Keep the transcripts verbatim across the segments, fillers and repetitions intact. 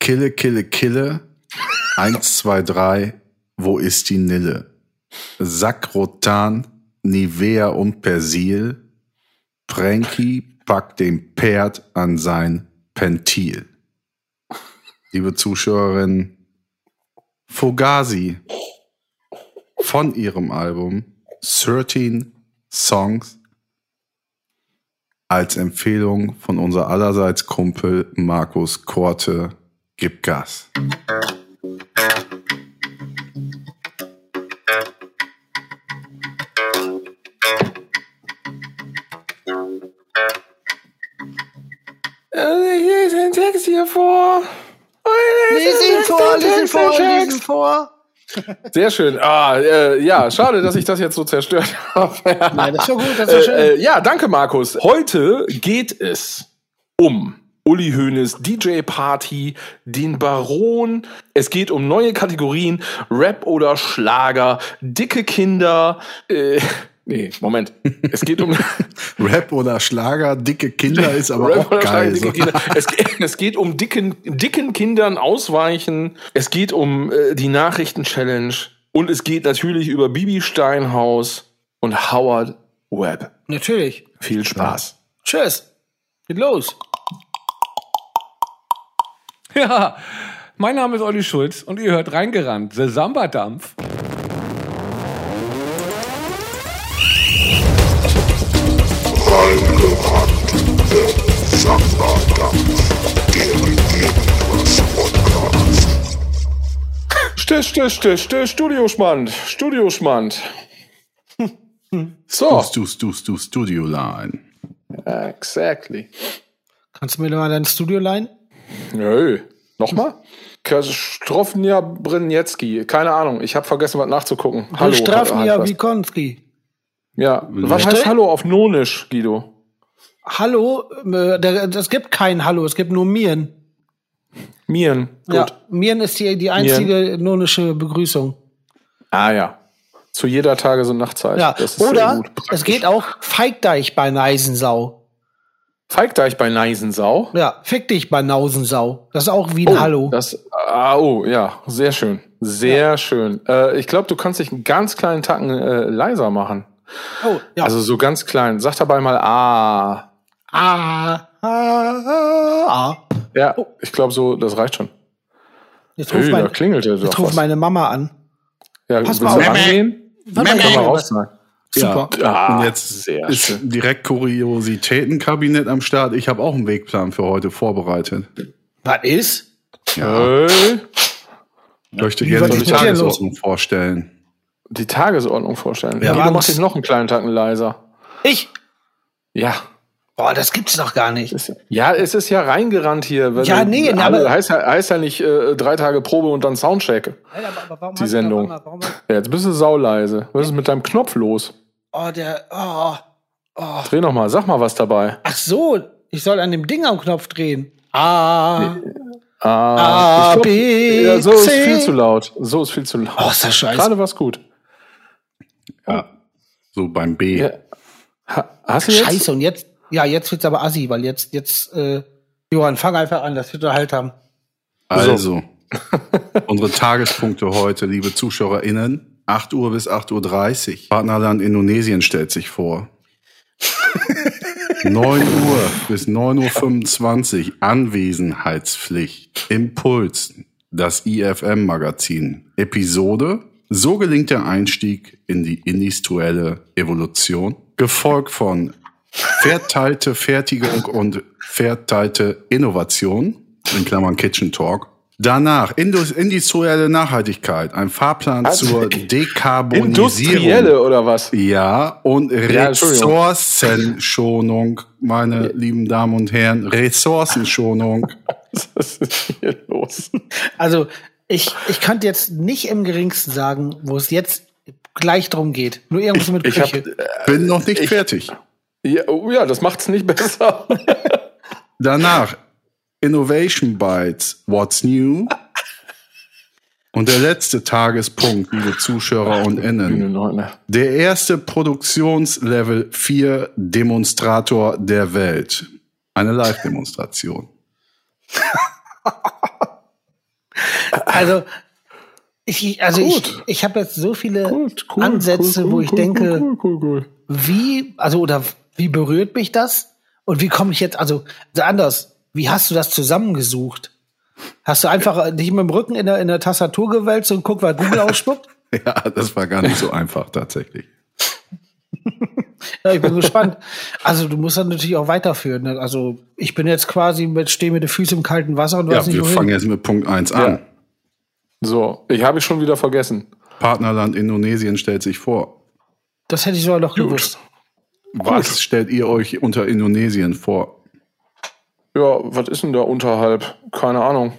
Kille, Kille, Kille. Eins, zwei, drei. Wo ist die Nille? Sakrotan, Nivea und Persil. Pranky packt dem Pferd an sein Pentil. Liebe Zuschauerinnen, Fugazi von ihrem Album dreizehn Songs als Empfehlung von unser allerseits Kumpel Markus Korte. Gib Gas. Hier ist ein Text hier vor. Lies ihn vor, lies ihn vor, lies ihn vor. Sehr schön. Ah, äh, ja, schade, dass ich das jetzt so zerstört habe. Nein, das ist schon gut, das ist schön. Äh, äh, ja, danke, Markus. Heute geht es um Uli Hoeneß, D J-Party, den Baron. Es geht um neue Kategorien, Rap oder Schlager, dicke Kinder, äh, nee, Moment. Es geht um Rap oder Schlager, dicke Kinder ist aber Rap auch geil. Dicke Kinder. Es, es geht um dicken, dicken Kindern ausweichen. Es geht um äh, die Nachrichten-Challenge. Und es geht natürlich über Bibi Steinhaus und Howard Webb. Natürlich. Viel Spaß. Tschüss. Geht los. Ja, mein Name ist Olli Schulz und ihr hört Reingerannt, The Samba-Dampf. Stich, stich, stich, stich, Studioschmand, Studioschmand. So. Du, du, du, Studio Line. Exactly. Kannst du mir mal dein Studio leihen? Nö. Nochmal? Strofnia Brynjecki. Keine Ahnung. Ich habe vergessen, was nachzugucken. Hallo. Strafnia Wikonski. Ja. Was heißt Hallo auf Nonisch, Guido? Hallo? Es gibt kein Hallo, es gibt nur Miren. Miren. Gut. Ja, Miren ist die, die einzige nonische Begrüßung. Ah ja. Zu jeder Tages- und Nachtzeit. Ja. Das ist Oder sehr gut. Es geht auch Feigdeich bei Neisensau. Feigdeich bei Neisensau? Ja, fick dich bei Nausensau. Das ist auch wie ein oh, Hallo. Das, ah, oh, ja, sehr schön. Sehr ja. schön. Äh, ich glaube, du kannst dich einen ganz kleinen Tacken äh, leiser machen. Oh, ja. Also so ganz klein. Sag dabei mal Ah. Ah. Ah. Ah. ah. Ja, oh. Ich glaube so, das reicht schon. Jetzt ruft, hey, mein, da klingelt er jetzt ruft meine Mama an. Ja, Pass willst mal du auf. rangehen? Können wir rausschneiden. Super. Ja, und jetzt ist schön. Direkt Kuriositätenkabinett am Start. Ich habe auch einen Wegplan für heute vorbereitet. Was ist? Ja. Hey. Ich möchte Wie gerne die Tagesordnung vorstellen. Die Tagesordnung vorstellen? Ja, du machst dich noch einen kleinen Tacken leiser. Ich? Ja. Boah, das gibt's doch gar nicht. Ja, es ist ja reingerannt hier. Ja, nee, alle, aber heißt, heißt ja nicht äh, drei Tage Probe und dann Soundcheck. Nein, aber, aber warum die Sendung. Warum, warum, ja, jetzt bist du sauleise. Was ist mit deinem Knopf los? Oh, der. Oh, oh. Dreh noch mal, sag mal was dabei. Ach so, ich soll an dem Ding am Knopf drehen. Ah. Nee. Ah, A, glaub, B, ja, so C. ist viel zu laut. So ist viel zu laut. Oh, ist das scheiße. Gerade war's gut. Ja, so beim B. Ja. Ha, hast du jetzt? Scheiße, und jetzt, ja, jetzt wird's aber assi, weil jetzt, jetzt, äh, Johann, fang einfach an, das wird er halt haben. Also, unsere Tagespunkte heute, liebe ZuschauerInnen, acht Uhr bis acht Uhr dreißig. Partnerland Indonesien stellt sich vor. neun Uhr bis neun Uhr fünfundzwanzig, Anwesenheitspflicht. Impuls, das I F M-Magazin. Episode, so gelingt der Einstieg in die industrielle Evolution. Gefolgt von verteilte Fertigung und verteilte Innovation, in Klammern Kitchen Talk. Danach industrielle Nachhaltigkeit, ein Fahrplan also, zur Dekarbonisierung. Industrielle oder was? Ja, und ja, Ressourcenschonung, meine ja. lieben Damen und Herren, Ressourcenschonung. Was ist hier los? Also, ich, ich könnte jetzt nicht im geringsten sagen, wo es jetzt gleich drum geht. Nur irgendwas mit ich Küche. Hab, äh, bin noch nicht ich, fertig. Ja, oh ja, das macht's nicht besser. Danach Innovation Bytes, What's New? Und der letzte Tagespunkt, liebe Zuschauer und Innen. Der erste Produktionslevel vier Demonstrator der Welt. Eine Live-Demonstration. Also, ich, also Gut. ich, ich habe jetzt so viele Gut, cool, Ansätze, cool, cool, wo ich cool, denke, cool, cool, cool. wie, also oder wie berührt mich das? Und wie komme ich jetzt, also, also anders, wie hast du das zusammengesucht? Hast du einfach dich mit dem Rücken in der, in der Tastatur gewälzt und guck, was Google ausspuckt? Ja, das war gar nicht so einfach tatsächlich. Ja, ich bin gespannt. Also du musst dann natürlich auch weiterführen. Ne? Also ich bin jetzt quasi mit, stehe mit den Füßen im kalten Wasser und Ja, weiß nicht wir wohin. fangen jetzt mit Punkt eins Ja. an. So, ich habe es schon wieder vergessen. Partnerland Indonesien stellt sich vor. Das hätte ich sogar noch gewusst. Was stellt ihr euch unter Indonesien vor? Ja, was ist denn da unterhalb? Keine Ahnung.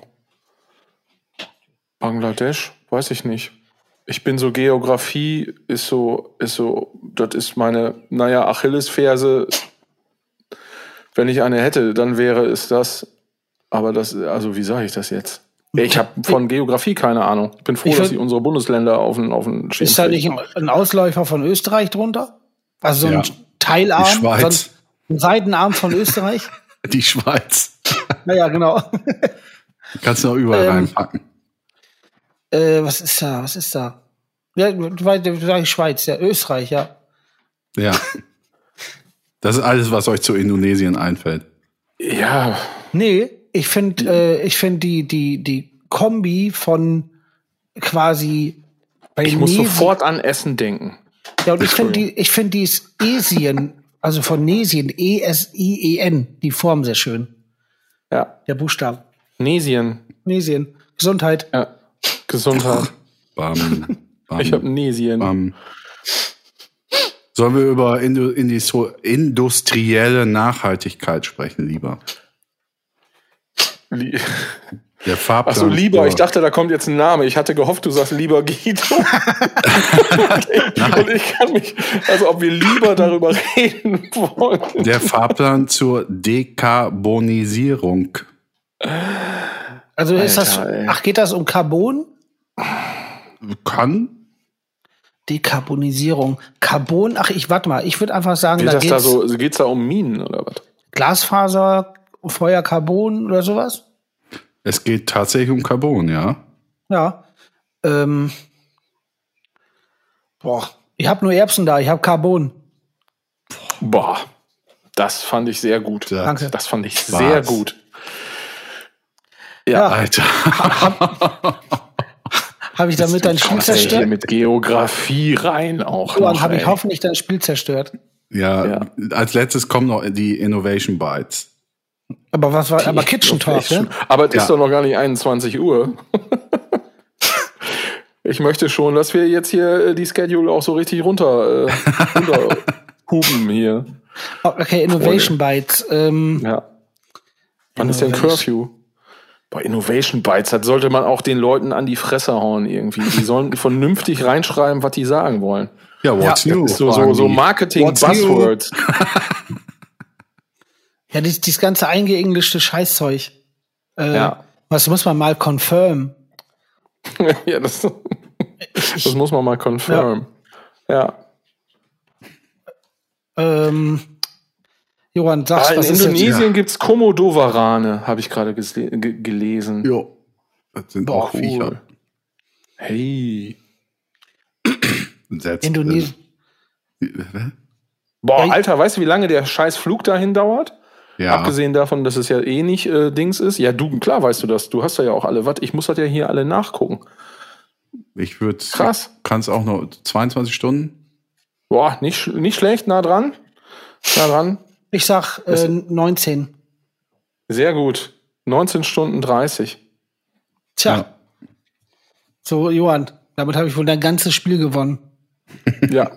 Bangladesch? Weiß ich nicht. Ich bin so, Geografie ist so, ist so, das ist meine, naja, Achillesferse. Wenn ich eine hätte, dann wäre es das. Aber das, also wie sage ich das jetzt? Ich habe von Geografie keine Ahnung. Ich bin froh, Ich dass würd- ich unsere Bundesländer auf den, auf den Schirm Ist da kriege. nicht ein, ein Ausläufer von Österreich drunter? Also so Ja. ein Teilarm? Die Schweiz. So ein Seitenarm von Österreich? Die Schweiz. Naja, genau. Kannst du noch überall Ähm, reinpacken. äh, was ist da? Was ist da? Ja, du weißt, du sagst Schweiz, ja, Österreich, ja. Ja. Das ist alles, was euch zu Indonesien einfällt. Ja, Nee, ich finde äh, ich finde die, die, die Kombi von quasi bei ich muss Nesi- sofort an Essen denken. Ja, und ich finde die, ich finde dieses Esien, also von Nesien, E S I E N, die Form sehr schön. Ja, Der Buchstabe. Nesien. Nesien. Gesundheit. Ja, Gesundheit. Bam, bam, Ich habe Nesien. bam. Sollen wir über Indu Indis- industrielle Nachhaltigkeit sprechen, lieber? Lie- Der Fahrplan. Ach so, lieber. für- Ich dachte, da kommt jetzt ein Name. Ich hatte gehofft, du sagst lieber Guido. Und ich kann mich, also ob wir lieber darüber reden wollen. Der Fahrplan zur Dekarbonisierung. Also ist das, Alter, ey. ach, geht das um Carbon? Kann? Dekarbonisierung. Carbon, ach, ich warte mal, ich würde einfach sagen, Geht da das da geht's so, geht's da um Minen oder was? Glasfaser, Feuer, Carbon oder sowas? Es geht tatsächlich um Carbon, ja. Ja. Ähm, boah, ich habe nur Erbsen da, ich habe Carbon. Boah, das fand ich sehr gut. Ja. Danke. Das fand ich Was? sehr gut. Ja, Alter. habe ich damit dein Spiel Kommt ja hier zerstört? mit Geografie rein auch Dann noch, habe ich ey. hoffentlich dein Spiel zerstört. Ja, Ja. als letztes kommen noch die Innovation Bytes. Aber was war, aber Kitchen Talk, ne? Aber es Ja. ist doch noch gar nicht einundzwanzig Uhr. Ich möchte schon, dass wir jetzt hier äh, die Schedule auch so richtig runter, äh, runter hupen hier. Oh, okay, Innovation Bytes. Ähm, Ja. Wann ist denn Innovation. Curfew? Bei Innovation Bytes, das sollte man auch den Leuten an die Fresse hauen irgendwie. Die sollen vernünftig reinschreiben, was die sagen wollen. Ja, what's Ja, new? Das ist so, so, fragen so die. Marketing-Buzzwords. ja, dieses, dieses ganze eingeenglischte Scheißzeug. Äh, Ja. Was muss man mal confirm? Ja, das, das muss man mal confirm. Ja. Ähm, Johann, sagst Ah, in was ist jetzt? Indonesien gibt's Komodo-Warane, habe ich gerade gesle- ge gelesen. Jo. Das sind Boah, auch Viecher. Hey. Selbst, Indonesien. Äh, Boah, Ja, Alter, weißt du, wie lange der scheiß Flug dahin dauert? ja. Abgesehen davon, dass es ja eh nicht äh, Dings ist. Ja, du, klar weißt du das. Du hast da ja auch alle. Was? Ich muss das ja hier alle nachgucken. Ich würde. Krass. Kannst auch noch zweiundzwanzig Stunden? Boah, nicht, sch- nicht schlecht, nah dran. Nah dran. Ich sag äh, neunzehn. Sehr gut. neunzehn Stunden dreißig. Tja. Ja. So, Johann, damit habe ich wohl dein ganzes Spiel gewonnen. Ja.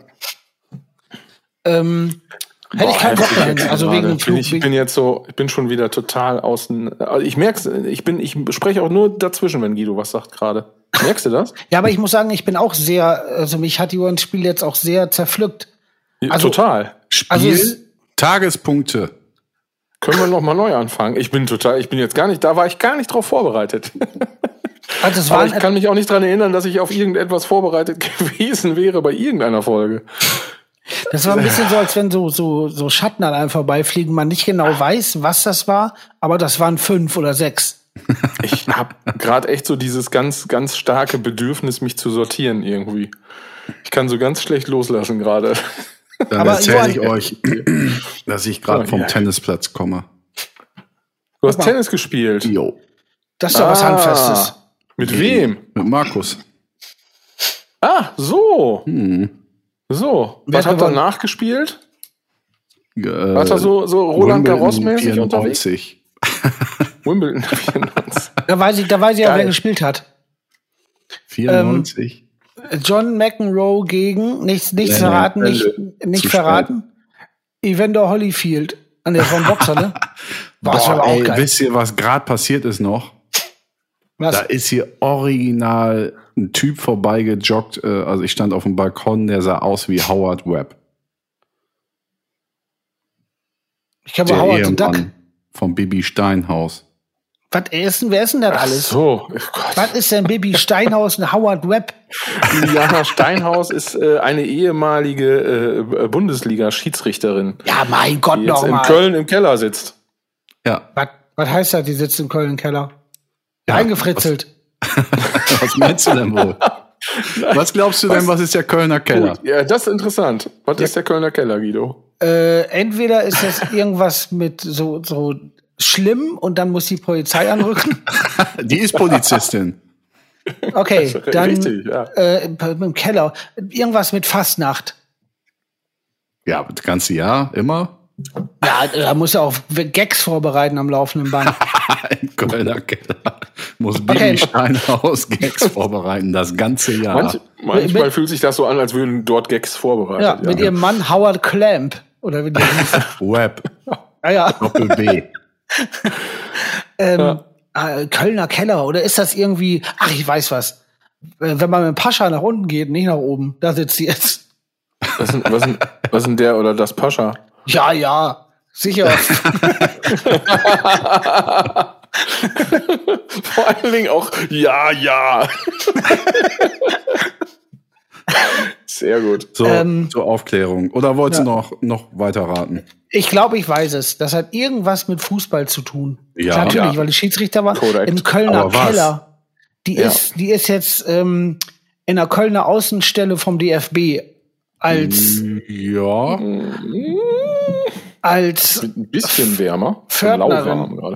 Ähm, hätte ich keinen Bock heftig dahin. jetzt Also gerade. wegen dem bin Flug. ich, ich bin jetzt so, ich bin schon wieder total außen. Also ich merk's, ich bin, ich spreche auch nur dazwischen, wenn Guido was sagt gerade. Merkst du das? Ja, aber ich muss sagen, ich bin auch sehr, also mich hat Johans Spiel jetzt auch sehr zerpflückt. Also- total. Spiel, Also es- Tagespunkte. Können wir noch mal neu anfangen? Ich bin total, ich bin jetzt gar nicht, da war ich gar nicht drauf vorbereitet. Also es Aber war ich kann mich auch nicht dran erinnern, dass ich auf irgendetwas vorbereitet gewesen wäre bei irgendeiner Folge. Das war ein bisschen so, als wenn so, so, so Schatten an einem vorbeifliegen, man nicht genau weiß, was das war, aber das waren fünf oder sechs. Ich habe gerade echt so dieses ganz, ganz starke Bedürfnis, mich zu sortieren irgendwie. Ich kann so ganz schlecht loslassen gerade. Dann Aber erzähle ich Johann- euch, dass ich gerade Oh, vom ja. Tennisplatz komme. Du hast Guck mal. Tennis gespielt. Jo. Das ist doch was Ah. Handfestes. Mit wem? Mit Markus. Ah, so. Hm. So. Wer Was hat hat er gewonnen? nachgespielt? Äh, War er so, so Roland Garros-mäßig unterwegs? vierundneunzig. Wimbledon vierundneunzig. Da weiß ich, da weiß ich auch, Geil. wer gespielt hat. vierundneunzig. John McEnroe gegen, nichts, nichts Lennon verraten, nicht, Bälle. nicht Zu verraten. Evander Holyfield. An der vom Boxer, ne? Boah, das war Boah, aber auch ey, geil. wisst ihr, was gerade passiert ist noch? Was? Da ist hier original ein Typ vorbeigejoggt. äh, Also ich stand auf dem Balkon, der sah aus wie Howard Webb. Ich habe Der Howard the Duck. Ehemann vom Bibi Steinhaus. Was ist denn, wer ist denn das Ach alles? so. Oh Gott. Was ist denn Bibi Steinhaus und Howard Webb? Juliana Steinhaus ist äh, eine ehemalige äh, Bundesliga-Schiedsrichterin, Ja, mein Gott, die jetzt in nochmal. Köln im Keller sitzt. Ja, Was, was heißt das, die sitzt im Köln im Keller? Ja, Eingefritzelt. was meinst du denn wohl? Was glaubst du denn, was ist der Kölner Keller? Gut. Ja, das ist interessant. Was ist der Kölner Keller, Guido? Äh, entweder ist das irgendwas mit so, so schlimm und dann muss die Polizei anrücken. Die ist Polizistin. Okay, Das ist dann richtig, ja. äh, im, im Keller. Irgendwas mit Fastnacht. Ja, das ganze Jahr, immer. Ja, da muss er auch Gags vorbereiten am laufenden Band. Im Kölner Keller muss Bibi Okay. Steinhaus Gags vorbereiten, das ganze Jahr. Manch, manchmal Mit- fühlt sich das so an, als würden dort Gags vorbereitet. Ja, mit ihrem Mann Howard Clamp. Oder wie der hieß. Web, Ah ja. Doppel B. Ähm, äh, Kölner Keller. Oder ist das irgendwie. Ach, ich weiß was. Äh, Wenn man mit dem Pascha nach unten geht, nicht nach oben, da sitzt sie jetzt. Was ist, was, ist, was ist denn der oder das Pascha? Ja, ja. Sicher. Vor allen Dingen auch, ja, ja. Sehr gut. So, Ähm, zur Aufklärung. Oder wolltest ja. du noch, noch weiter raten? Ich glaube, ich weiß es. Das hat irgendwas mit Fußball zu tun. Ja. Natürlich, Ja. weil die Schiedsrichter waren Korrekt. im Kölner Aber was? Keller. Die Ja. ist, die ist jetzt ähm, in der Kölner Außenstelle vom D F B als Ja. als Ein bisschen wärmer. Pförtnerin. Lauwarm gerade.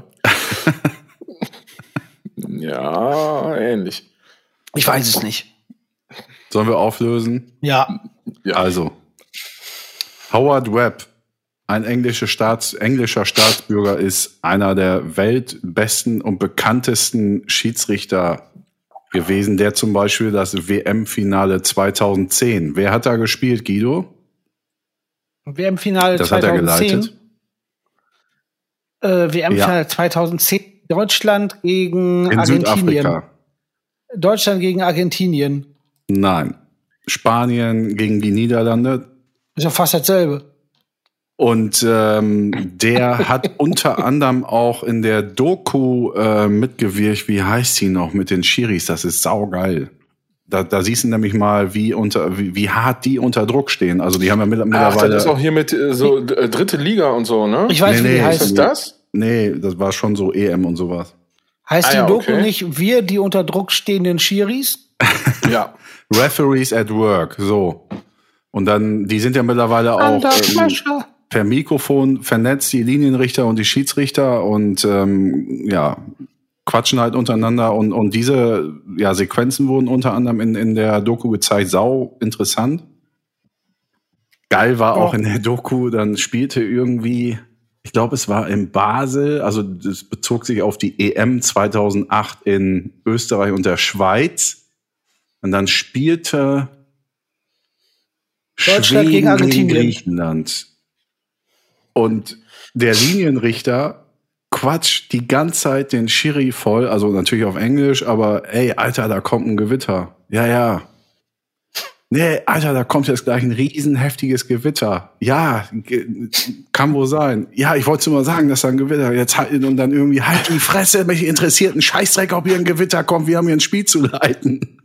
Ja, ähnlich. ich weiß es nicht. Sollen wir auflösen? Ja, Ja. Also, Howard Webb, ein englischer, Staats, englischer Staatsbürger, ist einer der weltbesten und bekanntesten Schiedsrichter gewesen, der zum Beispiel das W M-Finale zweitausendzehn. Wer hat da gespielt, Guido? W M-Finale Das hat er zweitausendzehn. geleitet. Äh, W M-Finale zweitausendzehn. Deutschland gegen In Argentinien. Südafrika. Deutschland gegen Argentinien. Nein. Spanien gegen die Niederlande. Ist ja fast dasselbe. Und ähm, der hat unter anderem auch in der Doku äh, mitgewirkt, wie heißt sie noch, mit den Schiris, das ist saugeil. Da, da siehst du nämlich mal, wie, unter, wie, wie hart die unter Druck stehen. Also die haben ja mit- Ach, mittlerweile... das ist auch hier mit äh, so äh, dritte Liga und so, ne? Ich weiß, Nee, wie die nee, Ist das heißt. das? Nee, das war schon so E M und sowas. Heißt Ah, die ja, Doku okay. nicht wir, die unter Druck stehenden Schiris? Ja. Referees at Work, so. Und dann, die sind ja mittlerweile auch ähm, per Mikrofon vernetzt, die Linienrichter und die Schiedsrichter und ähm, ja, quatschen halt untereinander und, und diese ja, Sequenzen wurden unter anderem in, in der Doku gezeigt, sau interessant. Geil war auch Oh. in der Doku, dann spielte irgendwie, ich glaube, es war in Basel, also das bezog sich auf die E M zweitausendacht in Österreich und der Schweiz. Und dann spielte Deutschland Schweden gegen Argentinien. Griechenland. Und der Linienrichter quatscht die ganze Zeit den Schiri voll, also natürlich auf Englisch, aber ey, Alter, da kommt ein Gewitter. Ja, ja. Nee, Alter, da kommt jetzt gleich ein riesen heftiges Gewitter. Ja, ge- kann wohl sein. Ja, ich wollte nur mal sagen, dass da ein Gewitter jetzt halt, und dann irgendwie halt die Fresse, mich interessiert ein Scheißdreck, ob hier ein Gewitter kommt, wir haben hier ein Spiel zu leiten.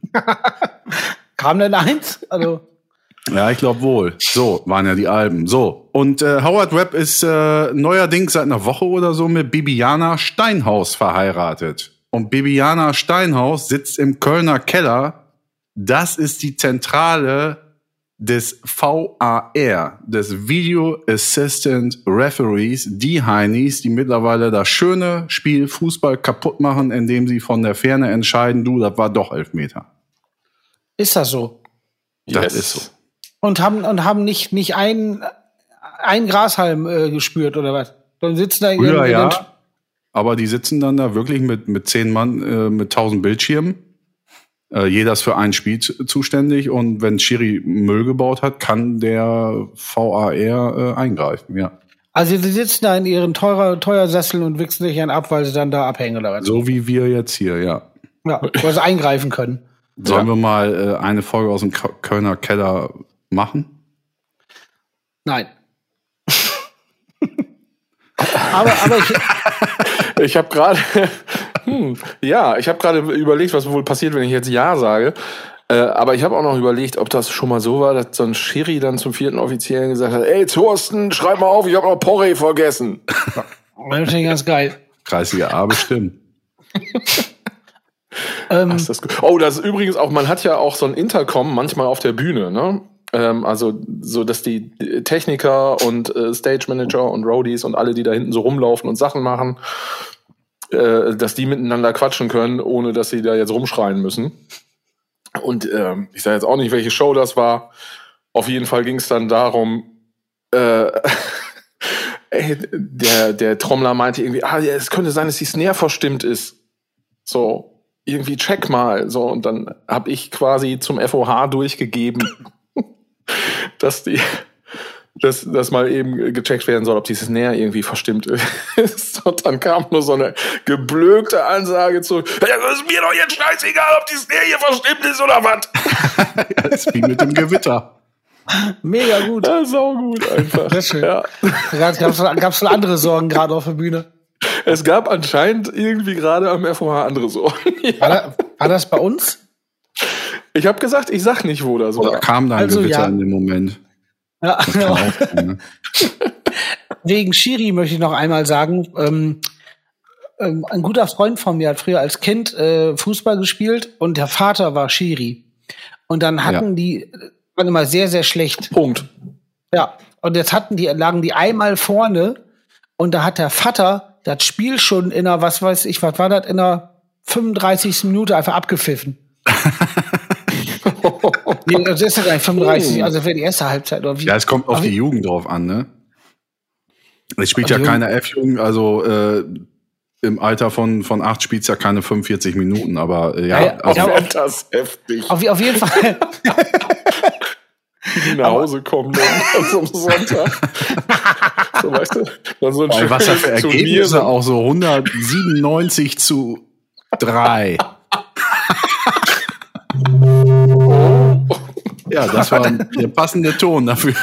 Kam denn eins? Also, Ja, ich glaube wohl. So, waren ja die Alben. So, und äh, Howard Webb ist äh, neuerdings seit einer Woche oder so mit Bibiana Steinhaus verheiratet. und Bibiana Steinhaus sitzt im Kölner Keller. Das ist die Zentrale des V A R, des Video Assistant Referees, die Heinis, die mittlerweile das schöne Spiel Fußball kaputt machen, indem sie von der Ferne entscheiden, du, das war doch Elfmeter. Ist das so? Das Yes. ist so. Und haben, und haben nicht, nicht ein, ein Grashalm äh, gespürt oder was? Dann sitzen da in, Früher in ja, den, aber die sitzen dann da wirklich mit, mit zehn Mann, äh, mit tausend Bildschirmen. Äh, jeder ist für ein Spiel zu, zuständig und wenn Schiri Müll gebaut hat, kann der V A R äh, eingreifen, ja. Also sie sitzen da in ihren teurer, teuer Sesseln und wichsen sich einen ab, weil sie dann da abhängen oder was? So wie wir jetzt hier, ja. Ja, weil sie eingreifen können. Sollen Ja. wir mal äh, eine Folge aus dem K- Kölner Keller machen? Nein. aber, aber ich, Ich habe gerade, hm, ja, ich habe gerade überlegt, was wohl passiert, wenn ich jetzt Ja sage. Äh, aber ich habe auch noch überlegt, ob das schon mal so war, dass so ein Schiri dann zum vierten Offiziellen gesagt hat, ey Thorsten, schreib mal auf, ich habe noch Porree vergessen. das finde ich ganz geil. Kreisliga A bestimmt. Ähm, Ist das gut? Oh, das ist übrigens auch, man hat ja auch so ein Intercom manchmal auf der Bühne, ne? Ähm, also so, dass die Techniker und äh, Stage Manager und Roadies und alle, die da hinten so rumlaufen und Sachen machen, äh, dass die miteinander quatschen können, ohne dass sie da jetzt rumschreien müssen. Und ähm, ich sage jetzt auch nicht, welche Show das war. Auf jeden Fall ging es dann darum, äh, ey, der, der Trommler meinte irgendwie, ah, ja, es könnte sein, dass die Snare verstimmt ist. So, irgendwie check mal. So, und dann habe ich quasi zum F O H durchgegeben, dass die, dass, dass mal eben gecheckt werden soll, ob die Snare irgendwie verstimmt ist. Und dann kam nur so eine geblökte Ansage zurück. Ja, das ist mir doch jetzt scheißegal, ob die Snare hier verstimmt ist oder was. Das ist wie mit dem Gewitter. mega gut. Das ist saugut einfach. Sehr schön. Ja. Da gab es schon andere Sorgen gerade auf der Bühne. Es gab anscheinend irgendwie gerade am F O H andere Sorgen. War, Ja. da, war das bei uns? Ich habe gesagt, ich sag nicht, wo das Oder war. kam da ein Also, Gewitter ja. in dem Moment? Ja, genau. Auch, ne? Wegen Schiri möchte ich noch einmal sagen, ähm, ähm, ein guter Freund von mir hat früher als Kind äh, Fußball gespielt und der Vater war Schiri. Und dann hatten Ja. die, äh, waren immer sehr, sehr schlecht. Punkt. Ja, und jetzt hatten die, lagen die einmal vorne und da hat der Vater das Spiel schon in einer, was weiß ich, was war das, in einer fünfunddreißigsten Minute einfach abgepfiffen. Nee, das ist ja gar nicht fünfunddreißig, also für die erste Halbzeit. Oder wie? Ja, es kommt auf Aber die wie- Jugend drauf an, ne? Es spielt Also ja Jugend- keine F-Jugend, also äh, im Alter von, von acht spielt es ja keine fünfundvierzig Minuten, aber äh, ja, Ja, ja, also, ja, Wird das heftig. Auf, auf jeden Fall. Die nach Hause kommen dann zum Sonntag. So, weißt du, dann so ein Boah, was da für schönes Turnier, Ergebnisse so- auch so hundertsiebenundneunzig zu drei. Ja, das war der passende Ton dafür.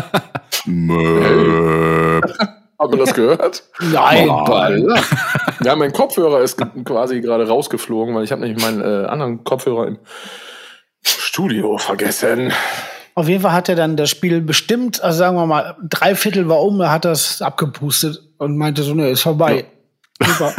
Möp. Haben wir das gehört? Nein. Alter. Ja, mein Kopfhörer ist ge- quasi gerade rausgeflogen, weil ich habe nämlich meinen äh, anderen Kopfhörer im Studio vergessen. Auf jeden Fall hat er dann das Spiel bestimmt, also sagen wir mal, drei Viertel war um, er hat das abgepustet und meinte so, ne, ist vorbei. Super.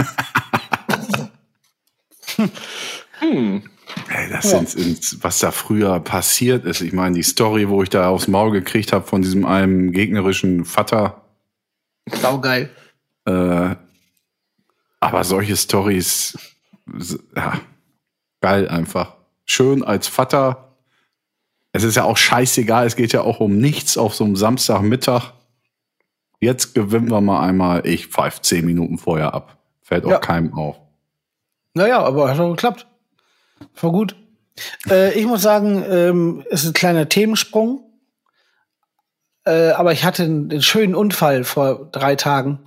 Hm. Ey, das sind, sind, was da früher passiert ist. Ich meine, die Story, wo ich da aufs Maul gekriegt habe von diesem einem gegnerischen Vater. Saugeil. Äh, aber solche Stories, ja, geil einfach. Schön als Vater. Es ist ja auch scheißegal, es geht ja auch um nichts auf so einem Samstagmittag. Jetzt gewinnen wir mal einmal, ich pfeife zehn Minuten vorher ab. Fällt auch Ja. keinem auf. Naja, aber hat doch geklappt. War gut. Äh, ich muss sagen, ähm, es ist ein kleiner Themensprung. Äh, aber ich hatte einen, einen schönen Unfall vor drei Tagen.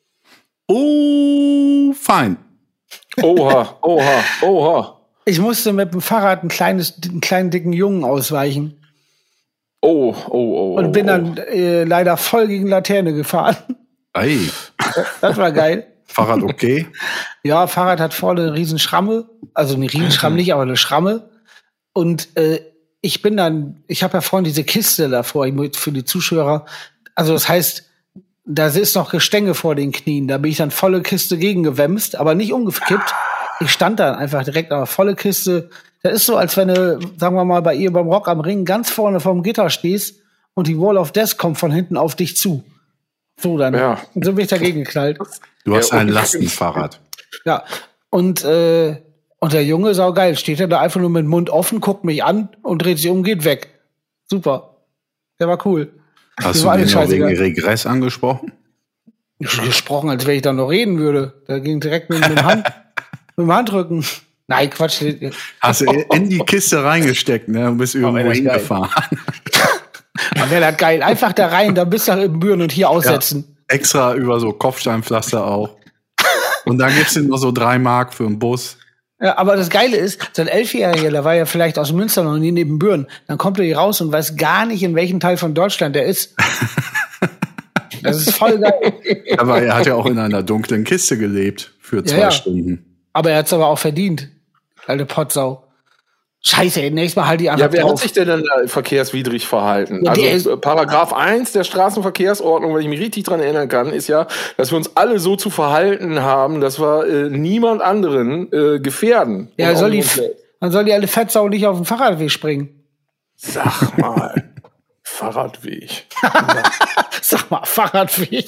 Oh, fein. Oha, oha, oha. Ich musste mit dem Fahrrad ein kleines, einen kleinen dicken Jungen ausweichen Oh, oh, oh. und oh, bin oh. dann äh, leider voll gegen Laterne gefahren. Ey, Das war geil. Fahrrad okay? Ja, Fahrrad hat vorne eine riesen Schramme. Also eine Riesenschramme nicht, aber eine Schramme. Und äh, ich bin dann, ich habe ja vorhin diese Kiste davor, ich muss für die Zuschauer. Also das heißt, da ist noch Gestänge vor den Knien. Da bin ich dann volle Kiste gegengewämst, aber nicht umgekippt, Ich stand dann einfach direkt an der volle Kiste. Das ist so, als wenn du, sagen wir mal, bei ihr beim Rock am Ring ganz vorne vorm Gitter stehst und die Wall of Death kommt von hinten auf dich zu. So dann. Ja. Und so bin ich dagegen geknallt. Du hast ja, ein Lastenfahrrad. Ja. Und, äh, und der Junge, saugeil, steht ja da einfach nur mit dem Mund offen, guckt mich an und dreht sich um, geht weg. Super. Der war cool. Hast du den noch wegen Regress angesprochen? Gesprochen, als wenn ich da noch reden würde. Da ging direkt mit, mit, dem, Hand, mit dem Handrücken. Nein, Quatsch. Hast du in die Kiste reingesteckt, ne? Und bist irgendwo hingefahren. Dann wäre das geil. Einfach da rein, da bist du im Büren und hier aussetzen. Ja, extra über so Kopfsteinpflaster auch. Und dann gibt's ihm noch so drei Mark für einen Bus. Ja, aber das Geile ist, so ein Elfjähriger, der war ja vielleicht aus Münster noch nie neben Büren. Dann kommt er hier raus und weiß gar nicht, in welchem Teil von Deutschland der ist. Das ist voll geil. Aber er hat ja auch in einer dunklen Kiste gelebt für zwei ja, ja. Stunden. Aber er hat's aber auch verdient. Alte Pottsau. Scheiße, ey, nächstes Mal halt die einfach Ja, wer drauf. hat sich denn dann verkehrswidrig verhalten? Ja, also ist, Paragraph eins der Straßenverkehrsordnung, wenn ich mich richtig dran erinnern kann, ist ja, dass wir uns alle so zu verhalten haben, dass wir äh, niemand anderen äh, gefährden. Ja, soll die, dann soll die alle Fettsau nicht auf den Fahrradweg springen. Sag mal, Fahrradweg. Sag mal, Fahrradweg.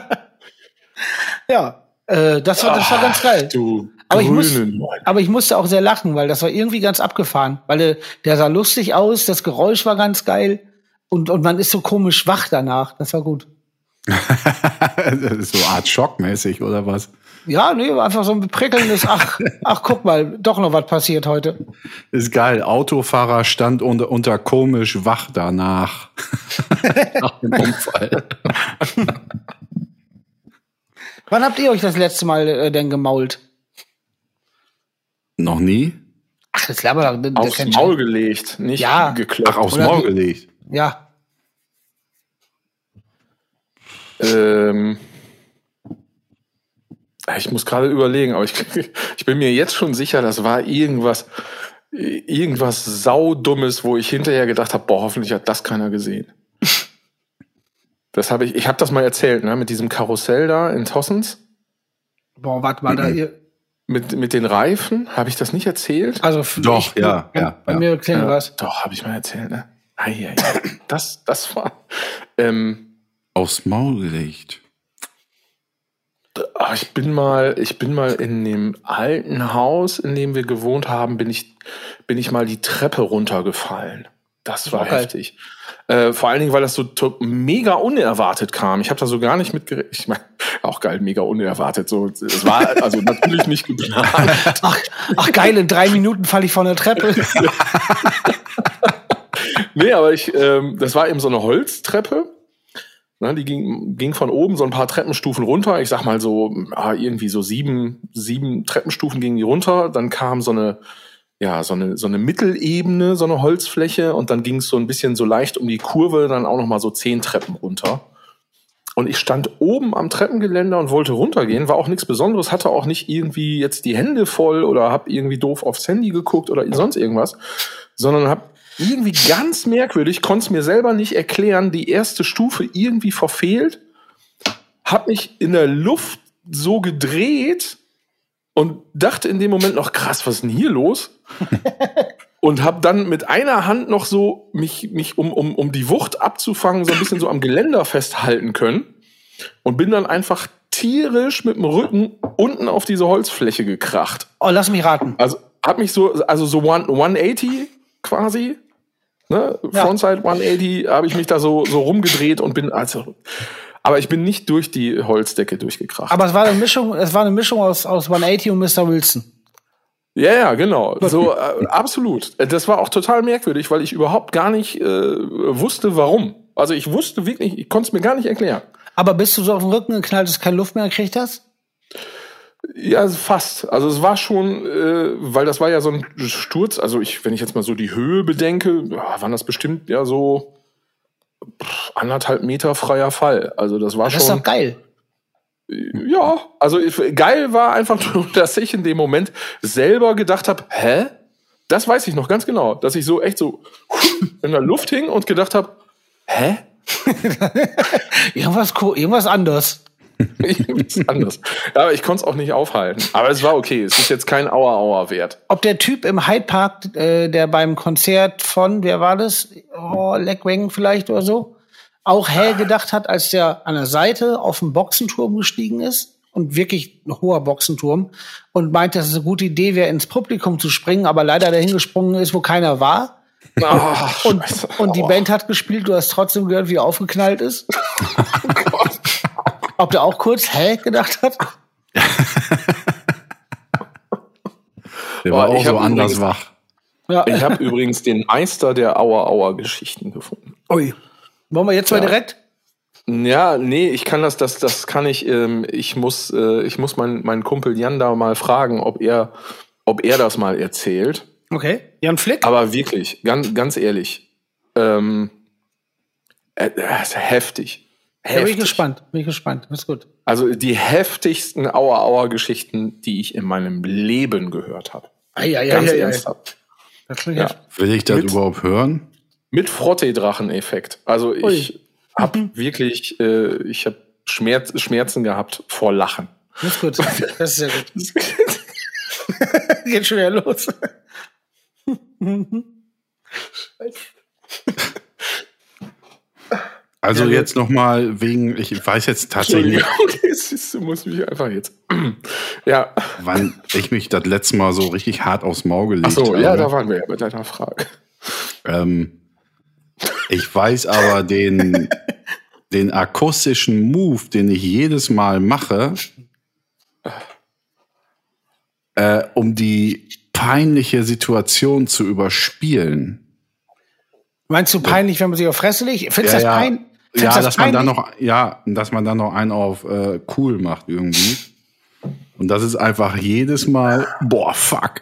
Ja, äh, das war, das war ganz geil. Du aber ich, muss, aber ich musste auch sehr lachen, weil das war irgendwie ganz abgefahren. Weil der, der sah lustig aus, das Geräusch war ganz geil und, und man ist so komisch wach danach. Das war gut. Das ist so eine Art schockmäßig, oder was? Ja, nee, einfach so ein prickelndes, ach, ach, guck mal, doch noch was passiert heute. Ist geil. Autofahrer stand unter, unter komisch wach danach. Nach dem Unfall. Wann habt ihr euch das letzte Mal äh, denn gemault? Noch nie? Ach, das labert doch. Aufs Maul gelegt, nicht ja. geklopft. Ach, aufs Oder Maul gelegt? Ja. Ähm, ich muss gerade überlegen, aber ich, ich bin mir jetzt schon sicher, das war irgendwas, irgendwas Saudummes, wo ich hinterher gedacht habe, boah, hoffentlich hat das keiner gesehen. Das habe ich, ich habe das mal erzählt, ne, mit diesem Karussell da in Tossens. Boah, warte mal, da ihr. Mit, mit den Reifen, habe ich das nicht erzählt? Also doch, ich, ja, bei, ja. Bei ja. mir erklären ja, was. Doch, habe ich mal erzählt, ne? Ei, ei, ei. Das, das war. Ähm, Aufs Maul gelegt. Ich bin mal, ich bin mal in dem alten Haus, in dem wir gewohnt haben, bin ich, bin ich mal die Treppe runtergefallen. Das war okay. heftig. Äh, vor allen Dingen, weil das so to- mega unerwartet kam. Ich habe da so gar nicht mit gerechnet. Ich meine, auch geil, mega unerwartet. So, es war also natürlich nicht geplant. Ach, ach geil, in drei Minuten falle ich von der Treppe. Nee, aber ich, ähm, das war eben so eine Holztreppe. Na, die ging, ging von oben so ein paar Treppenstufen runter. Ich sag mal so, ah, irgendwie so sieben, sieben Treppenstufen gingen die runter. Dann kam so eine, ja, so eine, so eine Mittelebene, so eine Holzfläche. Und dann ging es so ein bisschen so leicht um die Kurve, dann auch noch mal so zehn Treppen runter. Und ich stand oben am Treppengeländer und wollte runtergehen. War auch nichts Besonderes, hatte auch nicht irgendwie jetzt die Hände voll oder hab irgendwie doof aufs Handy geguckt oder sonst irgendwas. Sondern hab irgendwie ganz merkwürdig, konnte es mir selber nicht erklären, die erste Stufe irgendwie verfehlt, hab mich in der Luft so gedreht und dachte in dem Moment noch, krass, was ist denn hier los? Und hab dann mit einer Hand noch so mich, mich um, um, um die Wucht abzufangen, so ein bisschen so am Geländer festhalten können und bin dann einfach tierisch mit dem Rücken unten auf diese Holzfläche gekracht. Oh, lass mich raten. Also hab mich so, also so hundertachtzig quasi, ne? Ja. Frontside hundertachtzig, habe ich mich da so, so rumgedreht und bin, also, aber ich bin nicht durch die Holzdecke durchgekracht. Aber es war eine Mischung, es war eine Mischung aus, aus hundertachtzig und Mister Wilson. Ja, ja, genau. So, äh, absolut. Das war auch total merkwürdig, weil ich überhaupt gar nicht äh, wusste, warum. Also ich wusste wirklich, ich konnte es mir gar nicht erklären. Aber bist du so auf den Rücken geknallt, dass du keine Luft mehr gekriegt hast? Ja, fast. Also es war schon, äh, weil das war ja so ein Sturz, also ich, wenn ich jetzt mal so die Höhe bedenke, ja, waren das bestimmt ja so pff, anderthalb Meter freier Fall. Also das war das schon. Das ist doch geil. Ja, also ich, geil war einfach nur, dass ich in dem Moment selber gedacht habe, hä? Das weiß ich noch ganz genau, dass ich so echt so in der Luft hing und gedacht habe, hä? irgendwas, irgendwas anders. Das ist anders. Ja, aber ich konnte es auch nicht aufhalten. Aber es war okay. Es ist jetzt kein Aua-Aua wert. Ob der Typ im Hyde Park, äh, der beim Konzert von, wer war das? Oh, Leckwing vielleicht oder so, auch hell gedacht hat, als der an der Seite auf den Boxenturm gestiegen ist und wirklich ein hoher Boxenturm und meinte, dass es eine gute Idee wäre, ins Publikum zu springen, aber leider dahin gesprungen ist, wo keiner war. Oh, und, und die Band hat gespielt, du hast trotzdem gehört, wie er aufgeknallt ist. Oh Gott. Ob der auch kurz hä gedacht hat? Der war oh, auch so anders übrigens, wach. Ja. Ich habe übrigens den Meister der Aua-Aua-Geschichten gefunden. Ui. Wollen wir jetzt mal Ja. direkt? Ja, nee, ich kann das, das, das kann ich, ähm, ich muss, äh, ich muss meinen meinen Kumpel Jan da mal fragen, ob er, ob er das mal erzählt. Okay. Jan Flick? Aber wirklich, ganz, ganz ehrlich, ähm, äh, das ist heftig. Ja, bin ich Heftig. gespannt. Bin ich gespannt. Ist gut. Also die heftigsten Aua-Aua-Geschichten, die ich in meinem Leben gehört habe. Ei, ei, ei, Ganz ei, ei. ernsthaft. Das klingt Ja. heftig. Will ich das Mit- überhaupt hören? Mit Frottee-Drachen-Effekt. Also ich Ui. habe wirklich, äh, ich habe Schmerz, Schmerzen gehabt vor Lachen. Das ist gut. Das ist sehr gut. Geht schon wieder los. Also Ja, jetzt noch mal wegen, ich weiß jetzt tatsächlich, Es ist, du musst mich einfach jetzt. Ja. wann ich mich das letzte Mal so richtig hart aufs Maul gelegt Achso, habe. ja, da waren wir ja mit deiner Frage. Ähm, ich weiß aber den, den akustischen Move, den ich jedes Mal mache, äh, um die peinliche Situation zu überspielen. Meinst du peinlich, wenn man sich auf Fresse legt? Findest du das, pein findest ja, das dass man peinlich? dann noch, ja, dass man dann noch einen auf äh, cool macht irgendwie. Und das ist einfach jedes Mal, boah, fuck.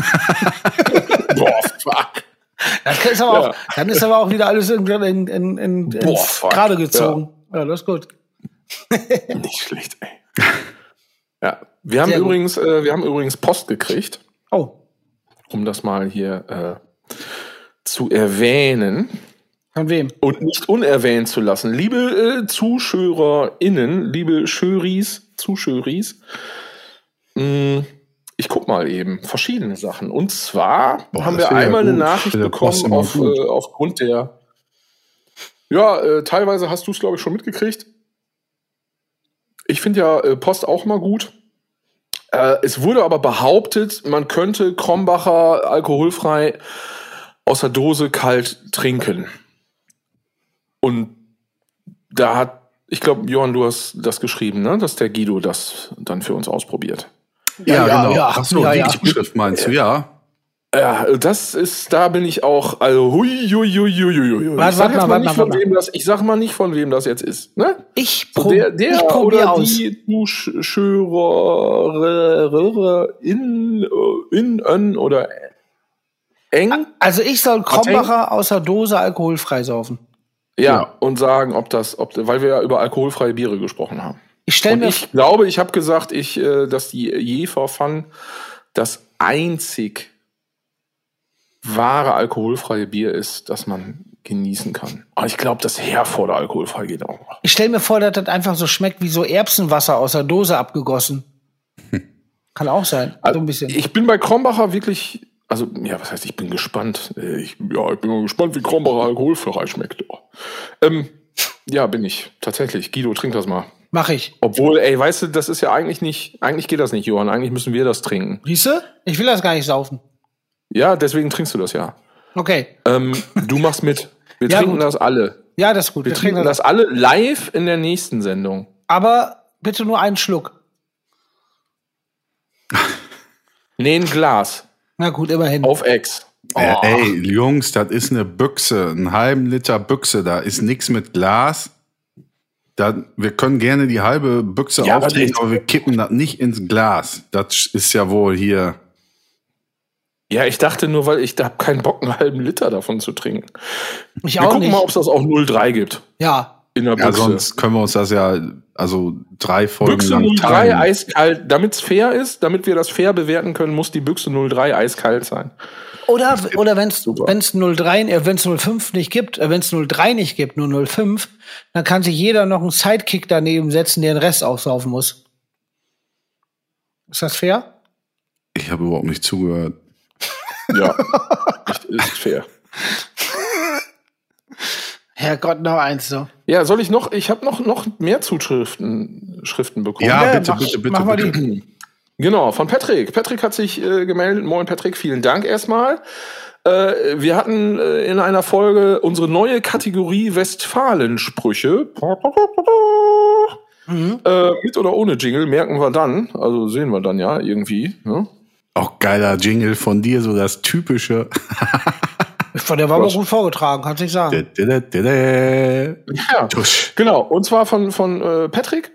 Boah, fuck. Das ist aber Ja. auch, dann ist aber auch wieder alles irgendwann in, in, in, Boah, ins fuck. gerade gezogen. Ja. das ist gut. Nicht schlecht, ey. Ja, wir haben Sehr gut. übrigens, äh, wir haben übrigens Post gekriegt, Oh, um das mal hier äh, zu erwähnen von wem? und nicht unerwähnt zu lassen. Liebe äh, ZuschauerInnen, liebe Schöris, Zuschöris, mh, ich guck mal eben, verschiedene Sachen. Und zwar Boah, haben das wir wär ja einmal eine gut. Nachricht Für die Post bekommen immer auf, gut. äh, aufgrund der, ja, äh, teilweise hast du es, glaube ich, schon mitgekriegt. Ich finde ja äh, Post auch mal gut. Äh, es wurde aber behauptet, man könnte Krombacher alkoholfrei aus der Dose kalt trinken. Und da hat, ich glaube, Johann, du hast das geschrieben, ne? Dass der Guido das dann für uns ausprobiert. Ja, ja, genau. ja. Ach so, Ja, die ja. Zuschrift meinst du, ja. Ja, das ist, da bin ich auch, also hui, hui, hui, hui, hui. Warte, Ich sag warte jetzt mal, mal warte nicht, mal, von warte wem das, ich sag mal nicht, von wem das jetzt ist, ne? Ich, So prob der, der ich probier oder aus. die Zuschauer in, in, in oder eng, Also ich soll Krombacher aus der Dose alkoholfrei saufen. ja, Ja. und sagen, ob das, ob, weil wir ja über alkoholfreie Biere gesprochen haben. Ich stelle Und mir ich glaube, ich habe gesagt, ich, äh, dass die Jefer Fun das einzig wahre alkoholfreie Bier ist, das man genießen kann. Aber ich glaube, das Herforder alkoholfrei geht auch noch. Ich stell mir vor, dass das einfach so schmeckt wie so Erbsenwasser aus der Dose abgegossen. Kann auch sein. So ein bisschen. Ich bin bei Krombacher wirklich, also, ja, was heißt, ich bin gespannt. Äh, Ich, ja, ich bin mal gespannt, wie Krombacher alkoholfrei schmeckt. Ähm, ja, bin ich. Tatsächlich. Guido, trink das mal. Mach ich. Obwohl, ey, weißt du, das ist ja eigentlich nicht, eigentlich geht das nicht, Johann. Eigentlich müssen wir das trinken. Siehste? Ich will das gar nicht saufen. Ja, deswegen trinkst du das ja. Okay. Ähm, du machst mit. Wir Ja, trinken gut. das alle. Ja, das ist gut. Wir Wir trinken trinken das alle live in der nächsten Sendung. Aber bitte nur einen Schluck. Nee, ein Glas. Na gut, immerhin. Auf Ex. Äh, Oh. ey, Jungs, das ist eine Büchse, einen halben Liter Büchse, da ist nichts mit Glas. Da, wir können gerne die halbe Büchse Ja, aber auftrinken, das- aber wir kippen das nicht ins Glas. Das ist ja wohl hier. Ja, ich dachte nur, weil ich da hab keinen Bock, einen halben Liter davon zu trinken. Ich Wir auch gucken nicht. mal, ob es das auch null Komma drei gibt. Ja. In der Ja, Büchse. sonst können wir uns das ja, also drei Folgen Büchse lang null drei teilen. eiskalt, damit es fair ist, damit wir das fair bewerten können, muss die Büchse null drei eiskalt sein. Oder, oder wenn es Super. wenn's null drei, äh, wenn's null fünf nicht gibt, äh, wenn es null drei nicht gibt, nur null fünf, dann kann sich jeder noch einen Sidekick daneben setzen, der den Rest aufsaufen muss. Ist das fair? Ich habe überhaupt nicht zugehört. Ja, ist, ist fair. Herrgott, noch eins so. Ja, soll ich noch, ich habe noch, noch mehr Zuschriften Schriften bekommen. Ja, Ja, bitte, mach- bitte, bitte, mach mal bitte. die. Genau, von Patrick. Patrick hat sich äh, gemeldet. Moin Patrick, vielen Dank erstmal. Äh, wir hatten äh, in einer Folge unsere neue Kategorie Westfalen-Sprüche. Mhm. Äh, mit oder ohne Jingle, merken wir dann. Also sehen wir dann ja irgendwie. Ne? Auch geiler Jingle von dir, so das typische. Von der war aber Was? gut vorgetragen, kannst nicht sagen. Ja, Tusch. genau. Und zwar von, von äh, Patrick.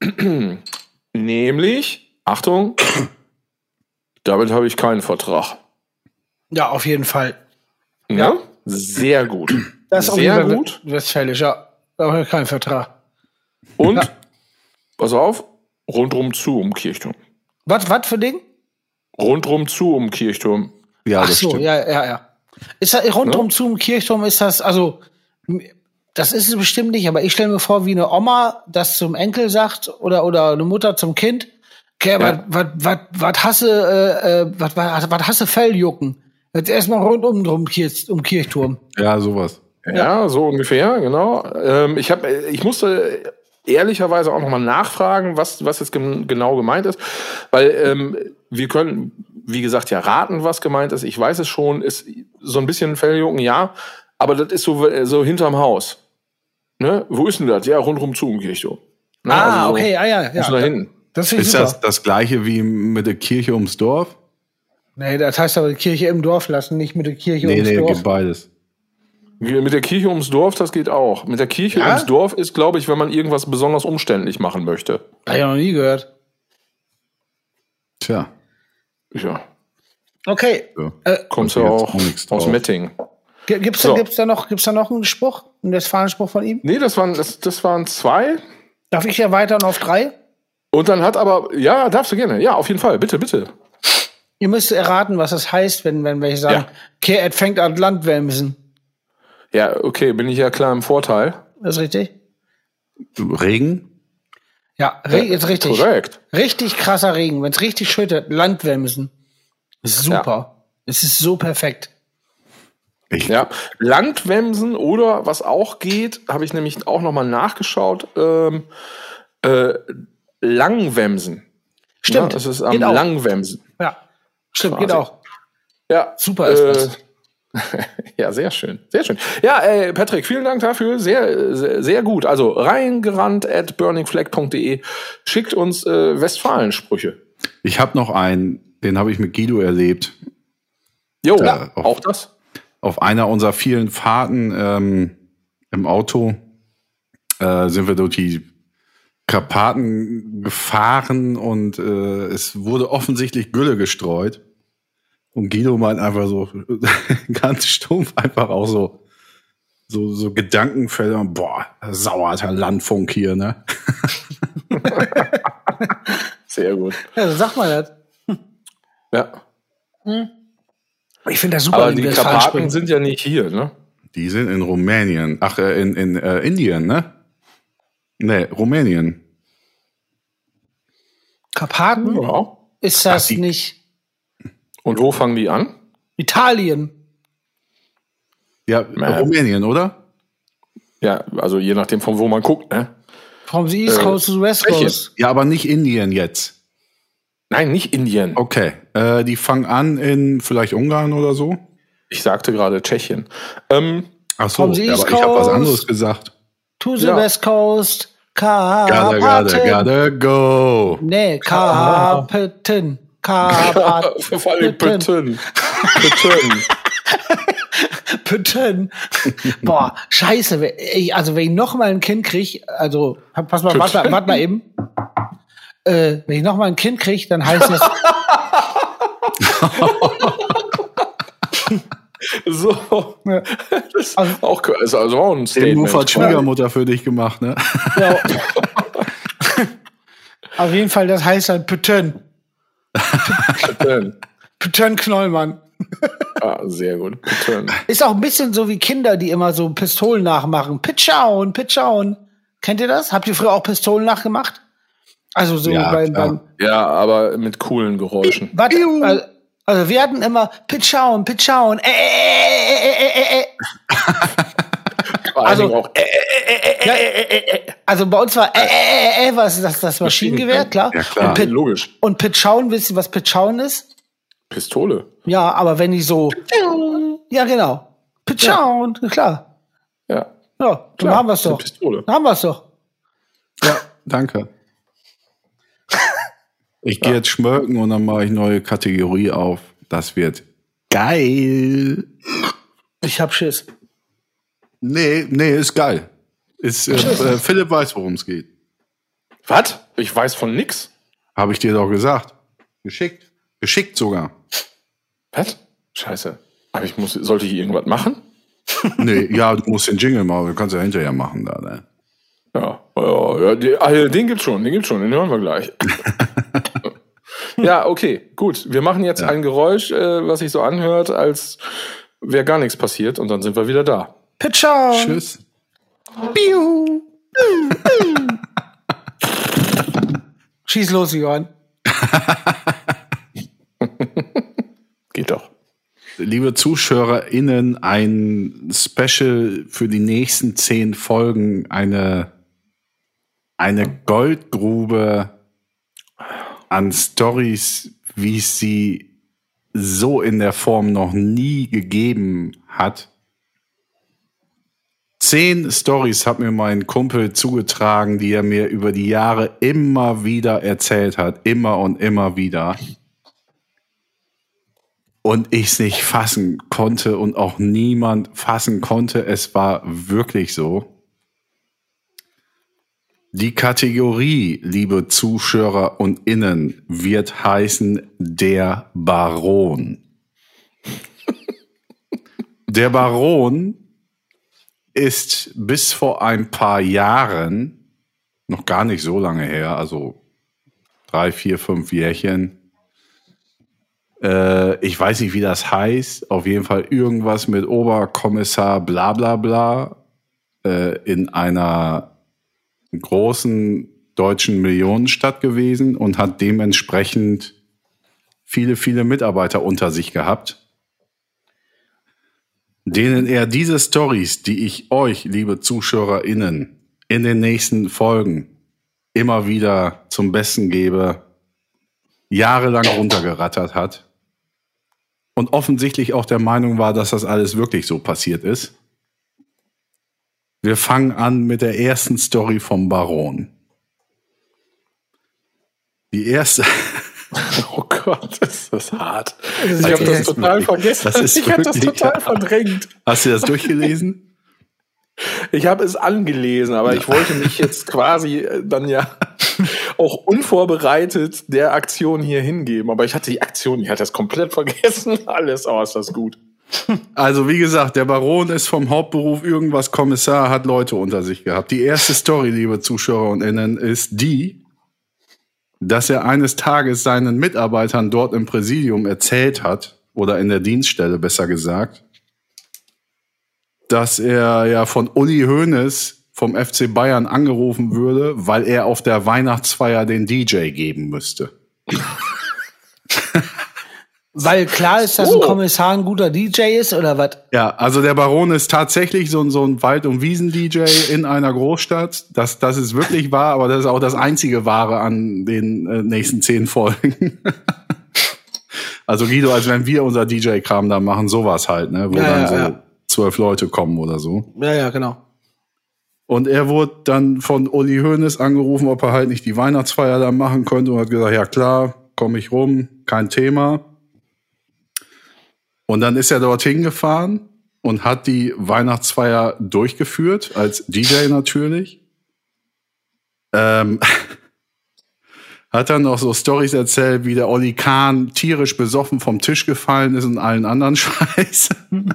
Nämlich, Achtung, damit habe ich keinen Vertrag. Ja, auf jeden Fall. Ja? Sehr gut. Das ist auch Sehr wieder gut. Westfälisch, ja. Aber kein Vertrag. Und, Ja. pass auf, rundrum zu um Kirchturm. Was, was für Ding? Rundrum zu um Kirchturm. Ja, Ach das so, stimmt. ja, ja, ja. Ist das rundrum Ne? zum Kirchturm, ist das, also, m- das ist es bestimmt nicht, aber ich stelle mir vor, wie eine Oma das zum Enkel sagt oder, oder eine Mutter zum Kind. Okay, Ja. was, was, was hasse, äh, äh, was, was, was hasse Felljucken? Jetzt erstmal rundum drum Kirch, um Kirchturm. Ja, sowas. Ja, so ungefähr, genau. Ähm, ich, hab, ich musste ehrlicherweise auch nochmal nachfragen, was, was jetzt gen genau gemeint ist. Weil ähm, wir können, wie gesagt, ja raten, was gemeint ist. Ich weiß es schon, ist so ein bisschen Felljucken, ja. Aber das ist so, so hinterm Haus. Ne? Wo ist denn das? Ja, rundrum zu um Kirchturm. Na, Ah, also so okay, ah, ja, Muss ja. da hinten. Das finde ich Ist super. das das gleiche wie mit der Kirche ums Dorf? Nee, das heißt aber die Kirche im Dorf lassen, nicht mit der Kirche Nee, ums nee, Dorf. geht beides. Mit der Kirche ums Dorf, das geht auch. Mit der Kirche Ja? ums Dorf ist, glaube ich, wenn man irgendwas besonders umständlich machen möchte. Hab ich noch nie gehört. Tja. Ja, Okay. So. Äh, kommt Kommt ja jetzt auch auch nichts aus drauf. Metting. G- Gibt's So. da, gibt's da noch, gibt's da noch einen Spruch? Einen Westfalen-Spruch von ihm? Nee, das waren, das, das waren zwei. Darf ich erweitern auf drei? Und dann hat aber, ja, darfst du gerne. Ja, auf jeden Fall. Bitte, bitte. Ihr müsst erraten, was das heißt, wenn, wenn welche sagen, Ja. Kehr fängt an Landwämsen. Ja, okay, bin ich ja klar im Vorteil. Das ist richtig? Regen? Ja, Re ist richtig. Korrekt. Richtig krasser Regen. Wenn es richtig schüttet, Landwämsen. Ist super. Es ist so perfekt. Ich, Ja, Landwämsen oder was auch geht, habe ich nämlich auch nochmal nachgeschaut, ähm, äh, Langwämsen. Stimmt. Ja, das ist am Geht auch. Langwämsen. Ja, stimmt, Quasi. geht auch. Ja, Super ist das. Ja, sehr schön, sehr schön. Ja, ey, Patrick, vielen Dank dafür. Sehr, sehr, sehr gut. Also reingerannt at burningflag punkt de. Schickt uns äh, Westfalen-Sprüche. ich habe noch einen, den habe ich mit Guido erlebt. Jo, Ja, auch- auch das. Auf einer unserer vielen Fahrten ähm, im Auto äh, sind wir durch die Karpaten gefahren und äh, es wurde offensichtlich Gülle gestreut. Und Guido meint einfach so ganz stumpf einfach auch so so, so Gedankenfelder. Boah, sauerter Landfunk hier, ne? Sehr gut. Ja, so sagt man das. Ja. Ich finde das super. Aber wenn die Westfalen Karpaten sprechen. sind ja nicht hier, ne? Die sind in Rumänien. Ach, äh, in, in äh, Indien, ne? Ne, Rumänien. Karpaten? Ja. Ist das Ach, die- nicht Und wo fangen die an? Italien? Ja, Mäh. Rumänien, oder? Ja, also je nachdem, von wo man guckt, ne? From the East Äh, Coast to the West Tschechien. Coast. Ja, aber nicht Indien jetzt. Nein, nicht Indien. Okay, äh, die fangen an in vielleicht Ungarn oder so. Ich sagte gerade Tschechien. Ähm, Ach so, Vom the ja, East aber ich habe was Coast. anderes gesagt. To the Ja. West Coast. Gotta, gotta, Karpaten. gotta go. Nee, Karpaten. Karpaten. vor allem Pötten. Pötten. Pütten. Boah, scheiße. wenn ich- Also, wenn ich noch mal ein Kind krieg, also, pass mal, warte mal, warte mal eben. Äh, wenn ich noch mal ein Kind krieg, dann heißt es, So So. Ja. Das ist auch, ist also auch ein Den Statement. Move hat Schwiegermutter für dich gemacht, ne? Ja. Auf jeden Fall, das heißt dann Pütön. Pütön. Pütön Knollmann. Ah, sehr gut. Pütön. Ist auch ein bisschen so wie Kinder, die immer so Pistolen nachmachen. Pitschauen, Pitschauen. Kennt ihr das? Habt ihr früher auch Pistolen nachgemacht? Also so Ja, beim, klar. beim Ja, aber mit coolen Geräuschen. Warte, also, also wir hatten immer Pitschauen, Pitschauen. Äh, äh, äh, äh, äh, äh. Vor allen Also- Dingen auch, äh, Ja, äh, äh, äh. Also bei uns war äh, äh, äh, äh, was ist das, das Maschinengewehr, klar. Ja, klar. Und, Pit, logisch. und Pitschauen, wisst ihr, was Pitschauen ist? Pistole. Ja, aber wenn die so, ja genau, Pitschauen, klar. Ja. Ja, dann Klar, haben wir es eine doch. Pistole. Dann haben wir es doch. Ja, danke. Ich gehe jetzt schmöken und dann mache ich neue Kategorie auf. Das wird geil. Ich hab Schiss. Nee, nee, ist geil. Ist, äh, äh, Philipp weiß, worum es geht. Was? Ich weiß von nix. Habe ich dir doch gesagt. Geschickt. Geschickt sogar. Was? Scheiße. Aber ich muss, sollte ich irgendwas machen? Nee, ja, du musst den Jingle machen. Du kannst ja hinterher machen da, ne? Ja, ja, ja die, ah, ja, den gibt's schon, den gibt's schon, den hören wir gleich. Ja, okay, gut. Wir machen jetzt Ja. ein Geräusch, äh, was sich so anhört, als wäre gar nichts passiert, und dann sind wir wieder da. Pitschauen. Tschüss. Piu. Schieß los, Johann. Geht doch. Liebe ZuschauerInnen, ein Special für die nächsten zehn Folgen, eine, eine Goldgrube an Storys, wie es sie so in der Form noch nie gegeben hat. Zehn Storys hat mir mein Kumpel zugetragen, die er mir über die Jahre immer wieder erzählt hat, immer und immer wieder. Und ich es nicht fassen konnte und auch niemand fassen konnte. Es war wirklich so. Die Kategorie, liebe Zuschauer und Innen, wird heißen der Baron. Der Baron ist bis vor ein paar Jahren, noch gar nicht so lange her, also drei, vier, fünf Jährchen, äh, ich weiß nicht, wie das heißt, auf jeden Fall irgendwas mit Oberkommissar bla bla bla äh, in einer großen deutschen Millionenstadt gewesen und hat dementsprechend viele, viele Mitarbeiter unter sich gehabt, denen er diese Storys, die ich euch, liebe ZuschauerInnen, in den nächsten Folgen immer wieder zum Besten gebe, jahrelang runtergerattert hat und offensichtlich auch der Meinung war, dass das alles wirklich so passiert ist. Wir fangen an mit der ersten Story vom Baron. Die erste... Oh Gott, ist das hart. ist Ich habe das wirklich- total vergessen. Das ist ich habe das wirklich total hart. verdrängt. Hast du das durchgelesen? Ich habe es angelesen, aber ich wollte mich jetzt quasi äh, dann ja auch unvorbereitet der Aktion hier hingeben. Aber ich hatte die Aktion, ich hatte das komplett vergessen. Alles, oh, ist das gut. Also wie gesagt, der Baron ist vom Hauptberuf irgendwas Kommissar, hat Leute unter sich gehabt. Die erste Story, liebe Zuschauer und Innen, ist die, dass er eines Tages seinen Mitarbeitern dort im Präsidium erzählt hat, oder in der Dienststelle besser gesagt, dass er ja von Uli Hoeneß vom F C Bayern angerufen würde, weil er auf der Weihnachtsfeier den D J geben müsste. Weil klar ist, dass So. ein Kommissar ein guter D J ist, oder was? Ja, also der Baron ist tatsächlich so ein, so ein Wald- und Wiesen-D J in einer Großstadt. Das, das ist wirklich wahr, aber das ist auch das einzige Wahre an den äh, nächsten zehn Folgen. Also Guido, als wenn wir unser D J-Kram da machen, sowas halt, ne, wo Ja, dann ja, so ja. zwölf Leute kommen oder so. Ja, ja, genau. Und er wurde dann von Uli Hoeneß angerufen, ob er halt nicht die Weihnachtsfeier da machen könnte, und hat gesagt, ja klar, komme ich rum, kein Thema. Und dann ist er dorthin gefahren und hat die Weihnachtsfeier durchgeführt, als D J natürlich. Ähm, hat dann noch so Storys erzählt, wie der Olli Kahn tierisch besoffen vom Tisch gefallen ist und allen anderen Scheiß.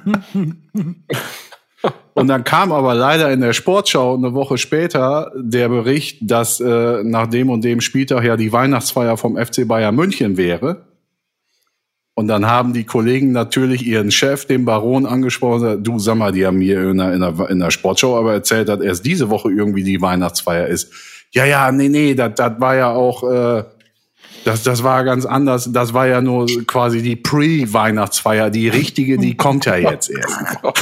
Und dann kam aber leider in der Sportschau eine Woche später der Bericht, dass äh, nach dem und dem Spieltag ja die Weihnachtsfeier vom F C Bayern München wäre. Und dann haben die Kollegen natürlich ihren Chef, den Baron, angesprochen und gesagt, du, sag mal, die haben mir in der, in der, in der Sportschau aber erzählt, dass erst diese Woche irgendwie die Weihnachtsfeier ist. Ja, ja, nee, nee, das das war ja auch, äh, das das war ganz anders. Das war ja nur quasi die Pre-Weihnachtsfeier. Die richtige, die kommt ja jetzt erst.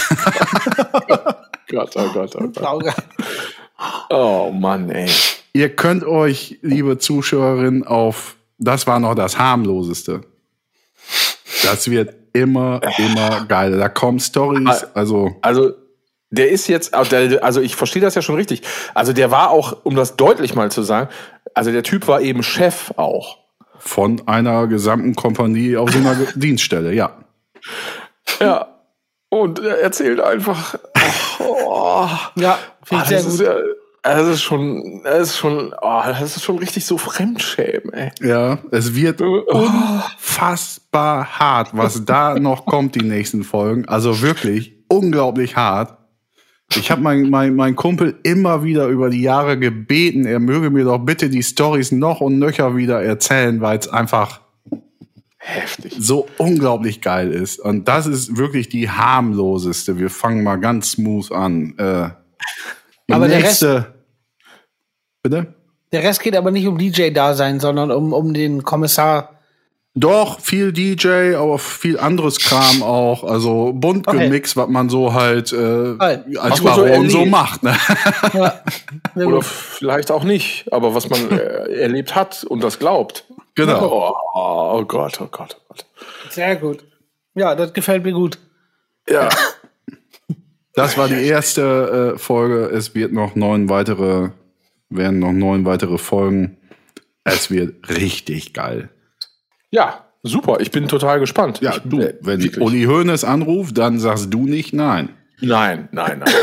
Gott, oh Gott, oh Gott. Oh Mann, ey. Ihr könnt euch, liebe Zuschauerinnen, auf, das war noch das harmloseste. Das wird immer, immer geiler. Da kommen Storys, also. Also, der ist jetzt, also ich verstehe das ja schon richtig. Also der war auch, um das deutlich mal zu sagen, also der Typ war eben Chef auch. Von einer gesamten Kompanie auf so einer Dienststelle, ja. Ja. Und er erzählt einfach, oh, ja, finde ich sehr gut. Ist ja, das ist schon, das ist schon, oh, das ist schon richtig so Fremdschämen, ey. Ja, es wird unfassbar hart, was da noch kommt, die nächsten Folgen. Also wirklich unglaublich hart. Ich habe mein, mein, mein Kumpel immer wieder über die Jahre gebeten, er möge mir doch bitte die Storys noch und nöcher wieder erzählen, weil es einfach heftig so unglaublich geil ist. Und das ist wirklich die harmloseste. Wir fangen mal ganz smooth an. Äh, aber der nächste, Rest, bitte? Der Rest geht aber nicht um D J-Dasein, sondern um, um den Kommissar. Doch, viel D J, aber viel anderes Kram auch. Also bunt Okay. gemixt, was man so halt äh, Halt. als Was man so Baron so erlebt. macht. Ne? Ja, sehr Oder gut. vielleicht auch nicht, aber was man äh, erlebt hat und das glaubt. Genau. Oh, oh Gott, oh Gott, oh Gott. Sehr gut. Ja, das gefällt mir gut. Ja. Das war die erste äh, Folge. Es wird noch neun weitere, werden noch neun weitere Folgen. Es wird richtig geil. Ja, super. Ich bin total gespannt. Ja, ich, du, äh, wenn wirklich. Uli Hoeneß anruft, dann sagst du nicht nein. Nein, nein, nein.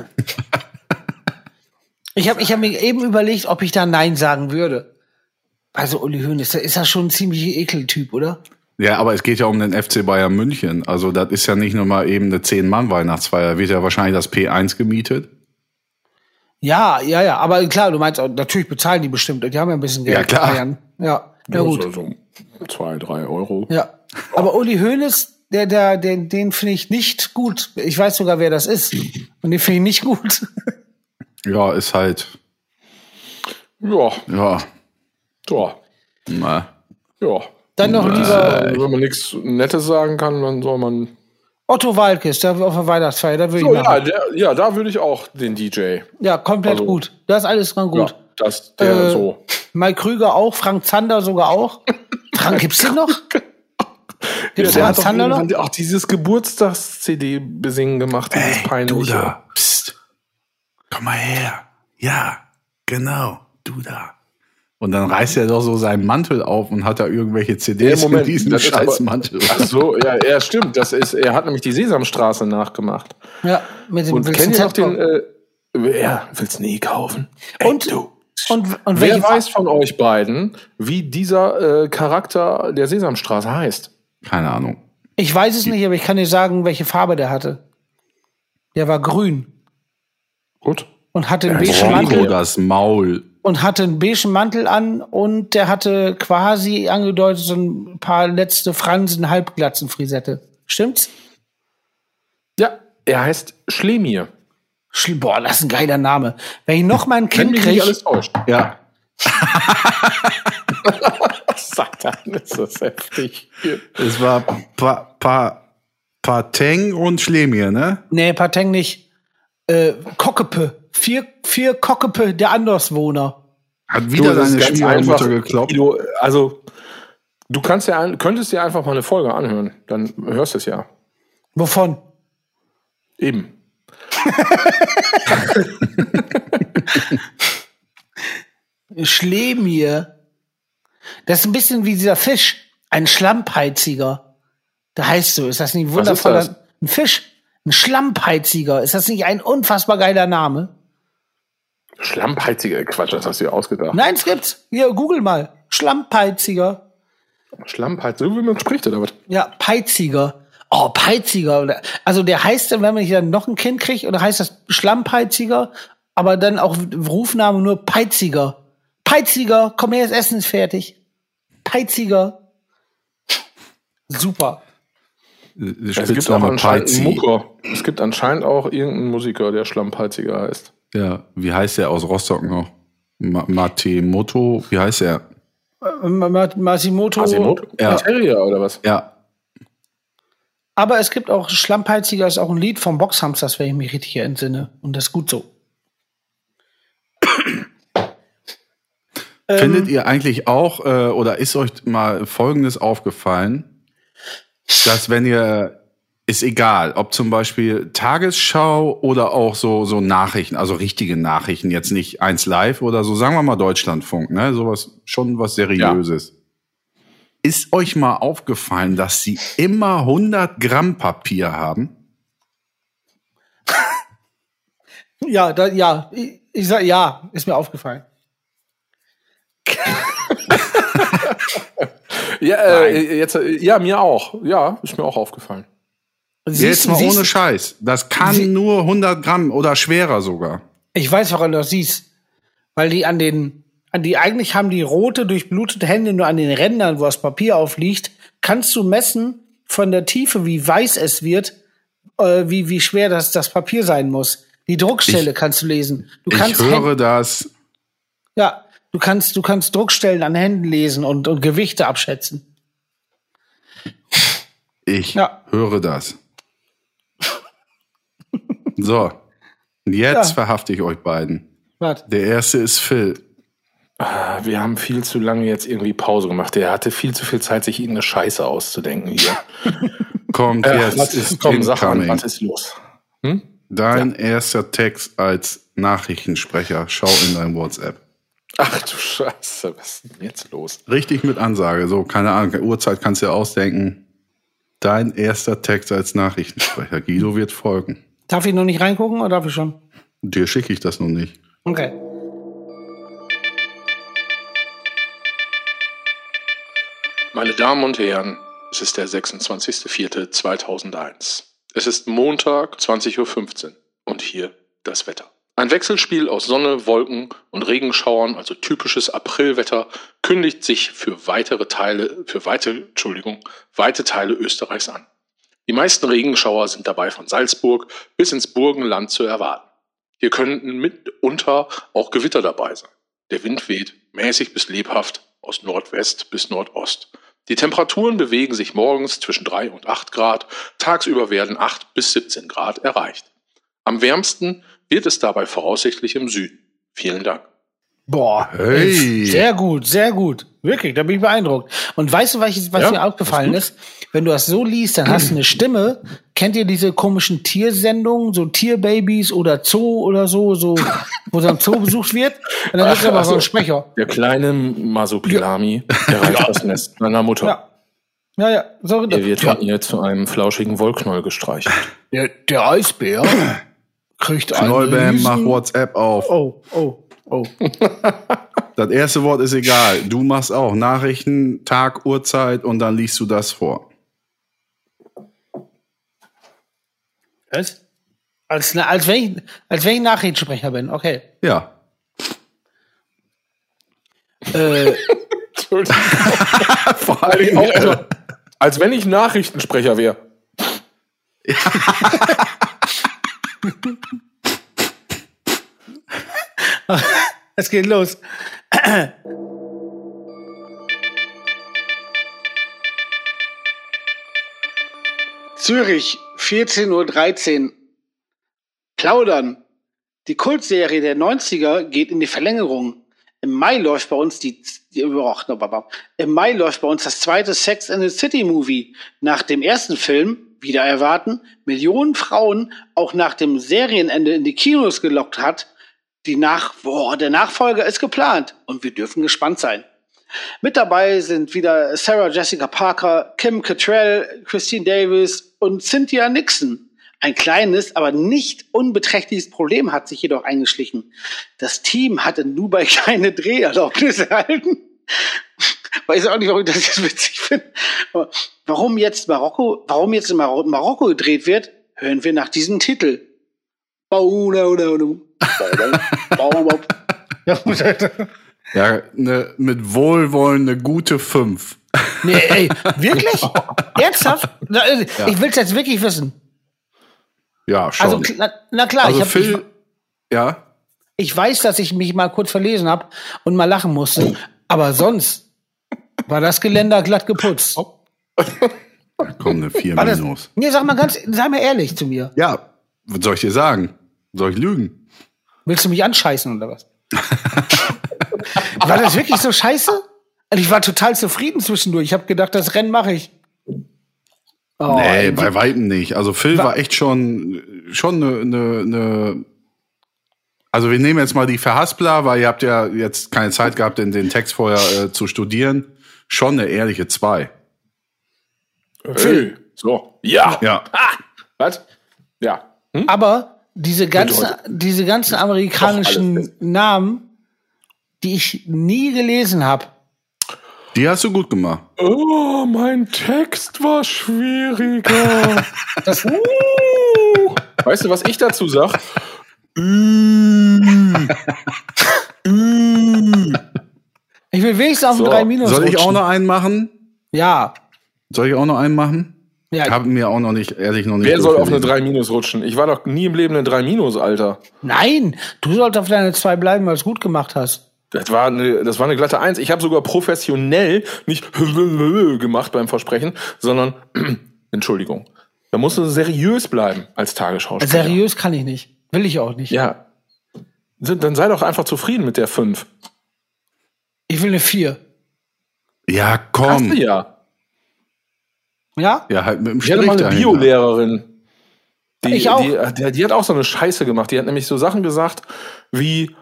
Ich habe ich hab mir eben überlegt, ob ich da Nein sagen würde. Also Uli Hoeneß, da ist ja schon ein ziemlicher Ekeltyp, oder? Ja, aber es geht ja um den F C Bayern München. Also das ist ja nicht nur mal eben eine zehn-Mann-Weihnachtsfeier. Wird ja wahrscheinlich das P eins gemietet. Ja, ja, ja. Aber klar, du meinst, auch, natürlich bezahlen die bestimmt. Die haben ja ein bisschen Geld. Ja, klar. Bayern. Ja, ja gut. So, so zwei, drei Euro. Ja. Aber Uli Hoeneß, der, der, den, den finde ich nicht gut. Ich weiß sogar, wer das ist. Und den finde ich nicht gut. Ja, ist halt, Ja, ja, ja, na. ja. Dann noch lieber Wenn man nichts Nettes sagen kann, dann soll man. Otto Walkes, da auf der Weihnachtsfeier, da würde ich So, ja, machen. der, ja, da würde ich auch den D J. Ja, komplett Also- gut. Das ist alles dran gut. Ja, das, der Äh, so. Mike Krüger auch, Frank Zander sogar auch. Frank, gibt's den noch? Gibt's der Frank hat doch Zander noch? irgendwann auch dieses Geburtstags-C D-Besingen gemacht, dieses Ey, du peinliche. da, psst, komm mal her. Ja, genau, du da. Und dann reißt er doch so seinen Mantel auf und hat da irgendwelche C Ds Ja, Moment, in diesem das ist aber- scheiß Mantel. Ach so, ja, ja, stimmt. Das ist, er hat nämlich die Sesamstraße nachgemacht. Ja, mit dem Und Wilson kennt ihr noch den, Zettel. äh, ja, willst du nie kaufen? Und- Ey, du. Und, und Wer welche weiß von euch beiden, wie dieser äh, Charakter der Sesamstraße heißt? Keine Ahnung. Ich weiß es nicht, aber ich kann dir sagen, welche Farbe der hatte. Der war grün Gut. und hatte einen Ja, beigen Rocco, Mantel Rocco, das Maul. und hatte einen beigen Mantel an und der hatte quasi angedeutet so ein paar letzte Fransen Halbglatzen Frisette. Stimmt's? Ja, er heißt Schlemir. Schl- Boah, das ist ein geiler Name. Wenn ich noch mal ein Wenn Kind mich nicht kriege, alles täuscht. Ja, Satan, ist das heftig. es war pa, pa, Pateng und Schlemir, ne? nee, Pateng nicht, äh, Kokkepe, vier, vier Kokkepe, der Anderswohner. Hat wieder das ist seine ganz Schwiegermutter einfach, gekloppt. Guido, also, du kannst ja, ein- könntest dir einfach mal eine Folge anhören. Dann hörst du es ja. Wovon? Eben. Schlemir. Das ist ein bisschen wie dieser Fisch, ein Schlammpeiziger. Da heißt so, ist das nicht ein Was ist wundervoller, das? ein Fisch, ein Schlammpeiziger. Ist das nicht ein unfassbar geiler Name? Schlammpeiziger Quatsch, das hast du dir ausgedacht. Nein, es gibt's. Hier, google mal. Schlammpeiziger. Schlammpeiz, so wie man spricht, oder was? Ja, Peiziger. Oh, Peiziger. Also der heißt dann, wenn man dann noch ein Kind kriegt, oder heißt das Schlammpeiziger, aber dann auch Rufname nur Peiziger. Peiziger, komm her, das Essen ist fertig. Peiziger. Super. Es gibt auch anscheinend einen Mucker. Es gibt anscheinend auch irgendeinen Musiker, der Schlammpeiziger heißt. Ja, wie heißt der aus Rostock noch? Ma- Matemoto, wie heißt er? Masimoto. Masimoto? Ja. Materia oder was? Ja. Aber es gibt auch Schlammpeiziger, ist auch ein Lied vom Boxhamsters, wenn ich mich richtig entsinne. Und das ist gut so. Findet ihr eigentlich auch, äh, oder ist euch mal Folgendes aufgefallen, dass wenn ihr, ist egal, ob zum Beispiel Tagesschau oder auch so, so Nachrichten, also richtige Nachrichten, jetzt nicht eins live oder so, sagen wir mal Deutschlandfunk, ne, sowas, schon was Seriöses. Ja. Ist euch mal aufgefallen, dass sie immer hundert Gramm Papier haben? Ja, da, ja, ich, ich sag, ja, ist mir aufgefallen. ja, äh, jetzt, ja, mir auch. Ja, ist mir auch aufgefallen. Siehst, jetzt mal siehst, ohne Scheiß. Das kann sie, nur hundert Gramm oder schwerer sogar. Ich weiß, woran du das siehst. Weil die an den, an die, eigentlich haben die rote, durchblutete Hände nur an den Rändern, wo das Papier aufliegt, kannst du messen von der Tiefe, wie weiß es wird, äh, wie, wie schwer das, das Papier sein muss. Die Druckstelle ich, kannst du lesen. Du kannst ich höre Händ- das. Ja, du kannst, du kannst Druckstellen an Händen lesen und, und Gewichte abschätzen. Ich ja. höre das. So, jetzt ja. verhafte ich euch beiden. Was? Der erste ist Phil. Wir haben viel zu lange jetzt irgendwie Pause gemacht. Der hatte viel zu viel Zeit, sich irgendeine Scheiße auszudenken hier. Kommt äh, jetzt. Was ist, komm, sag mal, was ist los? Hm? Dein ja. erster Text als Nachrichtensprecher. Schau in dein WhatsApp. Ach du Scheiße, was ist denn jetzt los? Richtig mit Ansage. So, keine Ahnung, Uhrzeit kannst du ja ausdenken. Dein erster Text als Nachrichtensprecher. Guido wird folgen. Darf ich noch nicht reingucken oder darf ich schon? Dir schicke ich das noch nicht. Okay. Meine Damen und Herren, es ist der sechsundzwanzigster vierter zweitausendeins. Es ist Montag, zwanzig Uhr fünfzehn und hier das Wetter. Ein Wechselspiel aus Sonne, Wolken und Regenschauern, also typisches Aprilwetter, kündigt sich für weitere Teile, für weite, Entschuldigung, weite Teile Österreichs an. Die meisten Regenschauer sind dabei von Salzburg bis ins Burgenland zu erwarten. Hier könnten mitunter auch Gewitter dabei sein. Der Wind weht mäßig bis lebhaft aus Nordwest bis Nordost. Die Temperaturen bewegen sich morgens zwischen drei und acht Grad, tagsüber werden acht bis siebzehn Grad erreicht. Am wärmsten wird es dabei voraussichtlich im Süden. Vielen Dank. Boah, hey. Sehr gut, sehr gut. Wirklich, da bin ich beeindruckt. Und weißt du, was, ich, was ja, mir aufgefallen ist? Wenn du das so liest, dann hast du eine Stimme. Kennt ihr diese komischen Tiersendungen, so Tierbabys oder Zoo oder so, so wo so ein Zoo besucht wird? Und dann ist aber so ein Sprecher. Der kleine Masopilami, ja. der reicht das Nest meiner Mutter. Ja, ja. ja. So, der wird ja. von ihr zu einem flauschigen Wollknäuel gestreichelt. Der, der Eisbär kriegt Knollbam, mach WhatsApp auf. Oh, oh. Oh. Das erste Wort ist egal. Du machst auch Nachrichten, Tag, Uhrzeit und dann liest du das vor. Was? Als, als, wenn ich, als wenn ich Nachrichtensprecher bin, okay. Ja. Äh. Entschuldigung. Vor allem auch, also, als wenn ich Nachrichtensprecher wäre. Ja. Es geht los. Zürich, vierzehn Uhr dreizehn. Plaudern. Die Kultserie der neunziger geht in die Verlängerung. Im Mai läuft bei uns die, die oh, im Mai läuft bei uns das zweite Sex and the City Movie. Nach dem ersten Film, wieder erwarten, Millionen Frauen auch nach dem Serienende in die Kinos gelockt hat. Die Nach- boah, der Nachfolger ist geplant und wir dürfen gespannt sein. Mit dabei sind wieder Sarah Jessica Parker, Kim Cattrall, Christine Davis und Cynthia Nixon. Ein kleines, aber nicht unbeträchtliches Problem hat sich jedoch eingeschlichen. Das Team hatte in Dubai keine Dreherlaubnis erhalten. Weiß auch nicht, warum ich das jetzt witzig finde. Aber warum jetzt Marokko, warum jetzt in Mar- Marokko gedreht wird, hören wir nach diesem Titel. Ja, ne, mit Wohlwollen eine gute fünf. Nee, ey, wirklich? Ernsthaft? Na, äh, Ja. Ich will's jetzt wirklich wissen. Ja, schon. Also, na, na klar, Also ich, hab, Phil, ich, ja, ich weiß, dass ich mich mal kurz verlesen habe und mal lachen musste, aber sonst war das Geländer glatt geputzt. komm, eine vier War das, minus. nee, sag mal ganz, sag mal ehrlich zu mir. Ja, was soll ich dir sagen? Soll ich lügen? Willst du mich anscheißen oder was? War das wirklich so scheiße? Und ich war total zufrieden zwischendurch. Ich habe gedacht, das Rennen mache ich. Oh, nee, ey, bei Weitem nicht. Also Phil Wa- war echt schon schon eine, eine, eine also wir nehmen jetzt mal die Verhaspler, weil ihr habt ja jetzt keine Zeit gehabt, den, den Text vorher äh, zu studieren. Schon eine ehrliche zwei. Phil. So. Ja. Ja. Ah. Was? Ja. Hm? aber diese ganzen, diese ganzen amerikanischen alles Namen, die ich nie gelesen habe. Die hast du gut gemacht. Oh, mein Text war schwieriger. Das, Uh. Weißt du, was ich dazu sag? ich will wenigstens auf So. den drei Minus Soll ich auch rutschen. noch einen machen? Ja. Soll ich auch noch einen machen? Ja. Ich habe mir auch noch nicht, ehrlich noch nicht. Wer soll auf eine durchgelesen. drei Minus rutschen? Ich war doch nie im Leben eine drei Minus, Alter. Nein, du sollst auf deine zwei bleiben, weil du es gut gemacht hast. Das war eine, das war eine glatte Eins. Ich habe sogar professionell nicht gemacht beim Versprechen, sondern Entschuldigung. Da musst du seriös bleiben als Tagesschauspieler. Seriös kann ich nicht. Will ich auch nicht. Ja. Dann sei doch einfach zufrieden mit der fünf. Ich will eine vier. Ja, Hast komm. du ja. Ja? Ja, halt mit dem Ich hatte Strich mal eine dahinter. Biolehrerin. Die, Ich auch. Die, die, die hat auch so eine Scheiße gemacht. Die hat nämlich so Sachen gesagt wie,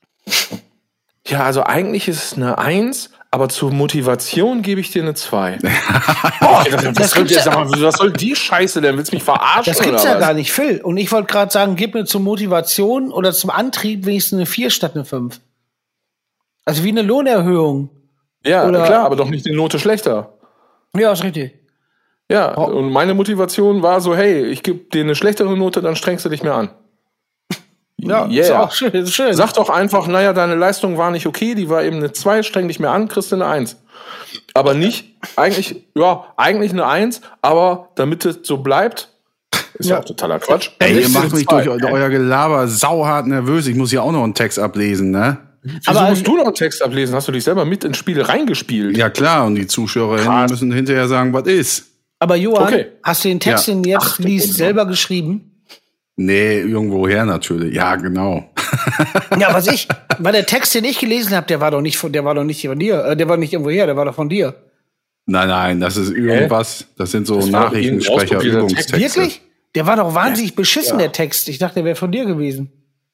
ja, also eigentlich ist es eine Eins, aber zur Motivation gebe ich dir eine Zwei. Boah, das, das was, soll, gibt's ja- sag mal, was soll die Scheiße denn? Willst du mich verarschen? Das gibt's oder ja was? gar nicht, Phil. Und ich wollte gerade sagen, gib mir zur Motivation oder zum Antrieb wenigstens eine vier statt eine fünf. Also wie eine Lohnerhöhung. Ja, Oder- klar, aber doch nicht die Note schlechter. Ja, ist richtig. Ja, Oh. und meine Motivation war so, hey, ich gebe dir eine schlechtere Note, dann strengst du dich mehr an. Ja, Yeah. ist auch schön. Ist schön. Sag doch einfach, naja, deine Leistung war nicht okay, die war eben eine zwei, streng dich mehr an, kriegst du eine Eins. Aber nicht, eigentlich, ja, eigentlich eine Eins, aber damit es so bleibt, ist ja, Ja. auch totaler Quatsch. Ey, ihr Ist macht eine mich zwei. durch eu- euer Gelaber sauhart nervös. Ich muss ja auch noch einen Text ablesen, ne? Wieso Aber- musst du noch einen Text ablesen? Hast du dich selber mit ins Spiel reingespielt? Ja, klar. Und die Zuschauerinnen Krass. müssen hinterher sagen, was ist. Aber Johann, Okay. hast du den Text, Ja. den du jetzt Ach, du liest, Wunder. selber geschrieben? Nee, irgendwoher natürlich. Ja, genau. Ja, was ich, weil der Text, den ich gelesen habe, der war doch nicht von, der war doch nicht von dir, äh, der war nicht irgendwoher, der war doch von dir. Nein, nein, das ist irgendwas. Das sind so Das war doch irgendein Nachrichtensprecher, ausgewählter Text. Übungstexte. Wirklich? Der war doch wahnsinnig beschissen, der Text. Ich dachte, der wäre von dir gewesen.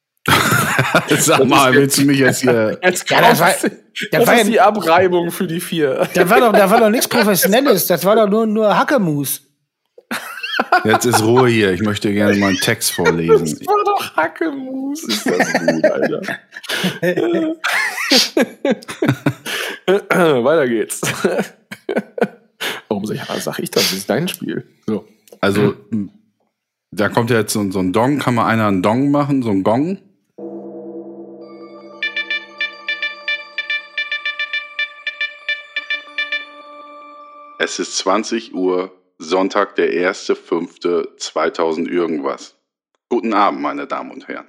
Sag mal, willst du mich jetzt hier... Jetzt Ja, das war- das das war ist ja- die Abreibung für die vier. Da war doch, da war doch nichts Professionelles. Das war doch nur, nur Hackemus. Jetzt ist Ruhe hier. Ich möchte gerne mal einen Text vorlesen. Das war doch Hackemus. Ist das gut, Alter. Weiter geht's. Warum sag ich, sag ich das? Das ist dein Spiel. So. Also, da kommt ja jetzt so, so ein Dong. Kann mal einer einen Dong machen? So ein Gong? Es ist zwanzig Uhr, Sonntag, der erste fünfte zweitausend irgendwas. Guten Abend, meine Damen und Herren.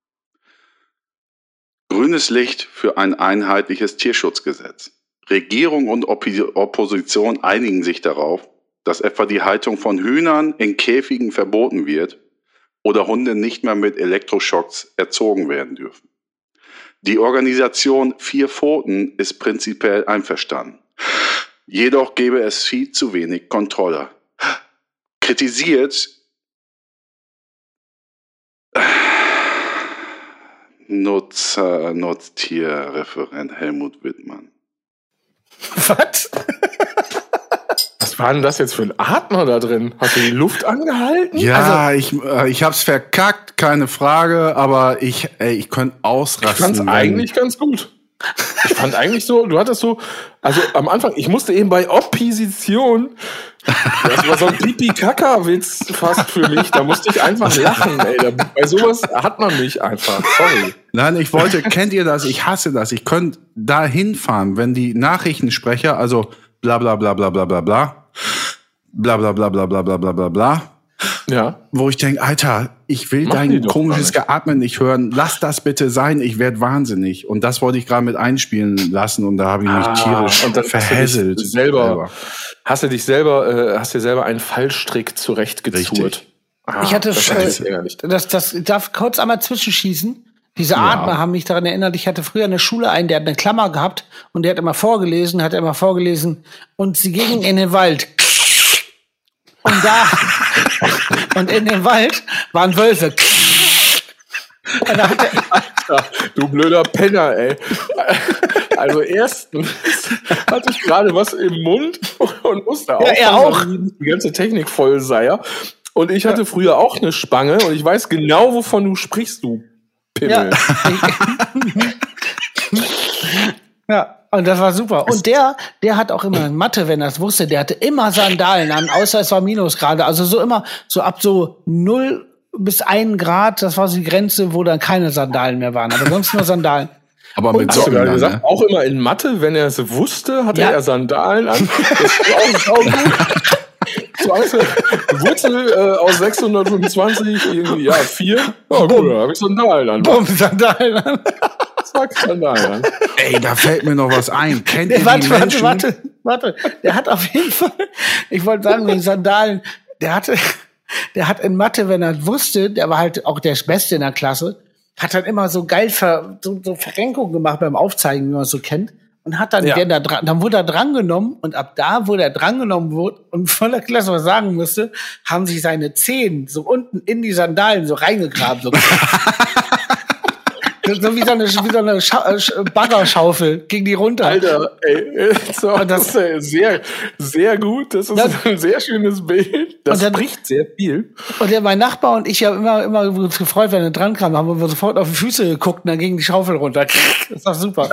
Grünes Licht für ein einheitliches Tierschutzgesetz. Regierung und Oppi- Opposition einigen sich darauf, dass etwa die Haltung von Hühnern in Käfigen verboten wird oder Hunde nicht mehr mit Elektroschocks erzogen werden dürfen. Die Organisation Vier Pfoten ist prinzipiell einverstanden. Jedoch gäbe es viel zu wenig Kontrolle. Kritisiert Nutzer, Nutztierreferent Helmut Wittmann. Was? Was war denn das jetzt für ein Atmer da drin? Hast du die Luft angehalten? Ja, ich, äh, ich hab's verkackt, keine Frage, aber ich, ey, ich könnte ausrasten. Ich fand's wenn- eigentlich ganz gut. Ich fand eigentlich so, du hattest so, also am Anfang, ich musste eben bei Opposition, das war so ein Pipi-Kaka-Witz fast für mich, da musste ich einfach lachen, ey. Da, bei sowas hat man mich einfach, sorry. Nein, ich wollte, kennt ihr das? Ich hasse das. Ich könnte da hinfahren, wenn die Nachrichtensprecher, also bla bla bla bla bla bla bla, bla bla bla bla bla bla bla bla bla, Ja. wo ich denke, Alter, ich will Machen die dein doch komisches gar nicht. Geatmen nicht hören. Lass das bitte sein, ich werde wahnsinnig. Und das wollte ich gerade mit einspielen lassen und da habe ich mich Ah, tierisch und dann verhässelt. Hast du dich selber, hast du dich selber, äh, hast dir selber einen Fallstrick zurechtgezurrt. Richtig. Ah, Ich hatte, das äh, ist ärgerlich. das, das ich darf kurz einmal zwischenschießen. Diese Atmer haben mich daran erinnert, ich hatte früher in der Schule einen, der hat eine Klammer gehabt und der hat immer vorgelesen, hat immer vorgelesen und sie gingen in den Wald. Und da, und in dem Wald waren Wölfe. Und da hat er, Alter, du blöder Penner, ey. Also erstens hatte ich gerade was im Mund und musste auch, er auch. die ganze Technik voll sei. Ja. Und ich hatte früher auch eine Spange und ich weiß genau, wovon du sprichst, du Pimmel. ja. Ja, und das war super. Und der, der hat auch immer in Mathe, wenn er es wusste, der hatte immer Sandalen an, außer es war Minusgrade. Also so immer, so ab so null bis ein Grad, das war so die Grenze, wo dann keine Sandalen mehr waren. Aber sonst nur Sandalen. Aber mit Hast du Socken gerade dann, gesagt, ne? auch immer in Mathe, wenn er es wusste, hatte Ja. er Sandalen an. Das ist auch saugut. So Angst, Wurzel äh, aus sechshundertfünfundzwanzig, irgendwie, ja, vier. Ja, cool, da habe ich Sandalen an. Bumm, Sandalen an. Zack, Sandalen an. Ey, da fällt mir noch was ein. Kennt ihr Nee, die warte, warte, Menschen? warte, warte. Der hat auf jeden Fall, ich wollte sagen, wegen Sandalen, der hatte, der hat in Mathe, wenn er wusste, der war halt auch der Beste in der Klasse, hat dann immer so geil ver, so, so Verrenkungen gemacht beim Aufzeigen, wie man es so kennt. Und hat dann, Ja. wenn da dran, dann wurde er drangenommen und ab da, wo der drangenommen wurde und von der Klasse was sagen musste, haben sich seine Zehen so unten in die Sandalen so reingegraben. So, so wie so eine, wie so eine Scha äh, Baggerschaufel ging die runter. Alter, ey, so, Und das das- ist äh, sehr, sehr gut. Das ist Ja. ein sehr schönes Bild. Das Und dann- spricht sehr viel. Und der, mein Nachbar und ich haben immer, immer uns gefreut, wenn er dran kam, haben wir sofort auf die Füße geguckt und dann ging die Schaufel runter. Das war super.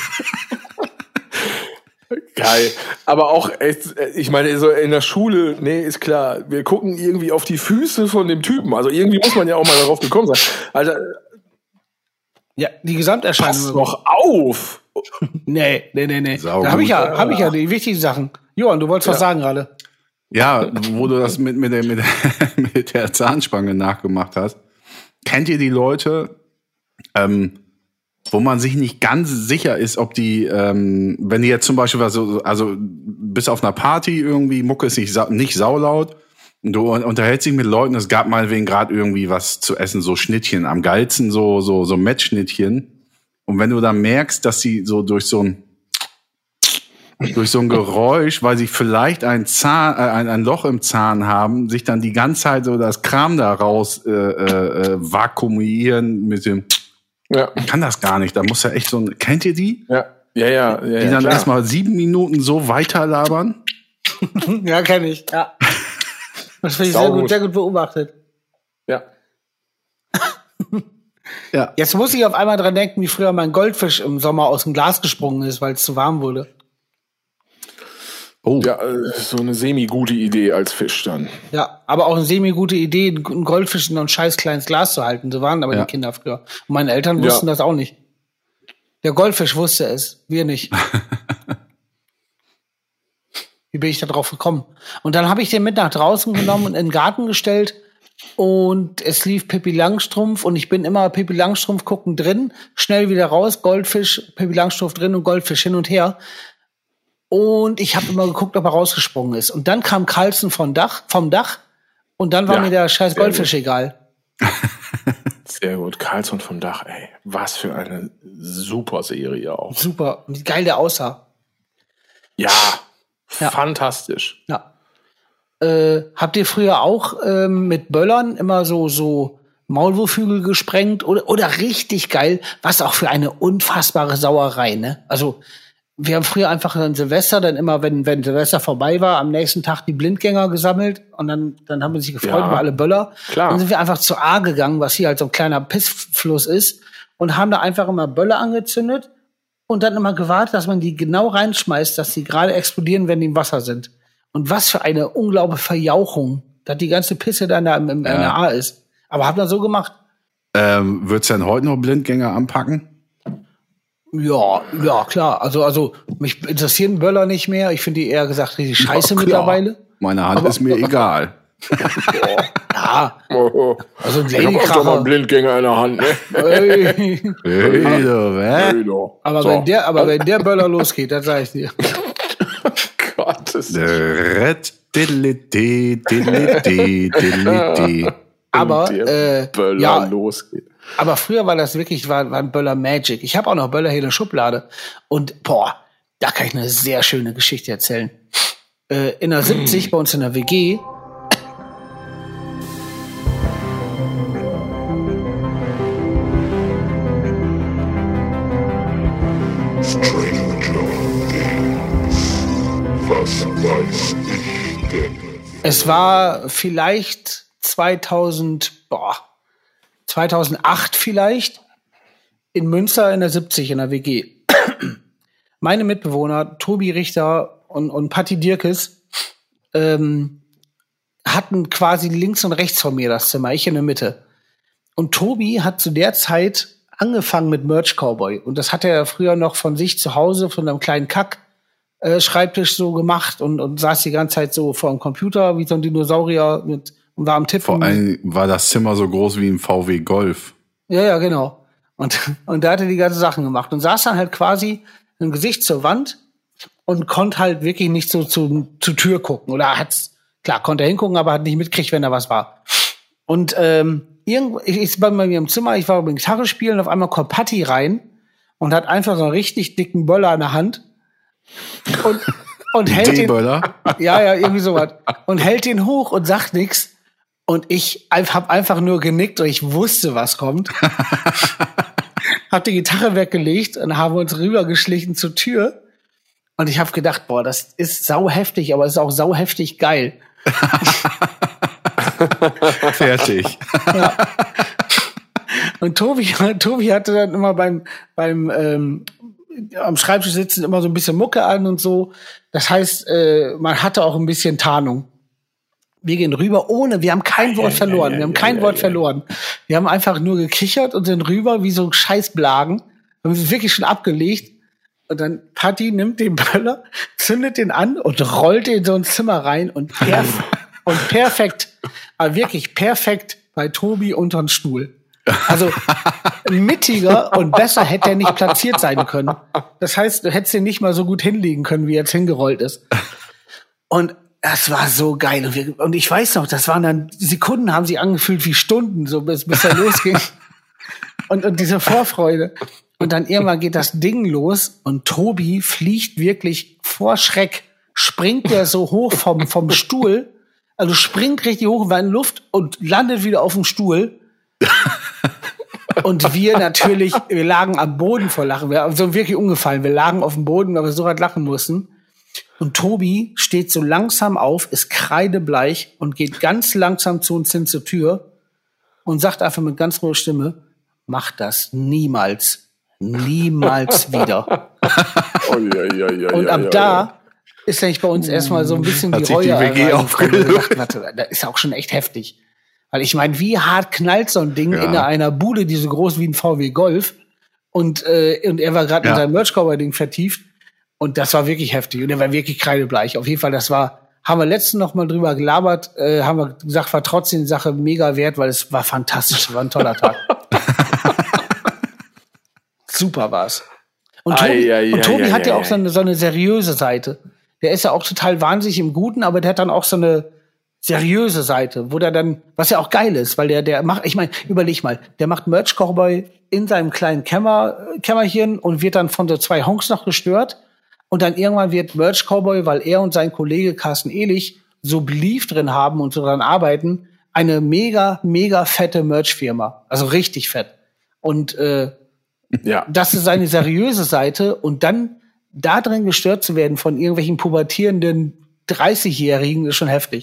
Geil. Aber auch, echt, ich meine, so in der Schule, nee, ist klar, wir gucken irgendwie auf die Füße von dem Typen. Also irgendwie muss man ja auch mal darauf gekommen sein. Alter, Ja, die Gesamterscheinung. pass doch auf! Nee, nee, nee, nee. Saugut. Da habe ich ja, habe ich ja die wichtigen Sachen. Johann, du wolltest was sagen gerade. Ja, wo du das mit, mit, der, mit, der, mit der Zahnspange nachgemacht hast. Kennt ihr die Leute, ähm, wo man sich nicht ganz sicher ist, ob die, ähm, wenn die jetzt zum Beispiel was so, also bis auf einer Party irgendwie, Mucke ist nicht, sa nicht saulaut, und du unterhältst dich mit Leuten, es gab meinetwegen gerade irgendwie was zu essen, so Schnittchen, am geilsten so, so, so Mettschnittchen. Und wenn du dann merkst, dass sie so durch so ein durch so ein Geräusch, weil sie vielleicht ein Zahn, äh, ein, ein Loch im Zahn haben, sich dann die ganze Zeit so das Kram da raus äh, äh, vakuumieren mit dem, Ja, ich kann das gar nicht, da muss ja echt so ein, kennt ihr die? ja, ja, ja. ja, Die ja dann klar. erstmal sieben Minuten so weiterlabern? Ja, kenne ich. Ja. Das finde ich sehr Saugut. gut, sehr gut beobachtet. Ja. Ja. Jetzt muss ich auf einmal dran denken, wie früher mein Goldfisch im Sommer aus dem Glas gesprungen ist, weil es zu warm wurde. Oh, Ja, äh, so eine semi-gute Idee als Fisch dann. Ja, aber auch eine semi-gute Idee, einen Goldfisch in so ein scheiß kleines Glas zu halten. So waren aber Ja. die Kinder früher. Und meine Eltern wussten Ja. das auch nicht. Der Goldfisch wusste es, wir nicht. Wie bin ich da drauf gekommen? Und dann habe ich den mit nach draußen genommen und in den Garten gestellt und es lief Pippi Langstrumpf und ich bin immer Pippi Langstrumpf gucken drin, schnell wieder raus, Goldfisch, Pippi Langstrumpf drin und Goldfisch hin und her. Und ich habe immer geguckt, ob er rausgesprungen ist. Und dann kam Carlsen vom Dach, vom Dach und dann war Ja, mir der scheiß sehr Goldfisch egal. Sehr gut. Carlson vom Dach, ey. Was für eine super Serie auch. Super, wie geil der aussah. Ja, Ja. fantastisch. Ja. Äh, habt ihr früher auch ähm, mit Böllern immer so so Maulwurfhügel gesprengt oder oder richtig geil? Was auch für eine unfassbare Sauerei, ne? Also wir haben früher einfach an Silvester dann immer, wenn wenn Silvester vorbei war, am nächsten Tag die Blindgänger gesammelt und dann dann haben wir sich gefreut Ja. über alle Böller. Klar. Dann sind wir einfach zur A gegangen, was hier halt so ein kleiner Pissfluss ist und haben da einfach immer Böller angezündet und dann immer gewartet, dass man die genau reinschmeißt, dass die gerade explodieren, wenn die im Wasser sind. Und was für eine unglaubliche Verjauchung, dass die ganze Pisse dann da im, im ja. N R A ist. Aber hab das so gemacht. Ähm, würdest du denn heute noch Blindgänger anpacken? Ja, ja, klar. Also, also mich interessieren Böller nicht mehr. Ich finde die eher gesagt richtig scheiße ja, mittlerweile. Meine Hand aber, ist mir egal. Ja. Also ein ich hab auch doch mal einen Blindgänger in der Hand, ne? Hey, hey, du, hey, du. Aber, so. wenn der, aber wenn der Böller losgeht, das sag ich dir. Gottes Aber äh, Böller ja, losgeht. Aber früher war das wirklich, war, war ein Böller Magic. Ich habe auch noch Böller hier in der Schublade. Und boah, da kann ich eine sehr schöne Geschichte erzählen. Äh, in der siebzig, bei uns in der W G, Was weiß ich denn? Es war vielleicht zweitausend, boah, zweitausendacht vielleicht, in Münster in der siebzig in der W G. Meine Mitbewohner, Tobi Richter und, und Patti Dirkes, ähm, hatten quasi links und rechts von mir das Zimmer, ich in der Mitte. Und Tobi hat zu der Zeit angefangen mit Merch Cowboy. Und das hat er früher noch von sich zu Hause, von einem kleinen Kack, Äh, Schreibtisch so gemacht und, und saß die ganze Zeit so vor dem Computer wie so ein Dinosaurier mit, und war am Tippen. Vor allem war das Zimmer so groß wie ein V W Golf. Ja, ja, genau. Und, und da hat er die ganzen Sachen gemacht und saß dann halt quasi mit dem Gesicht zur Wand und konnte halt wirklich nicht so zu, zur Tür gucken. Oder hat's, klar, konnte er hingucken, aber hat nicht mitgekriegt, wenn da was war. Und ähm, irgendwo, ich, ich war bei mir im Zimmer, ich war beim Gitarre spielen, auf einmal kommt Patti rein und hat einfach so einen richtig dicken Böller in der Hand. Und, und hält den, ja, ja, irgendwie sowas. Und hält den hoch und sagt nichts. Und ich habe einfach nur genickt und ich wusste, was kommt. Hab die Gitarre weggelegt und haben uns rübergeschlichen zur Tür. Und ich habe gedacht, boah, das ist sau heftig, aber es ist auch sau heftig geil. Fertig. Ja. Und Tobi, Tobi hatte dann immer beim, beim, ähm, am Schreibtisch sitzen immer so ein bisschen Mucke an und so. Das heißt, äh, man hatte auch ein bisschen Tarnung. Wir gehen rüber ohne, wir haben kein Wort verloren. Wir haben kein Wort verloren. Wir haben einfach nur gekichert und sind rüber wie so Scheißblagen. Haben sie wirklich schon abgelegt. Und dann Patti nimmt den Böller, zündet den an und rollt in so ein Zimmer rein und, perf- und perfekt, aber wirklich perfekt bei Tobi unter den Stuhl. Also mittiger und besser hätte er nicht platziert sein können. Das heißt, du hättest ihn nicht mal so gut hinlegen können, wie er jetzt hingerollt ist. Und das war so geil. Und, wir, und ich weiß noch, das waren dann Sekunden, haben sich angefühlt wie Stunden, so bis, bis er losging. Und, und diese Vorfreude. Und dann irgendwann geht das Ding los und Tobi fliegt wirklich vor Schreck, springt der so hoch vom, vom Stuhl, also springt richtig hoch, war in Luft und landet wieder auf dem Stuhl. Und wir natürlich, wir lagen am Boden vor Lachen, wir sind wirklich umgefallen, wir lagen auf dem Boden, weil wir so hart lachen mussten. Und Tobi steht so langsam auf, ist kreidebleich und geht ganz langsam zu uns hin zur Tür und sagt einfach mit ganz hoher Stimme, mach das niemals. Niemals wieder. Oh, ja, ja, ja, und ja, ab ja, da ja. ist eigentlich bei uns erstmal so ein bisschen Hat die sich Reue. die W G aufgelöst. Das ist auch schon echt heftig. Weil ich meine, wie hart knallt so ein Ding Ja. in einer Bude, die so groß wie ein V W Golf. Und, äh, und er war gerade Ja. in seinem Merch-Cover-Ding vertieft. Und das war wirklich heftig. Und er war wirklich kreidebleich. Auf jeden Fall, das war, haben wir letztens noch mal drüber gelabert, äh, haben wir gesagt, war trotzdem die Sache mega wert, weil es war fantastisch, war ein toller Tag. Super war's. Und Tobi, Ei, ei, und Tobi ei, hat ei, ja ei, auch so eine, so eine seriöse Seite. Der ist ja auch total wahnsinnig im Guten, aber der hat dann auch so eine seriöse Seite, wo der dann, was ja auch geil ist, weil der, der macht, ich meine, überleg mal, der macht Merch Cowboy in seinem kleinen Kämmer, Kämmerchen und wird dann von so zwei Honks noch gestört. Und dann irgendwann wird Merch Cowboy, weil er und sein Kollege Carsten Ehlich so Belief drin haben und so dran arbeiten, eine mega, mega fette Merch-Firma. Also richtig fett. Und äh, Ja. das ist seine seriöse Seite. Und dann da drin gestört zu werden von irgendwelchen pubertierenden dreißigjährigen ist schon heftig.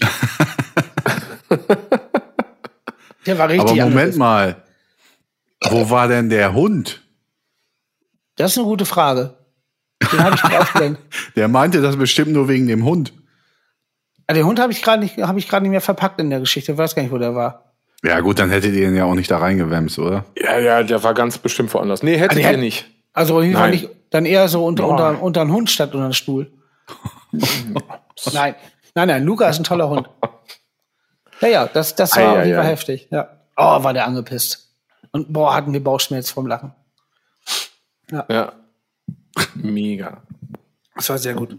Der war richtig Aber Moment angerissen. mal. Wo war denn der Hund? Das ist eine gute Frage. Den habe ich draufgeblendet. Der meinte das bestimmt nur wegen dem Hund. Ja, den Hund habe ich gerade nicht, habe ich gerade nicht mehr verpackt in der Geschichte. Ich weiß gar nicht, wo der war. Ja gut, dann hättet ihr ihn ja auch nicht da reingewämst, oder? Ja, ja, der war ganz bestimmt woanders. Nee, hättet Also, ihr hätt- nicht. Also auf jeden Fall Nein. nicht, dann eher so unter, Nein. unter, unter einen Hund statt unter einen Stuhl. Nein, nein, nein, Luca ist ein toller Hund. Ja, ja, das, das war Ei, auf ei, jeden Fall ei. heftig. Ja. Oh, war der angepisst. Und boah, hatten wir Bauchschmerz vom Lachen. Ja. Mega. Das war sehr gut.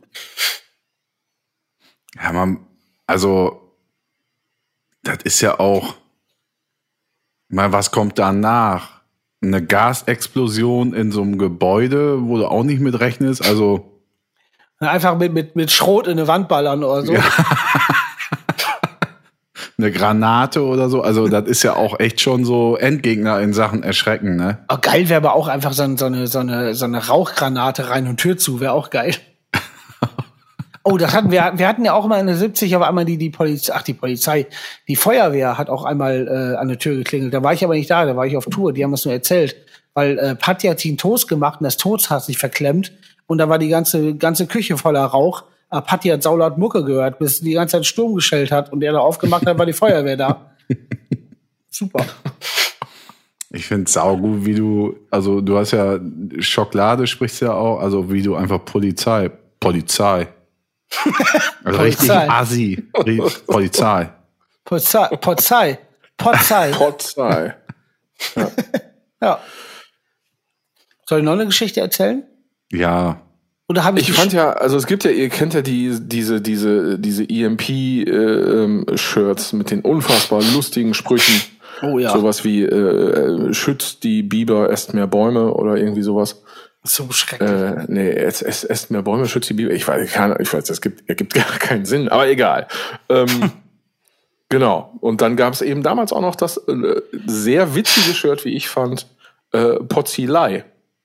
Ja, man, also, das ist ja auch, ich meine, was kommt danach? Eine Gasexplosion in so einem Gebäude, wo du auch nicht mit rechnest, also. Einfach mit, mit, mit Schrot in eine Wand ballern oder so. Ja. Eine Granate oder so, also das ist ja auch echt schon so Endgegner in Sachen Erschrecken, ne? Oh, geil wäre aber auch einfach so, so, eine, so, eine, so eine Rauchgranate rein und Tür zu, wäre auch geil. Oh, das hatten wir, wir hatten ja auch mal in der siebzig, aber einmal die, die Polizei, ach, die Polizei, die Feuerwehr hat auch einmal äh, an der Tür geklingelt. Da war ich aber nicht da, da war ich auf Tour, die haben das nur erzählt. Weil äh, Patti hat sich einen Toast gemacht und das Toast hat sich verklemmt und da war die ganze, ganze Küche voller Rauch. Aber Patti hat saulaut Mucke gehört, bis die ganze Zeit Sturm geschellt hat und er da aufgemacht hat, war die Feuerwehr da. Super. Ich finde saugut, wie du, also du hast ja, Schokolade sprichst ja auch, also wie du einfach Polizei, Polizei. Also richtig Polizei. assi, Ri- Polizei. Polizei, Polizei, Polizei. Polizei. Ja. Soll ich noch eine Geschichte erzählen? Ja, Oder habe ich, Ich fand ja, also es gibt ja, ihr kennt ja die, diese, diese, diese E M P-Shirts mit den unfassbar lustigen Sprüchen. Oh ja. Sowas wie, äh, schützt die Biber, esst mehr Bäume oder irgendwie sowas. so schrecklich. Äh, nee, esst, esst, esst mehr Bäume, schützt die Biber. Ich weiß, keine, ich weiß, das gibt, ergibt gar keinen Sinn, aber egal. Ähm, genau. Und dann gab es eben damals auch noch das äh, sehr witzige Shirt, wie ich fand, äh, Pozzilei.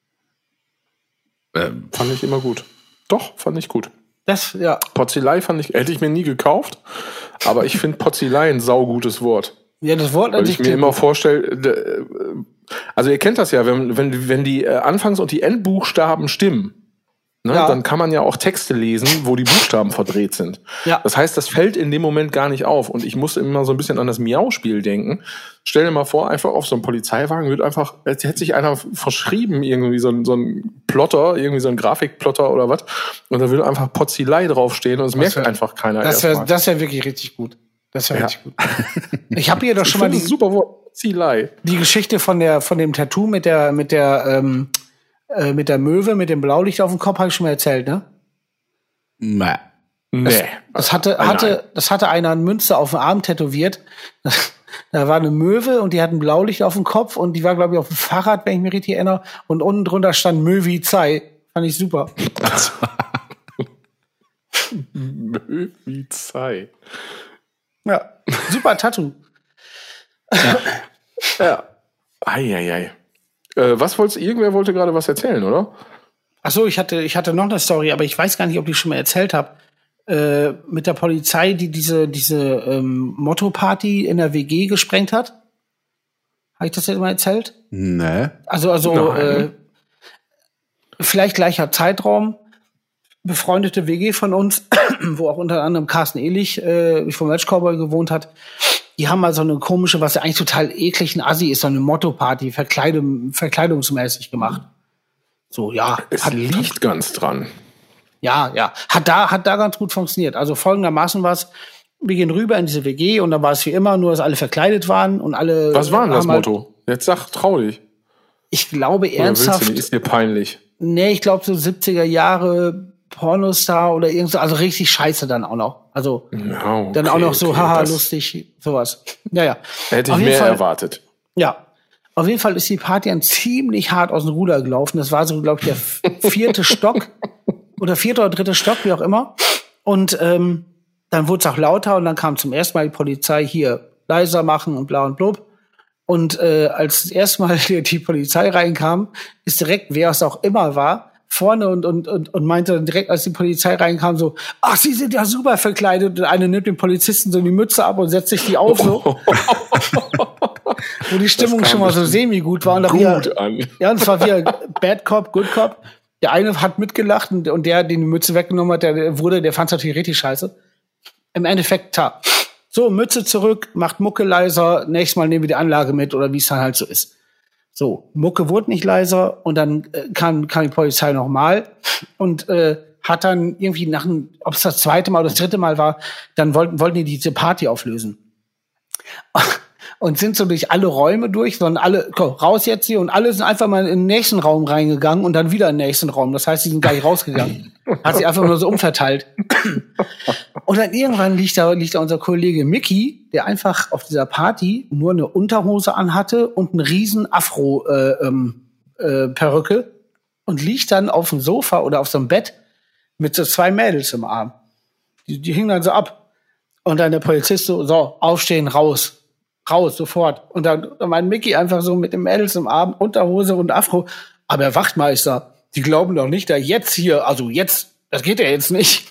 ähm, Fand ich immer gut. Doch, fand ich gut. Das, ja. Pozzilei fand ich, hätte ich mir nie gekauft, aber ich finde Pozzilei ein saugutes Wort. Ja, das Wort an Weil sich ich mir klingt immer gut. vorstelle, d- also ihr kennt das ja, wenn, wenn, wenn die äh, Anfangs- und die Endbuchstaben stimmen, ne, Ja. dann kann man ja auch Texte lesen, wo die Buchstaben verdreht sind. Ja. Das heißt, das fällt in dem Moment gar nicht auf. Und ich muss immer so ein bisschen an das Miau-Spiel denken. Stell dir mal vor, einfach auf so einem Polizeiwagen wird einfach, als hätte sich einer verschrieben, irgendwie so ein, so ein Plotter, irgendwie so ein Grafikplotter oder was. Und da würde einfach Pozzilei draufstehen und es merkt wär- einfach keiner Das wäre erstmal. das wär wirklich richtig gut. Das wäre Ja. richtig gut. Ich habe hier doch Ich schon mal finde das ein die, super Wort. Pozzilei. die Geschichte von der von dem Tattoo mit der mit der ähm, äh, mit der Möwe mit dem Blaulicht auf dem Kopf habe ich schon mal erzählt, ne? meh. Nee. Das hatte Nein, hatte nein. das hatte einer in Münster auf dem Arm tätowiert. Da war eine Möwe und die hat ein Blaulicht auf dem Kopf und die war, glaube ich, auf dem Fahrrad, wenn ich mich richtig erinnere. Und unten drunter stand Möwi-Zei. Fand ich super. Möwi-Zei. Ja, super Tattoo. Ja. Eieiei. Äh, was wollt's, irgendwer wollte gerade was erzählen, oder? Ach so, ich hatte, ich hatte noch eine Story, aber ich weiß gar nicht, ob ich schon mal erzählt habe. Äh, mit der Polizei, die diese, diese ähm, Motto-Party in der W G gesprengt hat. Habe ich das jetzt mal erzählt? Ne? Also, also Nein. äh, vielleicht gleicher Zeitraum. Befreundete W G von uns, wo auch unter anderem Carsten Ehlich äh, vom Match Cowboy gewohnt hat. Die haben mal so eine komische, was ja eigentlich total eklig ein Assi ist, so eine Motto-Party, Verkleidung, verkleidungsmäßig gemacht. So, ja. Es Hat, liegt ganz dran. ja, ja. Hat da, hat da ganz gut funktioniert. Also folgendermaßen war es, wir gehen rüber in diese W G und da war es wie immer, nur dass alle verkleidet waren und alle. Was war denn das haben halt- Motto? Jetzt sag, trau dich. Ich glaube Oder willst du ernsthaft. nicht? Ist dir peinlich. Nee, ich glaube so siebziger Jahre Pornostar oder irgend so, also richtig scheiße dann auch noch. Also Ja, okay, dann auch noch so, okay, haha, das lustig, sowas. Ja, ja. Hätte Auf ich jeden mehr Fall- erwartet. Ja. Auf jeden Fall ist die Party dann ziemlich hart aus dem Ruder gelaufen. Das war so, glaube ich, der f- vierte Stock oder vierte oder dritte Stock, wie auch immer. Und ähm, dann wurde es auch lauter und dann kam zum ersten Mal die Polizei hier leiser machen und bla und blub. Und äh, als das erste Mal die, die Polizei reinkam, ist direkt, wer es auch immer war, vorne und, und, und, und meinte dann direkt, als die Polizei reinkam, so, ach, Sie sind ja super verkleidet. Und eine nimmt dem Polizisten so die Mütze ab und setzt sich die auf, so. Wo die Stimmung kam schon mal so bestimmt semi-gut war. Und da gut wir, an. ja, und es war wieder Bad Cop, Good Cop. Der eine hat mitgelacht und, und der, den die Mütze weggenommen hat, der wurde, der fand es natürlich richtig scheiße. Im Endeffekt, ta. So, Mütze zurück, macht Mucke leiser, nächstes Mal nehmen wir die Anlage mit oder wie es dann halt so ist. So, Mucke wurde nicht leiser und dann äh, kam, kam die Polizei nochmal und äh, hat dann irgendwie nach, ob es das zweite Mal oder das dritte Mal war, dann wollten, wollten die diese Party auflösen. Und sind so durch alle Räume durch, sondern alle, komm, raus jetzt hier und alle sind einfach mal in den nächsten Raum reingegangen und dann wieder in den nächsten Raum. Das heißt, die sind gar nicht rausgegangen. Hat sich einfach nur so umverteilt. Und dann irgendwann liegt da, liegt da unser Kollege Mickey, der einfach auf dieser Party nur eine Unterhose anhatte und einen riesen Afro, äh, ähm, äh, Perücke und liegt dann auf dem Sofa oder auf so einem Bett mit so zwei Mädels im Arm. Die, die hingen dann so ab. Und dann der Polizist so, so, aufstehen, raus. Raus, sofort. Und dann, dann mein Mickey einfach so mit den Mädels im Arm, Unterhose und Afro. Aber Herr Wachtmeister, die glauben doch nicht, da jetzt hier, also jetzt, das geht ja jetzt nicht.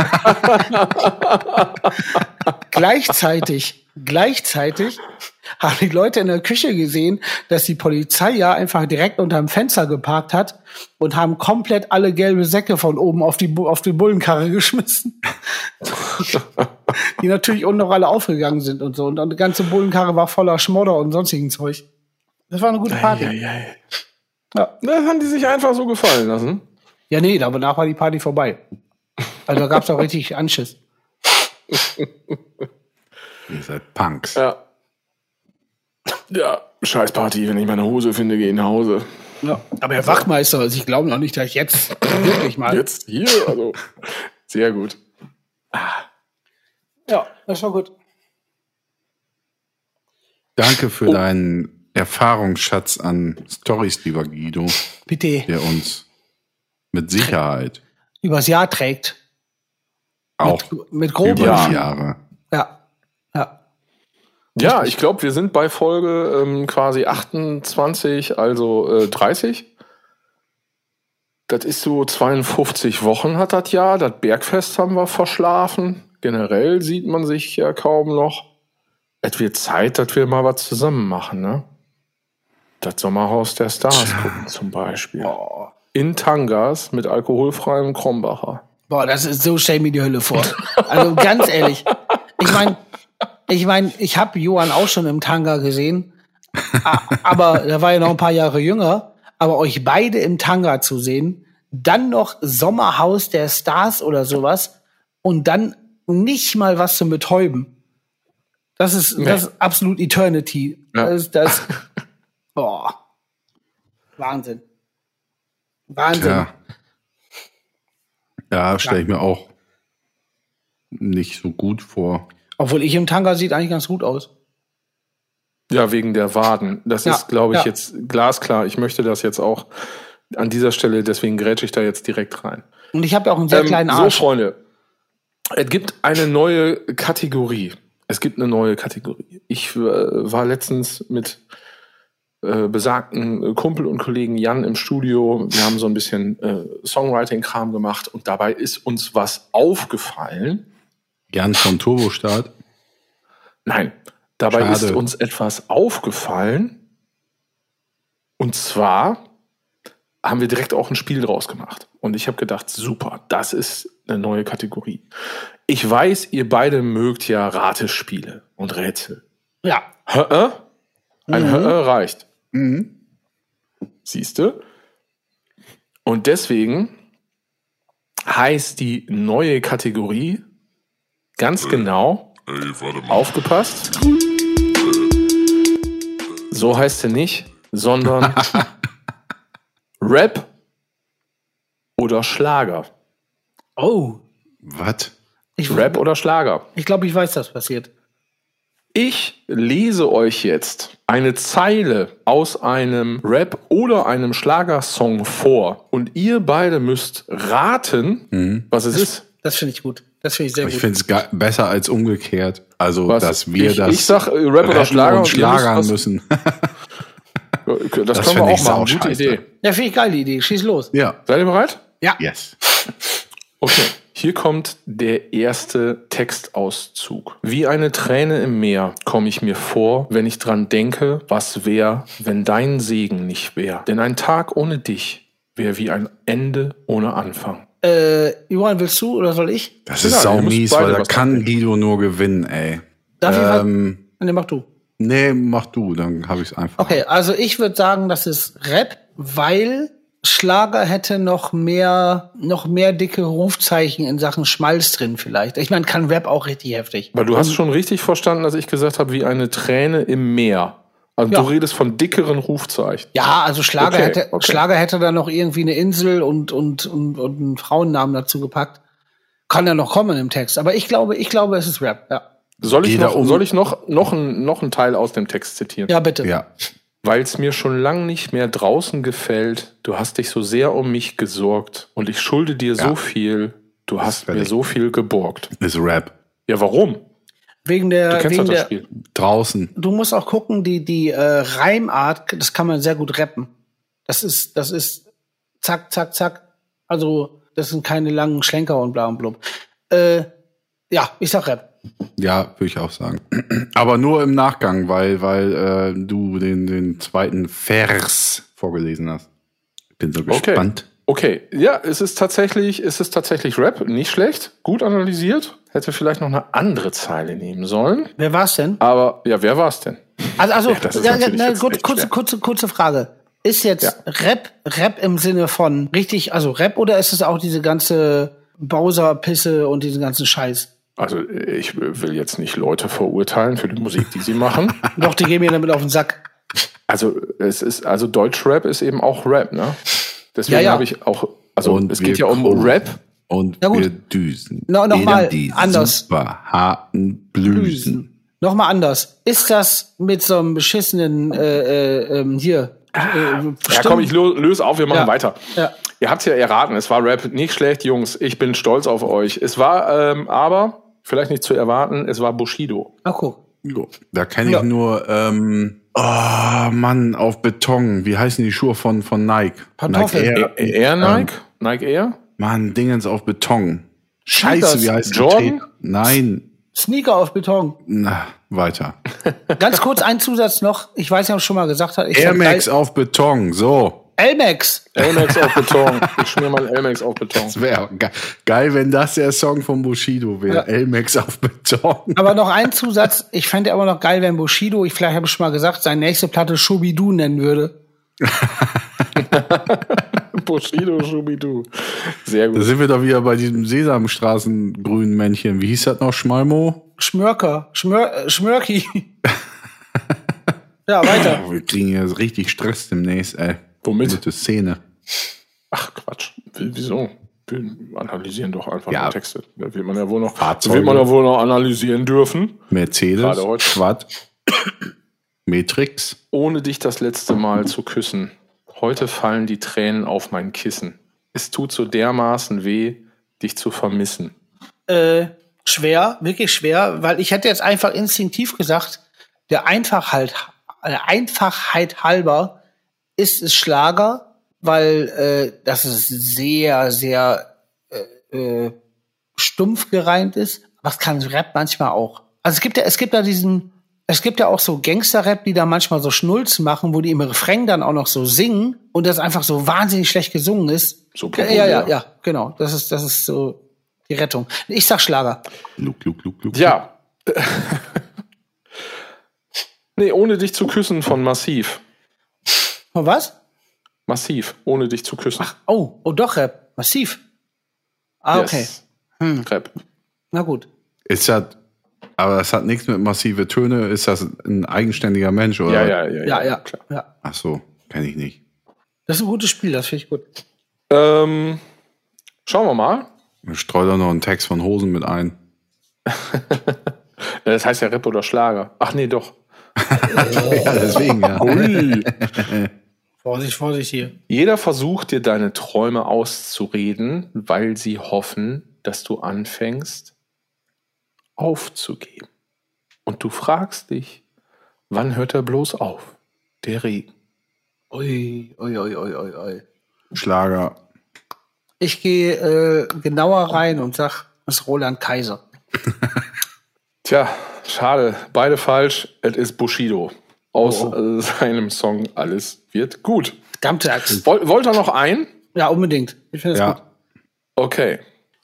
Gleichzeitig, gleichzeitig haben die Leute in der Küche gesehen, dass die Polizei ja einfach direkt unterm Fenster geparkt hat und haben komplett alle gelbe Säcke von oben auf die, auf die Bullenkarre geschmissen. Die natürlich unten noch alle aufgegangen sind und so. Und die ganze Bullenkarre war voller Schmodder und sonstigen Zeug. Das war eine gute Party. Ei, ei, ei. Ja. Das haben die sich einfach so gefallen lassen. Ja, nee, danach war die Party vorbei. Also da gab's auch richtig Anschiss. Ihr seid Punks. Ja. Ja, scheiß Party, wenn ich meine Hose finde, gehe ich nach Hause. Ja. Aber Herr Wachtmeister, also ich glaube noch nicht, dass ich jetzt wirklich mal. Jetzt hier, also sehr gut. Ja, das war gut. Danke für oh. deinen Erfahrungsschatz an Storys, lieber Guido. Bitte. Der uns mit Sicherheit übers Jahr trägt. Auch mit, mit groben über ja. Jahre. Ja, ja. Ja, ich glaube, wir sind bei Folge ähm, quasi achtundzwanzig, also äh, dreißig. Das ist so zweiundfünfzig Wochen hat das Jahr. Das Bergfest haben wir verschlafen. Generell sieht man sich ja kaum noch. Es wird Zeit, dass wir mal was zusammen machen, ne? Das Sommerhaus der Stars gucken zum Beispiel. Oh. In Tangas mit alkoholfreiem Krombacher. Boah, das ist so, stell mir die Hölle vor. Also ganz ehrlich. Ich meine, ich meine, ich habe Johann auch schon im Tanga gesehen, aber der war ja noch ein paar Jahre jünger. Aber euch beide im Tanga zu sehen, dann noch Sommerhaus der Stars oder sowas und dann nicht mal was zum Betäuben. Das ist, nee. das ist absolut Eternity. Ja. Das ist das. Boah. Wahnsinn. Wahnsinn. Ja, ja stelle ich mir auch nicht so gut vor. Obwohl ich im Tanga sieht eigentlich ganz gut aus. Ja, wegen der Waden. Das ja, ist, glaube ich, ja. jetzt glasklar. Ich möchte das jetzt auch an dieser Stelle, deswegen grätsche ich da jetzt direkt rein. Und ich habe ja auch einen sehr ähm, kleinen Arsch. So, Freunde, es gibt eine neue Kategorie. Es gibt eine neue Kategorie. Ich äh, war letztens mit äh, besagten Kumpel und Kollegen Jan im Studio. Wir haben so ein bisschen äh, Songwriting-Kram gemacht und dabei ist uns was aufgefallen. Jan vom Turbostart? Nein. Dabei Schade. ist uns etwas aufgefallen. Und zwar haben wir direkt auch ein Spiel draus gemacht. Und ich habe gedacht, super, das ist eine neue Kategorie. Ich weiß, ihr beide mögt ja Ratespiele und Rätsel. Ja. Hö-äh? Ein Mhm. Hö-äh reicht. Mhm. Siehst du? Und deswegen heißt die neue Kategorie ganz genau, Ey, warte mal. aufgepasst, so heißt sie nicht, sondern Rap oder Schlager. Oh. Was? Ich, Rap oder Schlager. Ich glaube, ich weiß, was passiert. Ich lese euch jetzt eine Zeile aus einem Rap oder einem Schlagersong vor und ihr beide müsst raten, mhm. was es ist. Das finde ich gut. Das finde ich sehr ich gut. finde es besser als umgekehrt. Also, Was? dass wir ich, das ich sag, äh, Rap oder Schlager und Schlagern was, müssen. das, Das können wir auch ich machen. sauscheiße. Gute Idee. Ja, finde ich geil, die Idee. Schieß los. Ja. Seid ihr bereit? Ja. Yes. Okay. Hier kommt der erste Textauszug. Wie eine Träne im Meer komme ich mir vor, wenn ich dran denke, was wär, wenn dein Segen nicht wär. Denn ein Tag ohne dich wäre wie ein Ende ohne Anfang. Äh, Johann, willst du oder soll ich? Das Ja, ist ihr sau müsst mies, beide weil da was kann abgeben. Guido nur gewinnen, ey. Darf ich was? Ähm, Nee, mach du. nee, mach du, dann habe ich es einfach. Okay, also ich würde sagen, das ist Rap, weil Schlager hätte noch mehr, noch mehr dicke Rufzeichen in Sachen Schmalz drin vielleicht. Ich meine, kann Rap auch richtig heftig. Aber du hast schon richtig verstanden, dass ich gesagt habe, wie eine Träne im Meer. Also Ja. du redest von dickeren Rufzeichen. Ja, also Schlager Okay, hätte, okay. Schlager hätte da noch irgendwie eine Insel und, und, und, und einen Frauennamen dazu gepackt. Kann ja noch kommen im Text. Aber ich glaube, ich glaube, es ist Rap, ja. Soll ich Jeder noch, um- soll ich noch, noch, ein, noch einen Teil aus dem Text zitieren? Ja, bitte. Ja. Weil es mir schon lang nicht mehr draußen gefällt, du hast dich so sehr um mich gesorgt und ich schulde dir Ja. so viel, du hast mir fertig. so viel geborgt. Ist Rap. Ja, warum? Wegen Du der, kennst doch wegen das der, Spiel. Draußen. du musst auch gucken, die, die äh, Reimart, das kann man sehr gut rappen. Das ist, das ist zack, zack, zack. Also, das sind keine langen Schlenker und bla und blub. Äh, ja, ich sag Rap. Ja, würde ich auch sagen. Aber nur im Nachgang, weil, weil äh, du den, den zweiten Vers vorgelesen hast. Bin so Okay. gespannt. Okay, ja, es ist tatsächlich, es ist tatsächlich Rap, nicht schlecht, gut analysiert. Hätte vielleicht noch eine andere Zeile nehmen sollen. Wer war's denn? Aber ja, wer war's denn? Also, also Ja, das ist ja, ja, natürlich na, jetzt gut, echt kurze, schwer. kurze, kurze Frage. Ist jetzt Ja. Rap, Rap im Sinne von richtig, also Rap oder ist es auch diese ganze Bowser-Pisse und diesen ganzen Scheiß? Also ich will jetzt nicht Leute verurteilen für die Musik, die sie machen. Doch, die gehen mir damit auf den Sack. Also es ist, also Deutschrap ist eben auch Rap, ne? Deswegen Ja, ja. habe ich auch, also Und es wir geht ja um kommen. Rap. Und Ja, gut. wir düsen. No, noch in mal die anders. super harten Blüsen. Nochmal anders. Ist das mit so einem beschissenen, äh, äh, ähm, hier, äh, Ja, komm, ich lo- löse auf, wir machen Ja. weiter. Ja. Ihr habt's ja erraten, es war Rap, nicht schlecht, Jungs. Ich bin stolz auf euch. Es war ähm, aber, vielleicht nicht zu erwarten, es war Bushido. Ach, guck. Jo. Da kenne ich Ja. nur, ähm, oh Mann, auf Beton. Wie heißen die Schuhe von, von Nike? Pantoffel. Nike Air, Air Nike? Nike Air? Mann, Dingens auf Beton. Scheiße, Sneakers. wie heißt Jordan? die? Nein. Sneaker auf Beton. Na, weiter. Ganz kurz ein Zusatz noch. Ich weiß nicht, ob ich schon mal gesagt habe. Ich Air fand Max geil- auf Beton, so. L-Max. L-Max auf Beton. Ich schmier mal L-Max auf Beton. Das wäre ge geil, wenn das der Song von Bushido wäre. Ja. L Max auf Beton. Aber noch ein Zusatz. Ich fände aber noch geil, wenn Bushido, ich vielleicht habe ich schon mal gesagt, seine nächste Platte Schubidu nennen würde. Bushido, Schubidu. Sehr Da gut. sind wir doch wieder bei diesem Sesamstraßen-grünen Männchen. Wie hieß das noch? Schmalmo? Schmörker. Schmör, äh, Schmörki. Ja, weiter. Oh, wir kriegen hier richtig Stress demnächst, ey. Womit? Mit der Szene. Ach, Quatsch. W- Wieso? Wir analysieren doch einfach Ja. nur Texte. Da wird man ja wohl noch, Fahrzeuge. wird man ja wohl noch analysieren dürfen. Mercedes, Gerade heute. Quad, Matrix. Ohne dich das letzte Mal zu küssen. Heute fallen die Tränen auf mein Kissen. Es tut so dermaßen weh, dich zu vermissen. Äh, schwer, wirklich schwer, weil ich hätte jetzt einfach instinktiv gesagt, der Einfachheit, der Einfachheit halber ist es Schlager, weil äh, das ist sehr, sehr äh, äh, stumpf gereimt ist. Aber es kann Rap manchmal auch. Also es gibt ja, es gibt ja diesen, es gibt ja auch so Gangster-Rap, die da manchmal so Schnulzen machen, wo die im Refrain dann auch noch so singen und das einfach so wahnsinnig schlecht gesungen ist. So ja, ja, ja, populär. ja, genau. Das ist, das ist so die Rettung. Ich sag Schlager. Luke, Luke, Luke, Luke. Ja. Nee, ohne dich zu küssen von Massiv. Und was? Massiv, ohne dich zu küssen. Oh, oh doch, Rap. Massiv. Ah, okay. Yes. Rap. Na gut. Ist das, aber das hat nichts mit massive Töne. Ist das ein eigenständiger Mensch, oder? Ja, ja, ja, Ja, ja, klar. ja. Ach so, kenne ich nicht. Das ist ein gutes Spiel, das finde ich gut. Ähm, schauen wir mal. Ich streue da noch einen Text von Hosen mit ein. Das heißt ja Rap oder Schlager. Ach nee, doch. Ja, deswegen, ja. Ui. Vorsicht, Vorsicht hier. Jeder versucht dir deine Träume auszureden, weil sie hoffen, dass du anfängst aufzugeben. Und du fragst dich, wann hört er bloß auf? Der Regen. Ui, ui, ui, ui, ui, ui. Schlager. Ich gehe äh, genauer rein und sag, es ist Roland Kaiser. Tja, schade. Beide falsch. Es ist Bushido. Aus Oh. äh, seinem Song Alles wird gut. Verdammte Axt. Woll, wollt ihr noch einen? Ja, unbedingt. Ich finde das Ja. gut. Okay.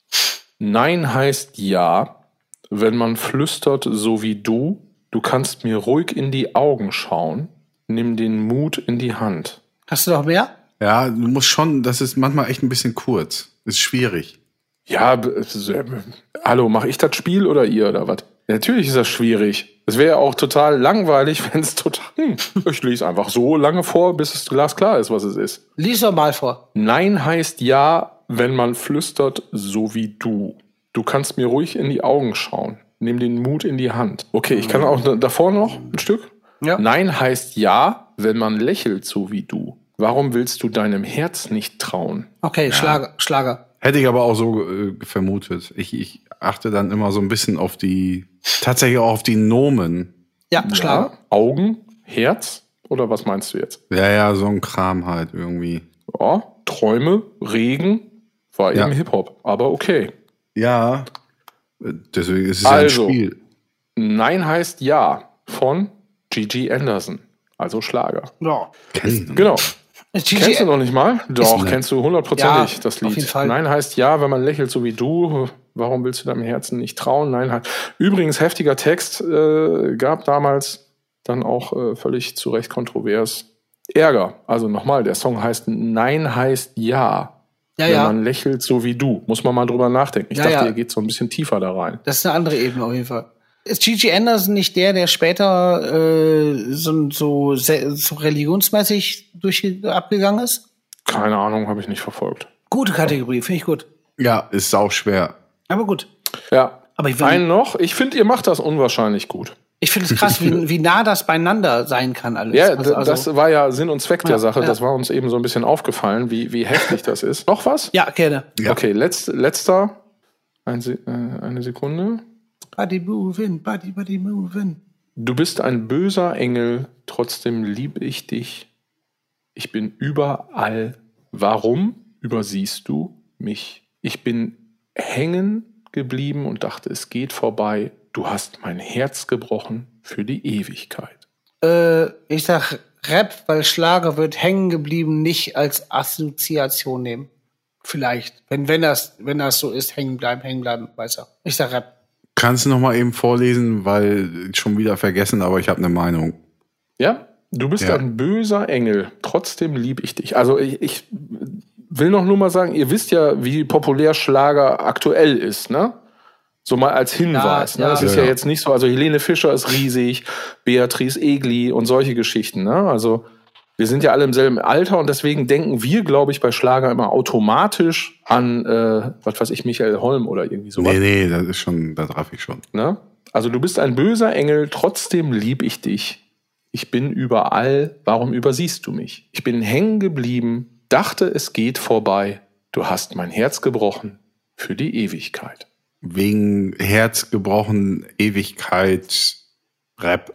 Nein heißt ja, wenn man flüstert, so wie du. Du kannst mir ruhig in die Augen schauen. Nimm den Mut in die Hand. Hast du noch mehr? Ja, du musst schon, das ist manchmal echt ein bisschen kurz. Ist schwierig. Ja, b- es- äh, hallo, mache ich das Spiel oder ihr oder was? Natürlich ist das schwierig. Es wäre ja auch total langweilig, wenn es total. Hm, ich lese einfach so lange vor, bis es glasklar ist, was es ist. Lies doch mal vor. Nein heißt ja, wenn man flüstert, so wie du. Du kannst mir ruhig in die Augen schauen. Nimm den Mut in die Hand. Okay, ich kann auch da- davor noch ein Stück. Ja. Nein heißt ja, wenn man lächelt, so wie du. Warum willst du deinem Herz nicht trauen? Okay, Schlager. Schlager. Hätte ich aber auch so äh, vermutet. Ich, ich achte dann immer so ein bisschen auf die, tatsächlich auch auf die Nomen. Ja, Schlager. Ja, Augen, Herz oder was meinst du jetzt? Ja, ja, so ein Kram halt irgendwie. Ja, Träume, Regen, war Ja. eben Hip-Hop, aber okay. Ja, äh, deswegen ist es Also. ja ein Spiel. Nein heißt ja von Gigi Anderson, also Schlager. Ja. Kenn ich noch Genau. Ist Kennst du Gigi, noch nicht mal? Doch, ne- kennst du hundertprozentig Ja, das auf Lied. jeden Fall. Nein heißt ja, wenn man lächelt so wie du. Warum willst du deinem Herzen nicht trauen? Nein heißt. Übrigens, heftiger Text, äh, gab damals dann auch äh, völlig zu Recht kontrovers Ärger. Also nochmal, der Song heißt Nein heißt ja. ja, wenn ja. man lächelt so wie du. Muss man mal drüber nachdenken. Ich Ja, dachte, ja. ihr geht so ein bisschen tiefer da rein. Das ist eine andere Ebene auf jeden Fall. Ist Gigi Anderson nicht der, der später äh, so, so, se- so religionsmäßig durch, abgegangen ist? Keine Ahnung, habe ich nicht verfolgt. Gute Kategorie, finde ich gut. Ja, ist auch schwer. Aber gut. Ja. Aber ich will- Einen noch. Ich finde, ihr macht das unwahrscheinlich gut. Ich finde es krass, wie, wie nah das beieinander sein kann alles. Ja, Also- d- das war ja Sinn und Zweck der Ja, Sache. ja. Das war uns eben so ein bisschen aufgefallen, wie, wie heftig das ist. Noch was? ja, gerne. Ja. Okay, letzt, letzter. Ein, Se- äh, eine Sekunde. Body moving, body, body moving. Du bist ein böser Engel, trotzdem liebe ich dich. Ich bin überall. Warum übersiehst du mich? Ich bin hängen geblieben und dachte, es geht vorbei. Du hast mein Herz gebrochen für die Ewigkeit. Äh, ich sag Rap, weil Schlager wird hängen geblieben, nicht als Assoziation nehmen. Vielleicht. Wenn, wenn das, wenn das so ist, hängen bleiben, hängen bleiben, weiß er. Ich sag Rap. Kannst du noch mal eben vorlesen, weil schon wieder vergessen, aber ich habe eine Meinung. Ja? Du bist Ja. ein böser Engel, trotzdem liebe ich dich. Also ich, ich will noch nur mal sagen, ihr wisst ja, wie populär Schlager aktuell ist, ne? So mal als Hinweis. Ja, ne? Es ja. ist Ja, ja ja. jetzt nicht so, also Helene Fischer ist riesig, Beatrice Egli und solche Geschichten, ne? Also wir sind ja alle im selben Alter und deswegen denken wir, glaube ich, bei Schlager immer automatisch an, äh, was weiß ich, Michael Holm oder irgendwie sowas. Nee, nee, das ist schon, da traf ich schon. Ne? Also du bist ein böser Engel, trotzdem lieb ich dich. Ich bin überall, warum übersiehst du mich? Ich bin hängen geblieben, dachte, es geht vorbei. Du hast mein Herz gebrochen für die Ewigkeit. Wegen Herz gebrochen, Ewigkeit, Rap.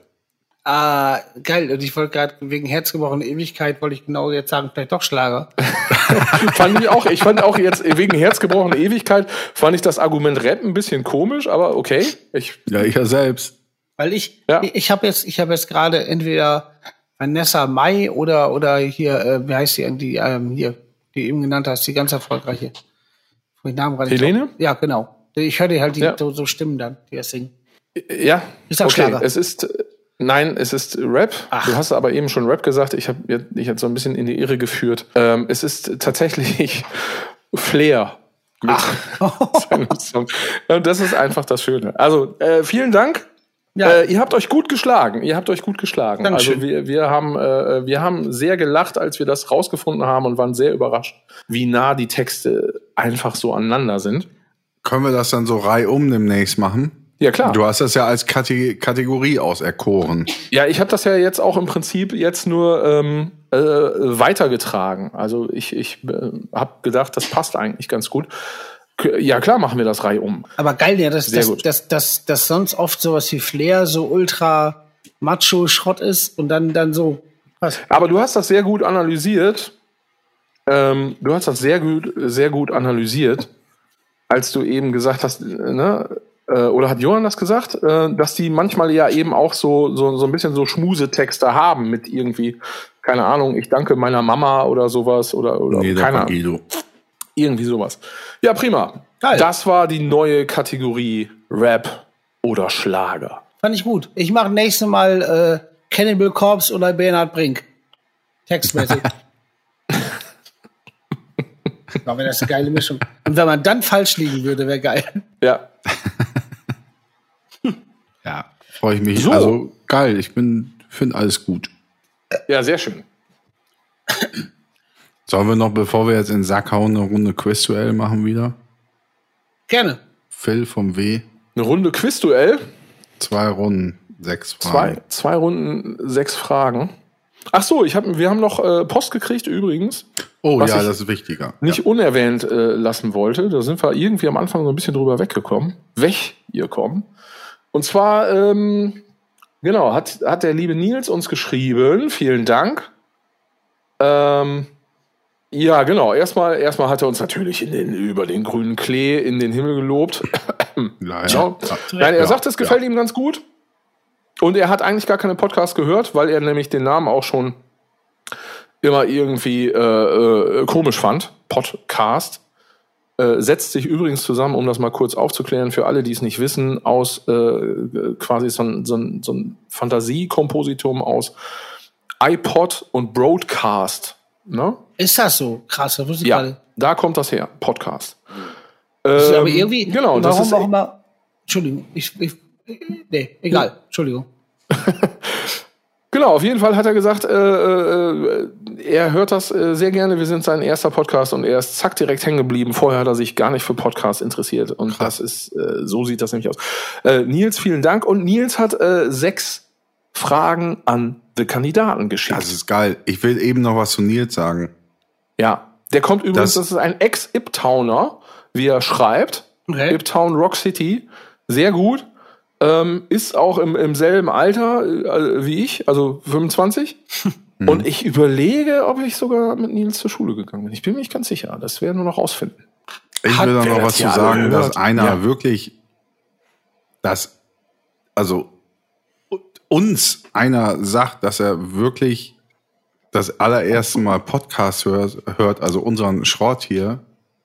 Ah, geil. Und ich wollte gerade wegen herzgebrochene Ewigkeit, wollte ich genau jetzt sagen, vielleicht doch Schlager. Fand ich auch, ich fand auch jetzt wegen herzgebrochener Ewigkeit, fand ich das Argument Rap ein bisschen komisch, aber okay. Ich, Ja, ich ja selbst. Weil ich, Ja. ich, ich habe jetzt, ich habe jetzt gerade entweder Vanessa Mai oder oder hier, äh, wie heißt die, die ähm, hier, die eben genannt hast, die ganz erfolgreiche. Wo ich den Namen gerade nicht Helene? drauf- Ja, genau. Ich höre dir halt die Ja. so, so Stimmen dann, die das singen. ja, Ich sag okay. Schlager. Es ist, nein, es ist Rap. Ach. Du hast aber eben schon Rap gesagt. Ich habe dich jetzt so ein bisschen in die Irre geführt. Ähm, es ist tatsächlich Flair. Mit seinem Song. Und das ist einfach das Schöne. Also, äh, vielen Dank. Ja. Äh, ihr habt euch gut geschlagen. Ihr habt euch gut geschlagen. Dankeschön. Also wir, wir haben äh, wir haben sehr gelacht, als wir das rausgefunden haben und waren sehr überrascht, wie nah die Texte einfach so aneinander sind. Können wir das dann so reihum demnächst machen? Ja, klar. Du hast das ja als Kate- Kategorie auserkoren. Ja, ich habe das ja jetzt auch im Prinzip jetzt nur ähm, äh, weitergetragen. Also ich, ich äh, habe gedacht, das passt eigentlich ganz gut. K- Ja, klar machen wir das reihum. Aber geil, ja, dass Sehr das, gut. das, das, das sonst oft sowas wie Flair so ultra macho Schrott ist und dann dann so was. Aber du hast das sehr gut analysiert. ähm, du hast das sehr gut, sehr gut analysiert, als du eben gesagt hast, ne, äh, oder hat Johann das gesagt, äh, dass die manchmal ja eben auch so, so, so ein bisschen so Schmusetexte haben mit irgendwie, keine Ahnung, ich danke meiner Mama oder sowas oder, oder Nee, keine der Ahnung. Guido. Irgendwie sowas. Ja, prima. Geil. Das war die neue Kategorie Rap oder Schlager. Fand ich gut. Ich mache nächstes Mal äh, Cannibal Corpse oder Bernhard Brink. Textmäßig. Aber wäre das eine geile Mischung. Und wenn man dann falsch liegen würde, wäre geil. Ja. Ja, freue ich mich. So. Also geil, ich bin finde alles gut. Ja, sehr schön. Sollen wir noch, bevor wir jetzt in den Sack hauen, eine Runde Quizduell machen wieder? Gerne. Phil vom W. Eine Runde Quizduell. Zwei Runden, sechs Zwei, Fragen. zwei Runden, sechs Fragen. Ach so, ich hab, wir haben noch äh, Post gekriegt übrigens. Oh was ja, ich das ist wichtiger. Nicht unerwähnt äh, lassen wollte. Da sind wir irgendwie am Anfang so ein bisschen drüber weggekommen. Weggekommen. Und zwar, ähm, genau, hat, hat der liebe Nils uns geschrieben. Vielen Dank. Ähm, ja, genau. Erstmal, erstmal hat er uns natürlich in den, über den grünen Klee in den Himmel gelobt. Ja, Genau. ja. Nein, er Ja, sagt, es gefällt ihm ganz gut. Und er hat eigentlich gar keine Podcasts gehört, weil er nämlich den Namen auch schon immer irgendwie äh, äh, komisch fand. Podcast. Äh, setzt sich übrigens zusammen, um das mal kurz aufzuklären, für alle, die es nicht wissen, aus äh, quasi so ein, so ein, so ein Fantasiekompositum aus iPod und Broadcast. Ne? Ist das so? Krass, das wusste ich Ja, gerade. da kommt das her. Podcast. Das ist Ähm, aber irgendwie, genau, das warum ist auch immer, Entschuldigung, ich, ich, nee, egal, Entschuldigung. Genau, auf jeden Fall hat er gesagt, äh, äh, er hört das äh, sehr gerne. Wir sind sein erster Podcast und er ist zack direkt hängen geblieben. Vorher hat er sich gar nicht für Podcasts interessiert und das ist, äh, so sieht das nämlich aus. Äh, Nils, vielen Dank. Und Nils hat äh, sechs Fragen an die Kandidaten geschickt. Das ist geil. Ich will eben noch was zu Nils sagen. Ja, der kommt übrigens, Das- das, ist ein Ex-Iptowner, wie er schreibt. Okay. Iptown Rock City. Sehr gut. Ähm, ist auch im, im selben Alter äh, wie ich, also fünfundzwanzig. Und ich überlege, ob ich sogar mit Nils zur Schule gegangen bin. Ich bin mir nicht ganz sicher. Das werden wir noch rausfinden. Ich Hat will da der noch das was zu ja sagen, gehört? dass einer Ja. wirklich, dass, also uns einer sagt, dass er wirklich das allererste Mal Podcast hört, hört also unseren Schrott hier.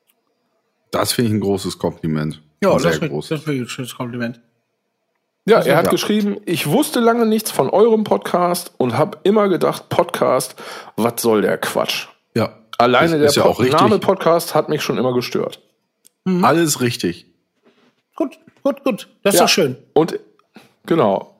Das finde ich ein großes Kompliment. Ja, Ein das sehr ist groß. das ist wirklich ein schönes Kompliment. Ja, er hat ja. geschrieben, ich wusste lange nichts von eurem Podcast und habe immer gedacht, Podcast, was soll der Quatsch? Ja, Alleine ist, der ist ja Pod- auch richtig. Name Podcast hat mich schon immer gestört. Alles richtig. Gut, gut, gut. Das ist Ja. doch schön. Und genau.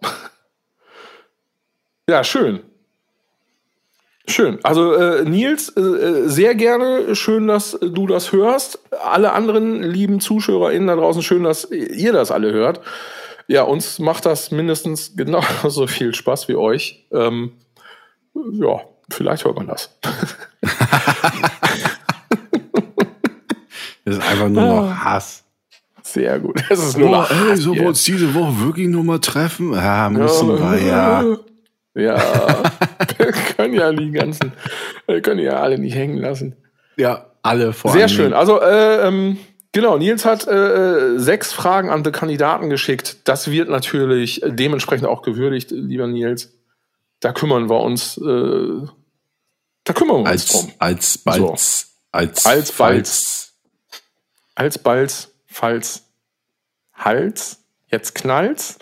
Ja, schön. Schön. Also äh, Nils, äh, sehr gerne. Schön, dass du das hörst. Alle anderen lieben ZuschauerInnen da draußen, schön, dass ihr das alle hört. Ja, uns macht das mindestens genauso viel Spaß wie euch. Ähm, ja, vielleicht hört man das. Das ist einfach nur noch Hass. Sehr gut. Es ist nur noch ey, Hass so hier. wir uns diese Woche wirklich noch mal treffen? Ja, müssen wir, ja. Ja, wir können ja die ganzen, wir können ja alle nicht hängen lassen. Ja, alle vor Sehr allen schön. Dingen. Also, äh, ähm, genau, Nils hat äh, sechs Fragen an die Kandidaten geschickt. Das wird natürlich dementsprechend auch gewürdigt, lieber Nils. Da kümmern wir uns, äh, da kümmern wir uns Als, drum. als, Balz, als, Als Balz. Als Balz, falls, Hals, jetzt knallt's,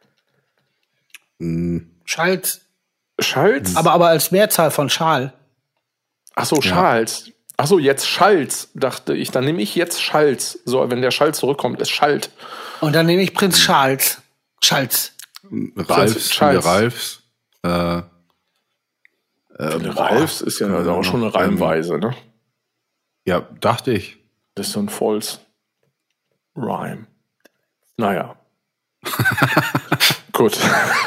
Schalt, Schalz, aber, aber als Mehrzahl von Schal. ach so, Schalz. Ach so, jetzt Schalz, dachte ich. Dann nehme ich jetzt Schalz. So, wenn der Schall zurückkommt, es schallt. Und dann nehme ich Prinz Charles. Schalz. Ralfs, Scheiß. viele Ralfs. Äh, Ralfs ist ja also auch schon eine Reimweise, ne? ja, dachte ich. Das ist so ein False Rhyme. Naja. Gut.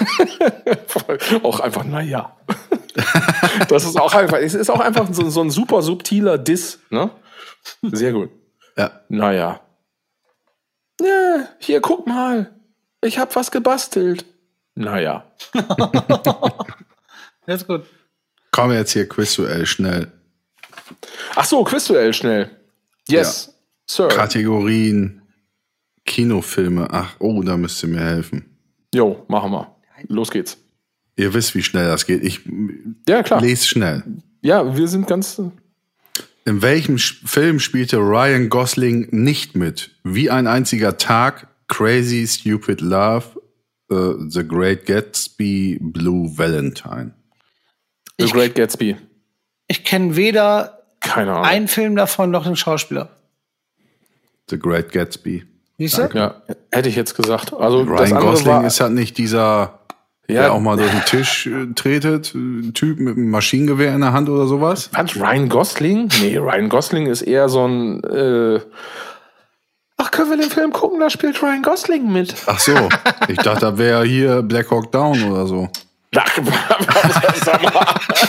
Auch einfach, naja. Das ist auch einfach, es ist auch einfach so, so ein super subtiler Diss, ne? Sehr gut. Ja. Naja. Ja, hier, guck mal. Ich hab was gebastelt. Naja. Das ist gut. Komm jetzt hier, Quizduell, schnell. Ach so, Quizduell schnell. Yes, Sir. Kategorien Kinofilme. Ach, oh, da müsst ihr mir helfen. Jo, machen wir. Los geht's. Ihr wisst, wie schnell das geht. Ich Ja, klar. lese schnell. Ja, wir sind ganz... In welchem Sch- Film spielte Ryan Gosling nicht mit? Wie ein einziger Tag, Crazy Stupid Love, uh, The Great Gatsby, Blue Valentine. The Ich- Great Gatsby. Ich kenne weder Keine Ahnung. einen Film davon noch den Schauspieler. The Great Gatsby. Siehst du? Ja, hätte ich jetzt gesagt. Also das Ryan andere Gosling war, ist halt nicht dieser, Ja. der auch mal durch den Tisch äh, tretet, äh, Typ mit einem Maschinengewehr in der Hand oder sowas. Was, Ryan Gosling? Nee, Ryan Gosling ist eher so ein äh, Ach, können wir den Film gucken? Da spielt Ryan Gosling mit. Ach so, ich dachte, da wäre hier Black Hawk Down oder so. Ach, sag mal.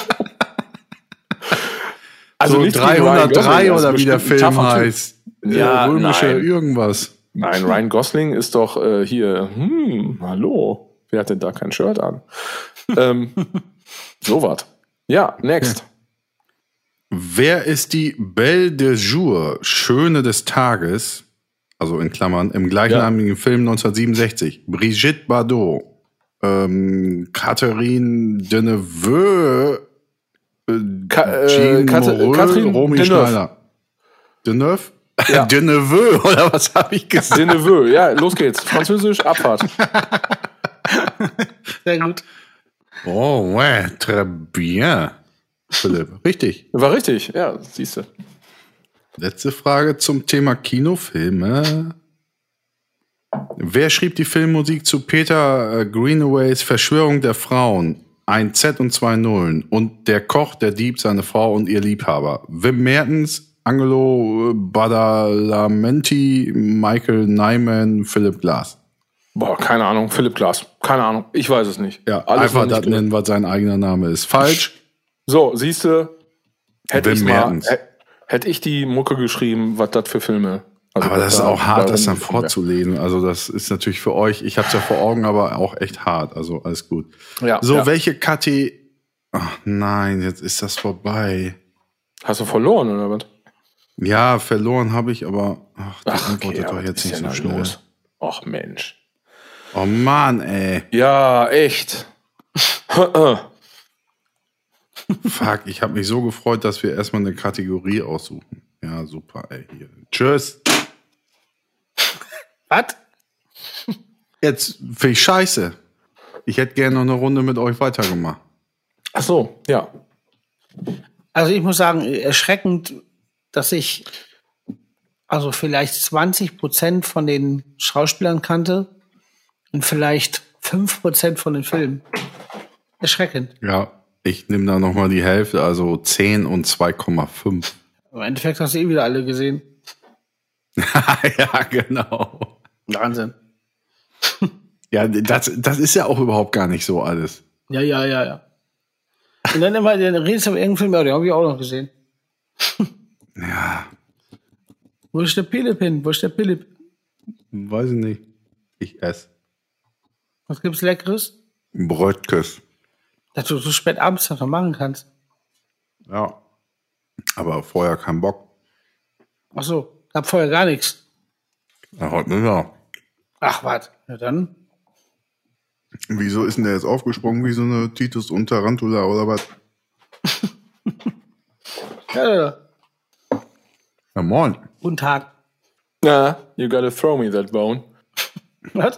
Also so nicht gegen Ryan dreihundertdrei Gosling, oder wie der das ist Film bestimmt ein taffer Typ. heißt. Ja, römische nein. irgendwas. Nein, Ryan Gosling ist doch äh, hier, hm, hallo, wer hat denn da kein Shirt an? ähm, so was. Ja, next. Wer ist die Belle de Jour, Schöne des Tages, also in Klammern, im gleichnamigen Film neunzehnhundertsiebenundsechzig? Brigitte Bardot, ähm, Catherine Deneuve, äh, Ka äh, Jean Kat- Moreau, Catherine Romy Deneuve. Schneider. Deneuve? Ja. Deneuve, oder was habe ich gesagt? Deneuve, ja, los geht's. Französisch, Abfahrt. Sehr gut. Oh, ouais, très bien. Philipp, richtig. War richtig, ja, siehst du. Letzte Frage zum Thema Kinofilme. Wer schrieb die Filmmusik zu Peter äh, Greenaways Verschwörung der Frauen? Ein Z und zwei Nullen. Und Der Koch, der Dieb, seine Frau und ihr Liebhaber. Wim Mertens, Angelo Badalamenti, Michael Nyman, Philipp Glass. Boah, keine Ahnung, Philipp Glass. Keine Ahnung, ich weiß es nicht. Ja, Alles einfach noch nicht das drin. nennen, was sein eigener Name ist. Falsch. So, siehst du, hätte Wim ich mal, Mertens. hä- hätte ich die Mucke geschrieben, was das für Filme. Also Aber was das ist da- auch hart, das dann darum- vorzulesen. Also das ist natürlich für euch, ich habe es ja vor Augen, aber auch echt hart. Also alles gut. Ja, So, ja. welche Kategorie? Ach nein, jetzt ist das vorbei. Hast du verloren oder was? Ja, verloren habe ich, aber ach, die Ach, antwortet aber doch jetzt was ist nicht denn so da schnell. los? Ach Mensch. Oh Mann, ey. Ja, echt. Fuck, ich habe mich so gefreut, dass wir erstmal eine Kategorie aussuchen. Ja, super, ey. Hier. Tschüss. Was? Jetzt finde ich scheiße. Ich hätte gerne noch eine Runde mit euch weitergemacht. Ach so, ja. Also ich muss sagen, erschreckend, dass ich also vielleicht zwanzig Prozent von den Schauspielern kannte und vielleicht fünf Prozent von den Filmen. Erschreckend. Ja, ich nehme da nochmal die Hälfte, also zehn und zwei Komma fünf. Im Endeffekt hast du eh wieder alle gesehen. Ja, genau. Wahnsinn. Ja, das, das ist ja auch überhaupt gar nicht so alles. Ja, ja, ja, ja. Und dann immer, dann redest du über irgendeinen Film, ja, den habe ich auch noch gesehen. Ja, Wo ist der Philipp hin? Wo ist der Philipp? weiß ich nicht. Ich esse. Was gibt's Leckeres? Brötkes. Dass du so spät abends das noch machen kannst. Ja. Aber vorher kein Bock. Ach so, hab vorher gar nichts. Ja, heute nicht mehr. Ach, was? Ja, dann. Wieso ist denn der jetzt aufgesprungen wie so eine Titus und Tarantula oder was? Ja, ja, ja. Ja, moin. Guten Tag. Na, you gotta throw me that bone. Was?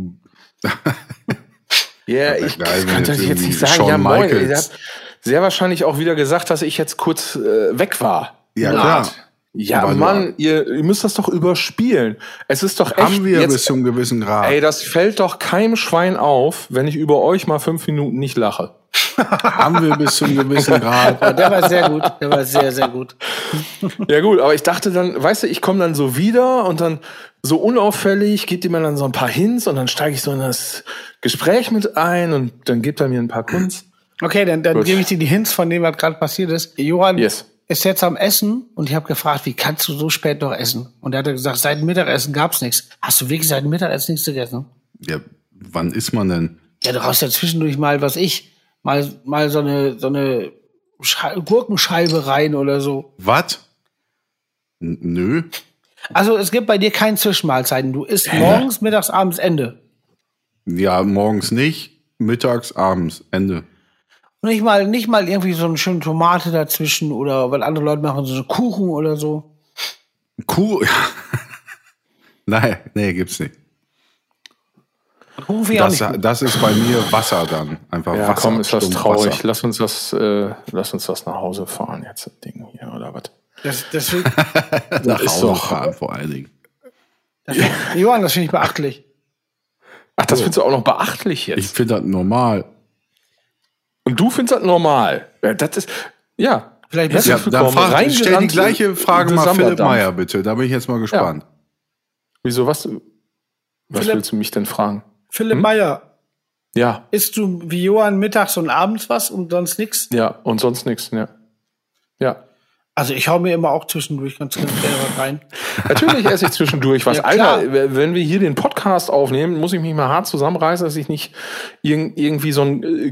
Ja, ich geil, wenn kann jetzt das jetzt irgendwie nicht sagen. Shawn Ja, moin. Michaels. Er hat sehr wahrscheinlich auch wieder gesagt, dass ich jetzt kurz äh, weg war. Ja, Na, klar. Ja, Aber Mann, ihr, ihr müsst das doch überspielen. Es ist doch echt Haben wir bis jetzt, zum gewissen Grad. ey, das fällt doch keinem Schwein auf, wenn ich über euch mal fünf Minuten nicht lache. Haben wir bis zum gewissen Grad. Ja, der war sehr gut. Der war sehr, sehr gut. Ja gut, aber ich dachte dann, weißt du, ich komme dann so wieder und dann so unauffällig gibt ihr mir dann so ein paar Hints und dann steige ich so in das Gespräch mit ein und dann gibt er mir ein paar Kunst. Okay, dann, dann Gut. gebe ich dir die Hints von dem, was gerade passiert ist. Johann Yes. ist jetzt am Essen und ich habe gefragt, wie kannst du so spät noch essen? Und er hat gesagt, seit dem Mittagessen gab's nichts. Hast du wirklich seit dem Mittagessen nichts gegessen? Ja, wann ist man denn? Ja, du hast ja zwischendurch mal, was ich, mal, mal so eine, so eine Sche- Gurkenscheibe rein oder so. Was? N- Nö. Also es gibt bei dir keine Zwischenmahlzeiten. Du isst morgens, mittags, abends, Ende. Ja, morgens nicht, mittags, abends, Ende. Und nicht mal, nicht mal irgendwie so eine schöne Tomate dazwischen oder weil andere Leute machen so einen Kuchen oder so. Kuh. Nein, nee, gibt's nicht. Kuchen finde ich auch Das, nicht gut. das ist bei mir Wasser dann. Einfach Ja, Wasser. komm, ist das stumpf traurig. Wasser. Lass uns das, äh, lass uns das nach Hause fahren jetzt, das Ding hier, oder was? Das, deswegen, Nach ist Hause doch- fahren vor allen Dingen. das, Johann, das finde ich beachtlich. Ach, das findest du auch noch beachtlich Ich jetzt. finde das normal. Und du findest das normal. Ja, das ist, ja. Vielleicht Herzlich Ja, dann willkommen. frag, stell die Reingerannt gleiche in- Frage in mal Philipp Samberdampf. Meyer, bitte. Da bin ich jetzt mal gespannt. Wieso, was? Was Philipp- willst du mich denn fragen? Philipp Meyer, Ja, isst du wie Johann mittags und abends was und sonst nichts? ja, und sonst nichts, ja. Ja. Also ich hau mir immer auch zwischendurch ganz ganz gerne was rein. Natürlich esse ich zwischendurch was. Ja, klar. Alter, wenn wir hier den Podcast aufnehmen, muss ich mich mal hart zusammenreißen, dass ich nicht irg- irgendwie so ein äh,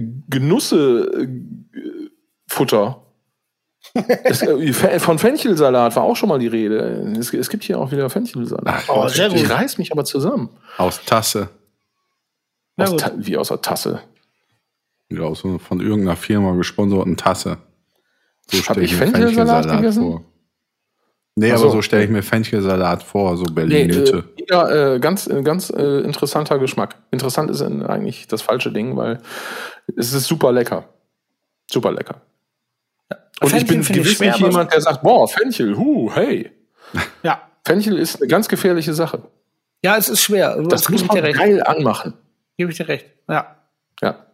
Genusse-Futter. Es, äh, von Fenchelsalat war auch schon mal die Rede. Es, es gibt hier auch wieder Fenchelsalat. Oh, sehr gut. Ich reiß mich aber zusammen. Aus Tasse. Na Aus gut. Ta- wie aus der Tasse. Ja, aus so von irgendeiner Firma gesponserten Tasse. So Hab stell ich Fenchelsalat gegessen? Nee, Ach aber so, so stelle ich okay. mir Fenchelsalat vor, so Nee, Berlin-Mitte. äh, ja, äh, ganz, äh, ganz äh, interessanter Geschmack. Interessant ist eigentlich das falsche Ding, weil es ist super lecker. Super lecker. Und Fenchel ich bin finde ich gewiss schwer, nicht aber- jemand, der sagt, boah, Fenchel, hu, hey. Ja. Fenchel ist eine ganz gefährliche Sache. Ja, es ist schwer. Das gebe muss ich man dir recht. geil anmachen. Gebe ich dir recht. Ja. Ja.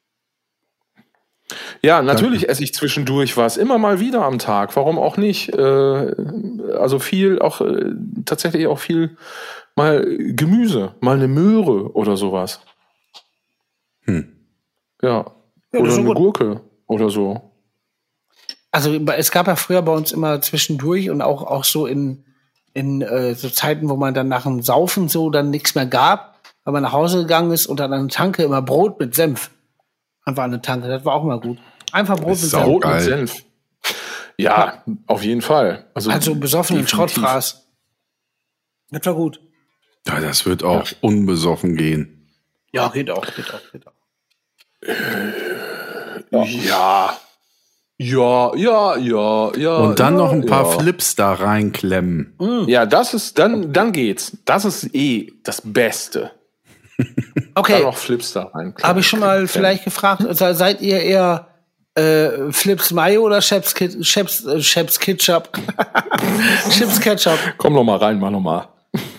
Ja, natürlich esse ich zwischendurch was. Immer mal wieder am Tag. Warum auch nicht? Äh, also viel, auch äh, tatsächlich auch viel mal Gemüse, mal eine Möhre oder sowas. Hm. Ja. Ja, das Oder ist so eine gut. Gurke oder so. Also es gab ja früher bei uns immer zwischendurch und auch, auch so in, in äh, so Zeiten, wo man dann nach dem Saufen so dann nichts mehr gab, weil man nach Hause gegangen ist und dann an der Tanke immer Brot mit Senf. Einfach an der Tanke, das war auch immer gut. Einfach Brot Das mit ist sau Senf. Brot mit geil. Senf. Ja, auf jeden Fall. Also, Also besoffenen definitiv. Schrottfraß. Das war gut. Ja, das wird auch unbesoffen gehen. Ja, geht auch, geht auch, geht auch. Ja. Ja, ja, ja, ja. Und dann ja, noch ein paar ja. Flips da reinklemmen. Ja, das ist, dann, dann geht's. Das ist eh das Beste. Dann Okay, noch Flips da rein. habe ich schon mal vielleicht gefragt, se- seid ihr eher äh, Flips Mayo oder Chips, Kit- Chips, äh, Chips Ketchup? Chips Ketchup. Komm noch mal rein, mach noch mal.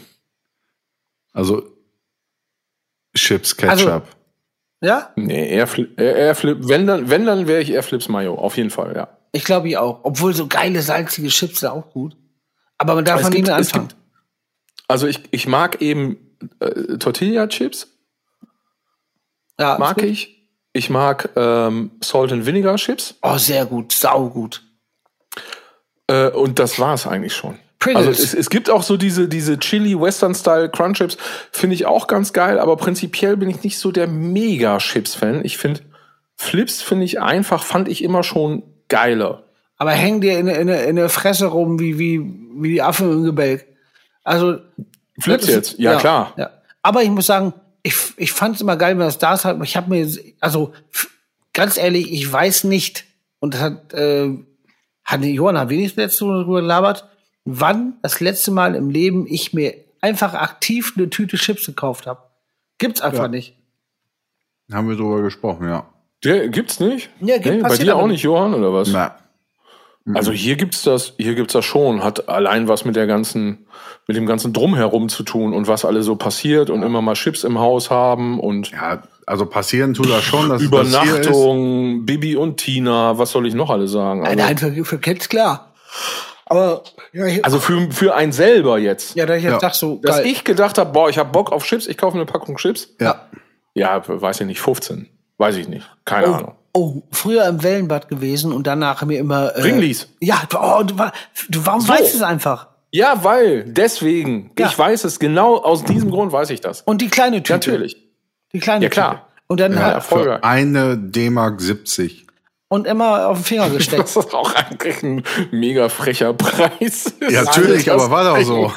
Also Chips, Ketchup. Also- Ja? Nee, eher, Fli- eher, eher Flip. Wenn dann, wenn dann wäre ich eher Flips Mayo. Auf jeden Fall, ja. Ich glaube ich auch. Obwohl so geile, salzige Chips sind auch gut. Aber man darf Es man nicht gibt- mehr es anfangen. gibt- Also ich, ich mag eben äh, Tortilla-Chips. Ja, Mag ist gut. ich. Ich mag ähm, Salt and Vinegar Chips. Oh, sehr gut. Sau gut. Äh, und das war's eigentlich schon. Pringles. Also es, es gibt auch so diese, diese Chili-Western-Style Crunch Chips. Finde ich auch ganz geil, aber prinzipiell bin ich nicht so der Mega-Chips-Fan. Ich finde, Flips finde ich einfach, fand ich immer schon geiler. Aber hängen dir in, in, in der Fresse rum wie, wie, wie die Affen im Gebälk. Also. Flips das ist- jetzt? Ja, klar. Ja. Aber ich muss sagen, ich, ich fand es immer geil, wenn das da ist. Ich habe mir, also f- ganz ehrlich, ich weiß nicht, und das hat, äh, hat Johann hat wenigstens letzte Woche darüber gelabert, wann das letzte Mal im Leben ich mir einfach aktiv eine Tüte Chips gekauft habe. Gibt's einfach Ja. nicht. Haben wir drüber gesprochen, ja. Der gibt's nicht? Ja, gibt- nee, bei passiert dir aber auch nicht. nicht, Johann, oder was? Na, Also hier gibt's das, hier gibt's das schon, hat allein was mit der ganzen, mit dem ganzen Drumherum zu tun und was alles so passiert und immer mal Chips im Haus haben und ja, also passieren tut das schon, dass es das hier ist. Übernachtung, Bibi und Tina, was soll ich noch alles sagen? Nein, Also, nein, für, für Kids klar. Aber ja, ich, also für, für einen selber jetzt. ja, da ich jetzt Ja. dachte so, Dass geil. ich gedacht habe, boah, ich habe Bock auf Chips, ich kaufe eine Packung Chips. Ja. Ja, weiß ich nicht, fünfzehn. Weiß ich nicht. Keine Ahnung. Oh, früher im Wellenbad gewesen und danach mir immer. Äh, Ringlis. Ja, du, oh, du, war- du warum So. weißt du es einfach? Ja, weil, deswegen. Ja. Ich weiß es, genau aus diesem Grund weiß ich das. Und die kleine Tüte. Natürlich. Die kleine Ja, klar. Tüte. Und dann Ja, hat, ja, voll geil. Für eine D-Mark siebzig. und immer auf den Finger gesteckt. Das ist auch eigentlich ein mega frecher Preis. Ja, natürlich, aber war doch so.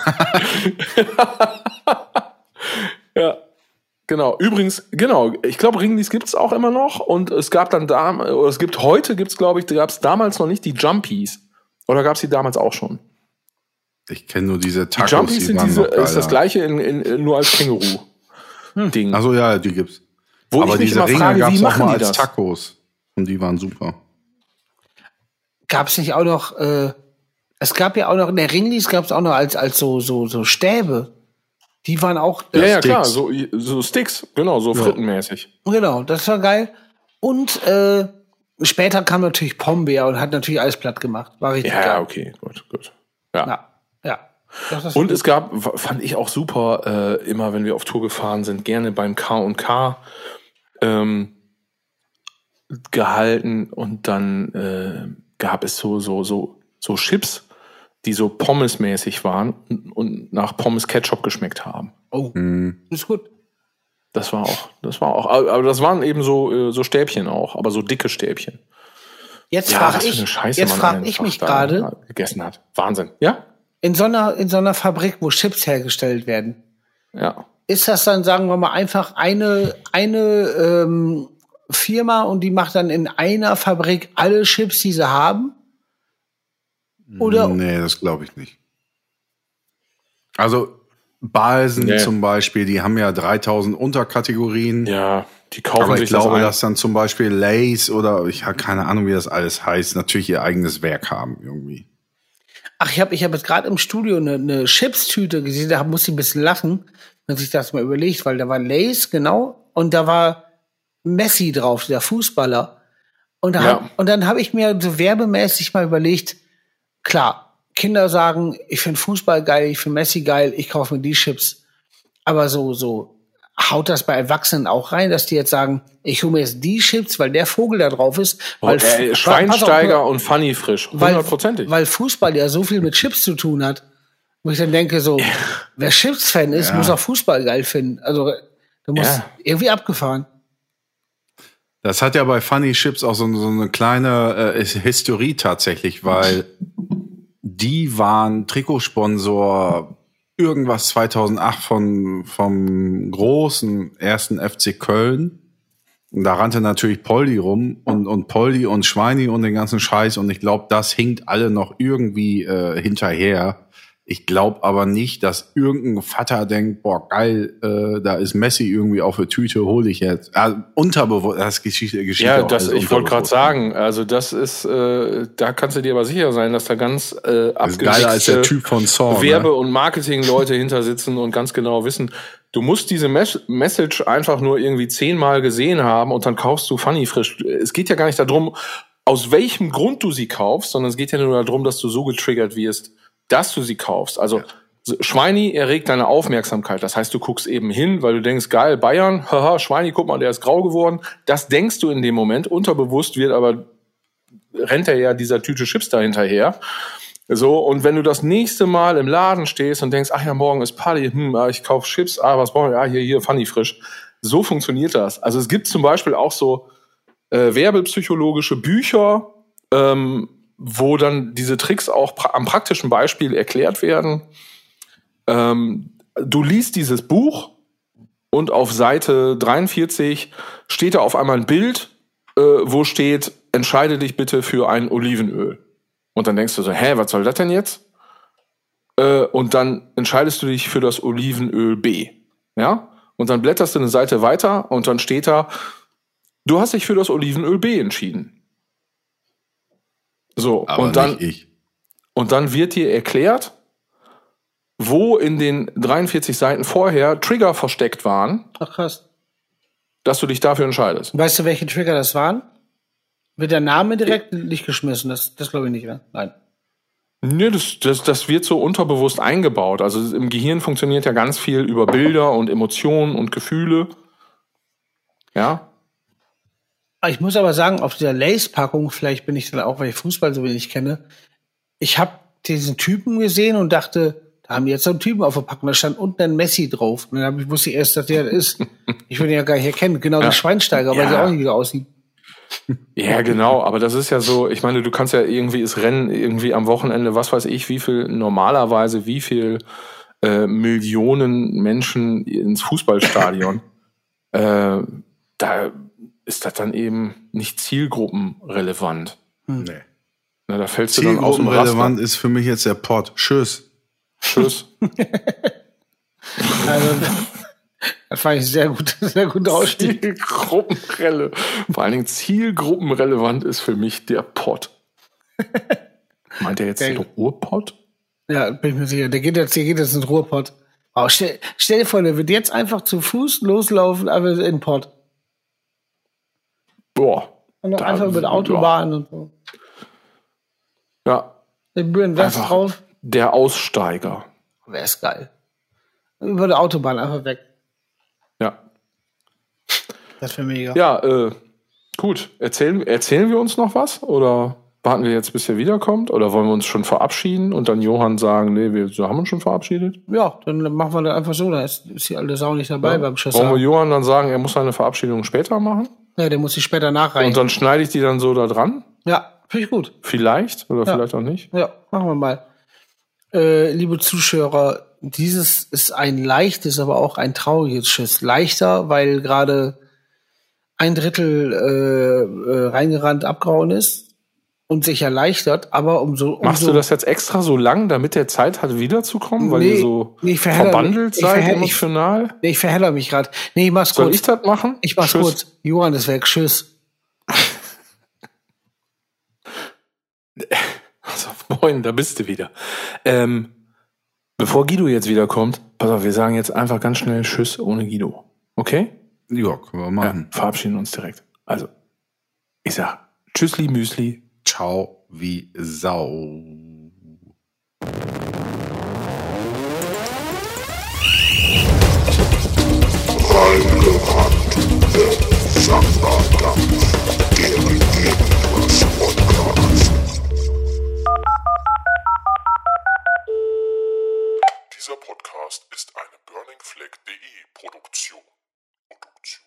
Ja, genau. Übrigens, genau, ich glaube, Ringlies gibt's auch immer noch und es gab dann da, oder es gibt heute, gibt's glaube ich, gab's damals noch nicht die Jumpies. Oder gab's die damals auch schon? Ich kenne nur diese Tacos, Die Jumpies die sind waren diese, noch geiler. ist das gleiche in, in, nur als Känguru-Ding. Also ja, die gibt's. Wo aber ich mich diese immer Ringe frage, gab's wie auch machen mal die als das? Tacos. Und die waren super. Gab es nicht auch noch, äh, es gab ja auch noch, in der Ringlis gab es auch noch als, als so, so, so Stäbe. Die waren auch, Ja, ja, Sticks. klar, so, so Sticks, genau, so frittenmäßig. genau, das war geil. Und äh, später kam natürlich Pombeer und hat natürlich alles platt gemacht. War richtig Ja, geil. okay, gut, gut. Ja. Ja, ja. Das ist Und es gab, fand ich auch super, äh, immer wenn wir auf Tour gefahren sind, gerne beim K und K ähm, gehalten und dann äh, gab es so, so, so, so Chips, die so Pommes-mäßig waren und, und nach Pommes-Ketchup geschmeckt haben. Oh, ist gut. Das war auch, das war auch, aber das waren eben so, äh, so Stäbchen auch, aber so dicke Stäbchen. Jetzt Ja, frage was für ich, eine Scheiße jetzt man frag einfach ich mich da gerade, gegessen hat. Wahnsinn. Ja? in so einer, in so einer Fabrik, wo Chips hergestellt werden, Ja. ist das dann, sagen wir mal, einfach eine, eine ähm, Firma und die macht dann in einer Fabrik alle Chips, die sie haben? Oder? Nee, das glaube ich nicht. Also Balsen Nee. zum Beispiel, die haben ja dreitausend Unterkategorien. Ja, die kaufen Aber sich ich glaube, das ein. dass dann zum Beispiel Lays oder ich habe keine Ahnung, wie das alles heißt, natürlich ihr eigenes Werk haben irgendwie. Ach, ich habe ich hab jetzt gerade im Studio eine, eine Chips-Tüte gesehen, da musste ich ein bisschen lachen, wenn sich das mal überlegt, weil da war Lays, genau, und da war Messi drauf, der Fußballer. Und, da Ja. hab, und dann habe ich mir so werbemäßig mal überlegt, klar, Kinder sagen, ich finde Fußball geil, ich finde Messi geil, ich kaufe mir die Chips. Aber so, so haut das bei Erwachsenen auch rein, dass die jetzt sagen, ich hole mir jetzt die Chips, weil der Vogel da drauf ist. Weil, Oh, ey, weil- Schweinsteiger pass auf, und Funny frisch. weil, Hundertprozentig. weil Fußball ja so viel mit Chips zu tun hat, wo ich dann denke, so, wer Chips-Fan ist, Ja. muss auch Fußball geil finden. Also, du musst Ja. irgendwie abgefahren. Das hat ja bei Funny Chips auch so, so eine kleine äh, Historie tatsächlich, weil die waren Trikotsponsor irgendwas zweitausendacht von vom großen ersten F C Köln. Und da rannte natürlich Poldi rum und, und Poldi und Schweini und den ganzen Scheiß. Und ich glaube, das hinkt alle noch irgendwie äh, hinterher. Ich glaube aber nicht, dass irgendein Vater denkt, boah, geil, äh, da ist Messi irgendwie auf der Tüte, hole ich jetzt. Äh, unterbewusst, das geschieht, geschieht Ja, auch das, alles ich wollte gerade unterbewusst. sagen, also das ist, äh, da kannst du dir aber sicher sein, dass da ganz äh, Das ist geiler als der Typ von Saw. Werbe- Ne? und Marketing-Leute hinter sitzen und ganz genau wissen, du musst diese Mes- Message einfach nur irgendwie zehnmal gesehen haben und dann kaufst du Funny frisch. Es geht ja gar nicht darum, aus welchem Grund du sie kaufst, sondern es geht ja nur darum, dass du so getriggert wirst, dass du sie kaufst. Also Schweini erregt deine Aufmerksamkeit. Das heißt, du guckst eben hin, weil du denkst, geil, Bayern, haha, Schweini, guck mal, der ist grau geworden. Das denkst du in dem Moment. Unterbewusst wird aber, rennt er ja dieser Tüte Chips da hinterher. So, und wenn du das nächste Mal im Laden stehst und denkst, ach ja, morgen ist Party, hm, ah, ich kauf Chips, ah, was brauchen wir? Ah, hier, hier, Funny frisch. So funktioniert das. Also es gibt zum Beispiel auch so äh, werbepsychologische Bücher, ähm, wo dann diese Tricks auch pra- am praktischen Beispiel erklärt werden. Ähm, du liest dieses Buch und auf Seite dreiundvierzig steht da auf einmal ein Bild, äh, wo steht, entscheide dich bitte für ein Olivenöl. Und dann denkst du so, hä, was soll das denn jetzt? Äh, und dann entscheidest du dich für das Olivenöl B. Ja? Und dann blätterst du eine Seite weiter und dann steht da, du hast dich für das Olivenöl B entschieden. So, Aber und dann, nicht ich. und dann wird dir erklärt, wo in den dreiundvierzig Seiten vorher Trigger versteckt waren, Ach krass. dass du dich dafür entscheidest. Weißt du, welche Trigger das waren? Wird der Name direkt nicht geschmissen? Das, das glaube ich nicht, ne? Nein. Nee, das, das, das wird so unterbewusst eingebaut. Also im Gehirn funktioniert ja ganz viel über Bilder und Emotionen und Gefühle. Ja. Ich muss aber sagen, auf dieser Lace-Packung, vielleicht bin ich dann auch, weil ich Fußball so wenig kenne, ich habe diesen Typen gesehen und dachte, da haben die jetzt so einen Typen auf der Packung, da stand unten ein Messi drauf. Und dann hab ich, wusste ich erst, dass der das ist. Ich würde ihn ja gar nicht erkennen. Genau Ja. wie Schweinsteiger, weil Ja. der auch nicht so aussieht. Ja, genau, aber das ist ja so, ich meine, du kannst ja irgendwie das Rennen irgendwie am Wochenende, was weiß ich, wie viel, normalerweise wie viel äh, Millionen Menschen ins Fußballstadion, äh, da ist das dann eben nicht zielgruppenrelevant. Nee. Na, da fällst du dann aus dem Zielgruppenrelevant Raster. ist für mich jetzt der Pott. Tschüss. Tschüss. Also, das fand ich sehr gut, sehr gut ausstieg. Zielgruppenrele. Vor allen Dingen zielgruppenrelevant ist für mich der Pott. Meint er jetzt Der- den Ruhrpott? Ja, bin ich mir sicher. Der geht jetzt, der geht jetzt ins Ruhrpott. Oh, stell, stell dir vor, der wird jetzt einfach zu Fuß loslaufen, aber in den Pott. Boah. Und dann Da- einfach über die Autobahn und so. Ja, Den Büren West Einfach. drauf. der Aussteiger. Wäre es geil. Über die Autobahn einfach weg. Ja. Das wäre mega. Ja, äh, gut. Erzählen, erzählen wir uns noch was? Oder warten wir jetzt, bis er wiederkommt? Oder wollen wir uns schon verabschieden und dann Johann sagen, nee, wir haben uns schon verabschiedet? Ja, dann machen wir das einfach so. Da ist, ist die alte Sau nicht dabei Ja. beim Wollen wir Schisser. Johann dann sagen, er muss seine Verabschiedung später machen? Ja, der muss sich später nachreichen. Und dann schneide ich die dann so da dran? Ja, finde ich gut. Vielleicht oder Ja. vielleicht auch nicht. Ja, machen wir mal. Äh, liebe Zuschauer, dieses ist ein leichtes, aber auch ein trauriges Schiss. Leichter, weil gerade ein Drittel äh, äh, reingerannt abgehauen ist und sich erleichtert, aber umso, umso Machst du das jetzt extra so lang, damit der Zeit hat, wiederzukommen, weil Nee, ihr so nee, ich verheddere verbandelt mich. Ich seid verheddere- emotional? Nee, ich verheller mich gerade. Nee, ich mach's Soll kurz. ich das machen? Ich mach's Tschüss. kurz. Johann ist weg. Tschüss. Also, moin, da bist du wieder. Ähm, bevor Guido jetzt wiederkommt, pass auf, wir sagen jetzt einfach ganz schnell Tschüss ohne Guido. Okay? Ja, können wir Ja, machen. verabschieden uns direkt. Also, ich sag Tschüssli Müsli. Ciao wie Sau. Reingerannt, der Samba-Dampf, der Gegenwars Podcast. Dieser Podcast ist eine Burning Flag punkt de Produktion. Produktion.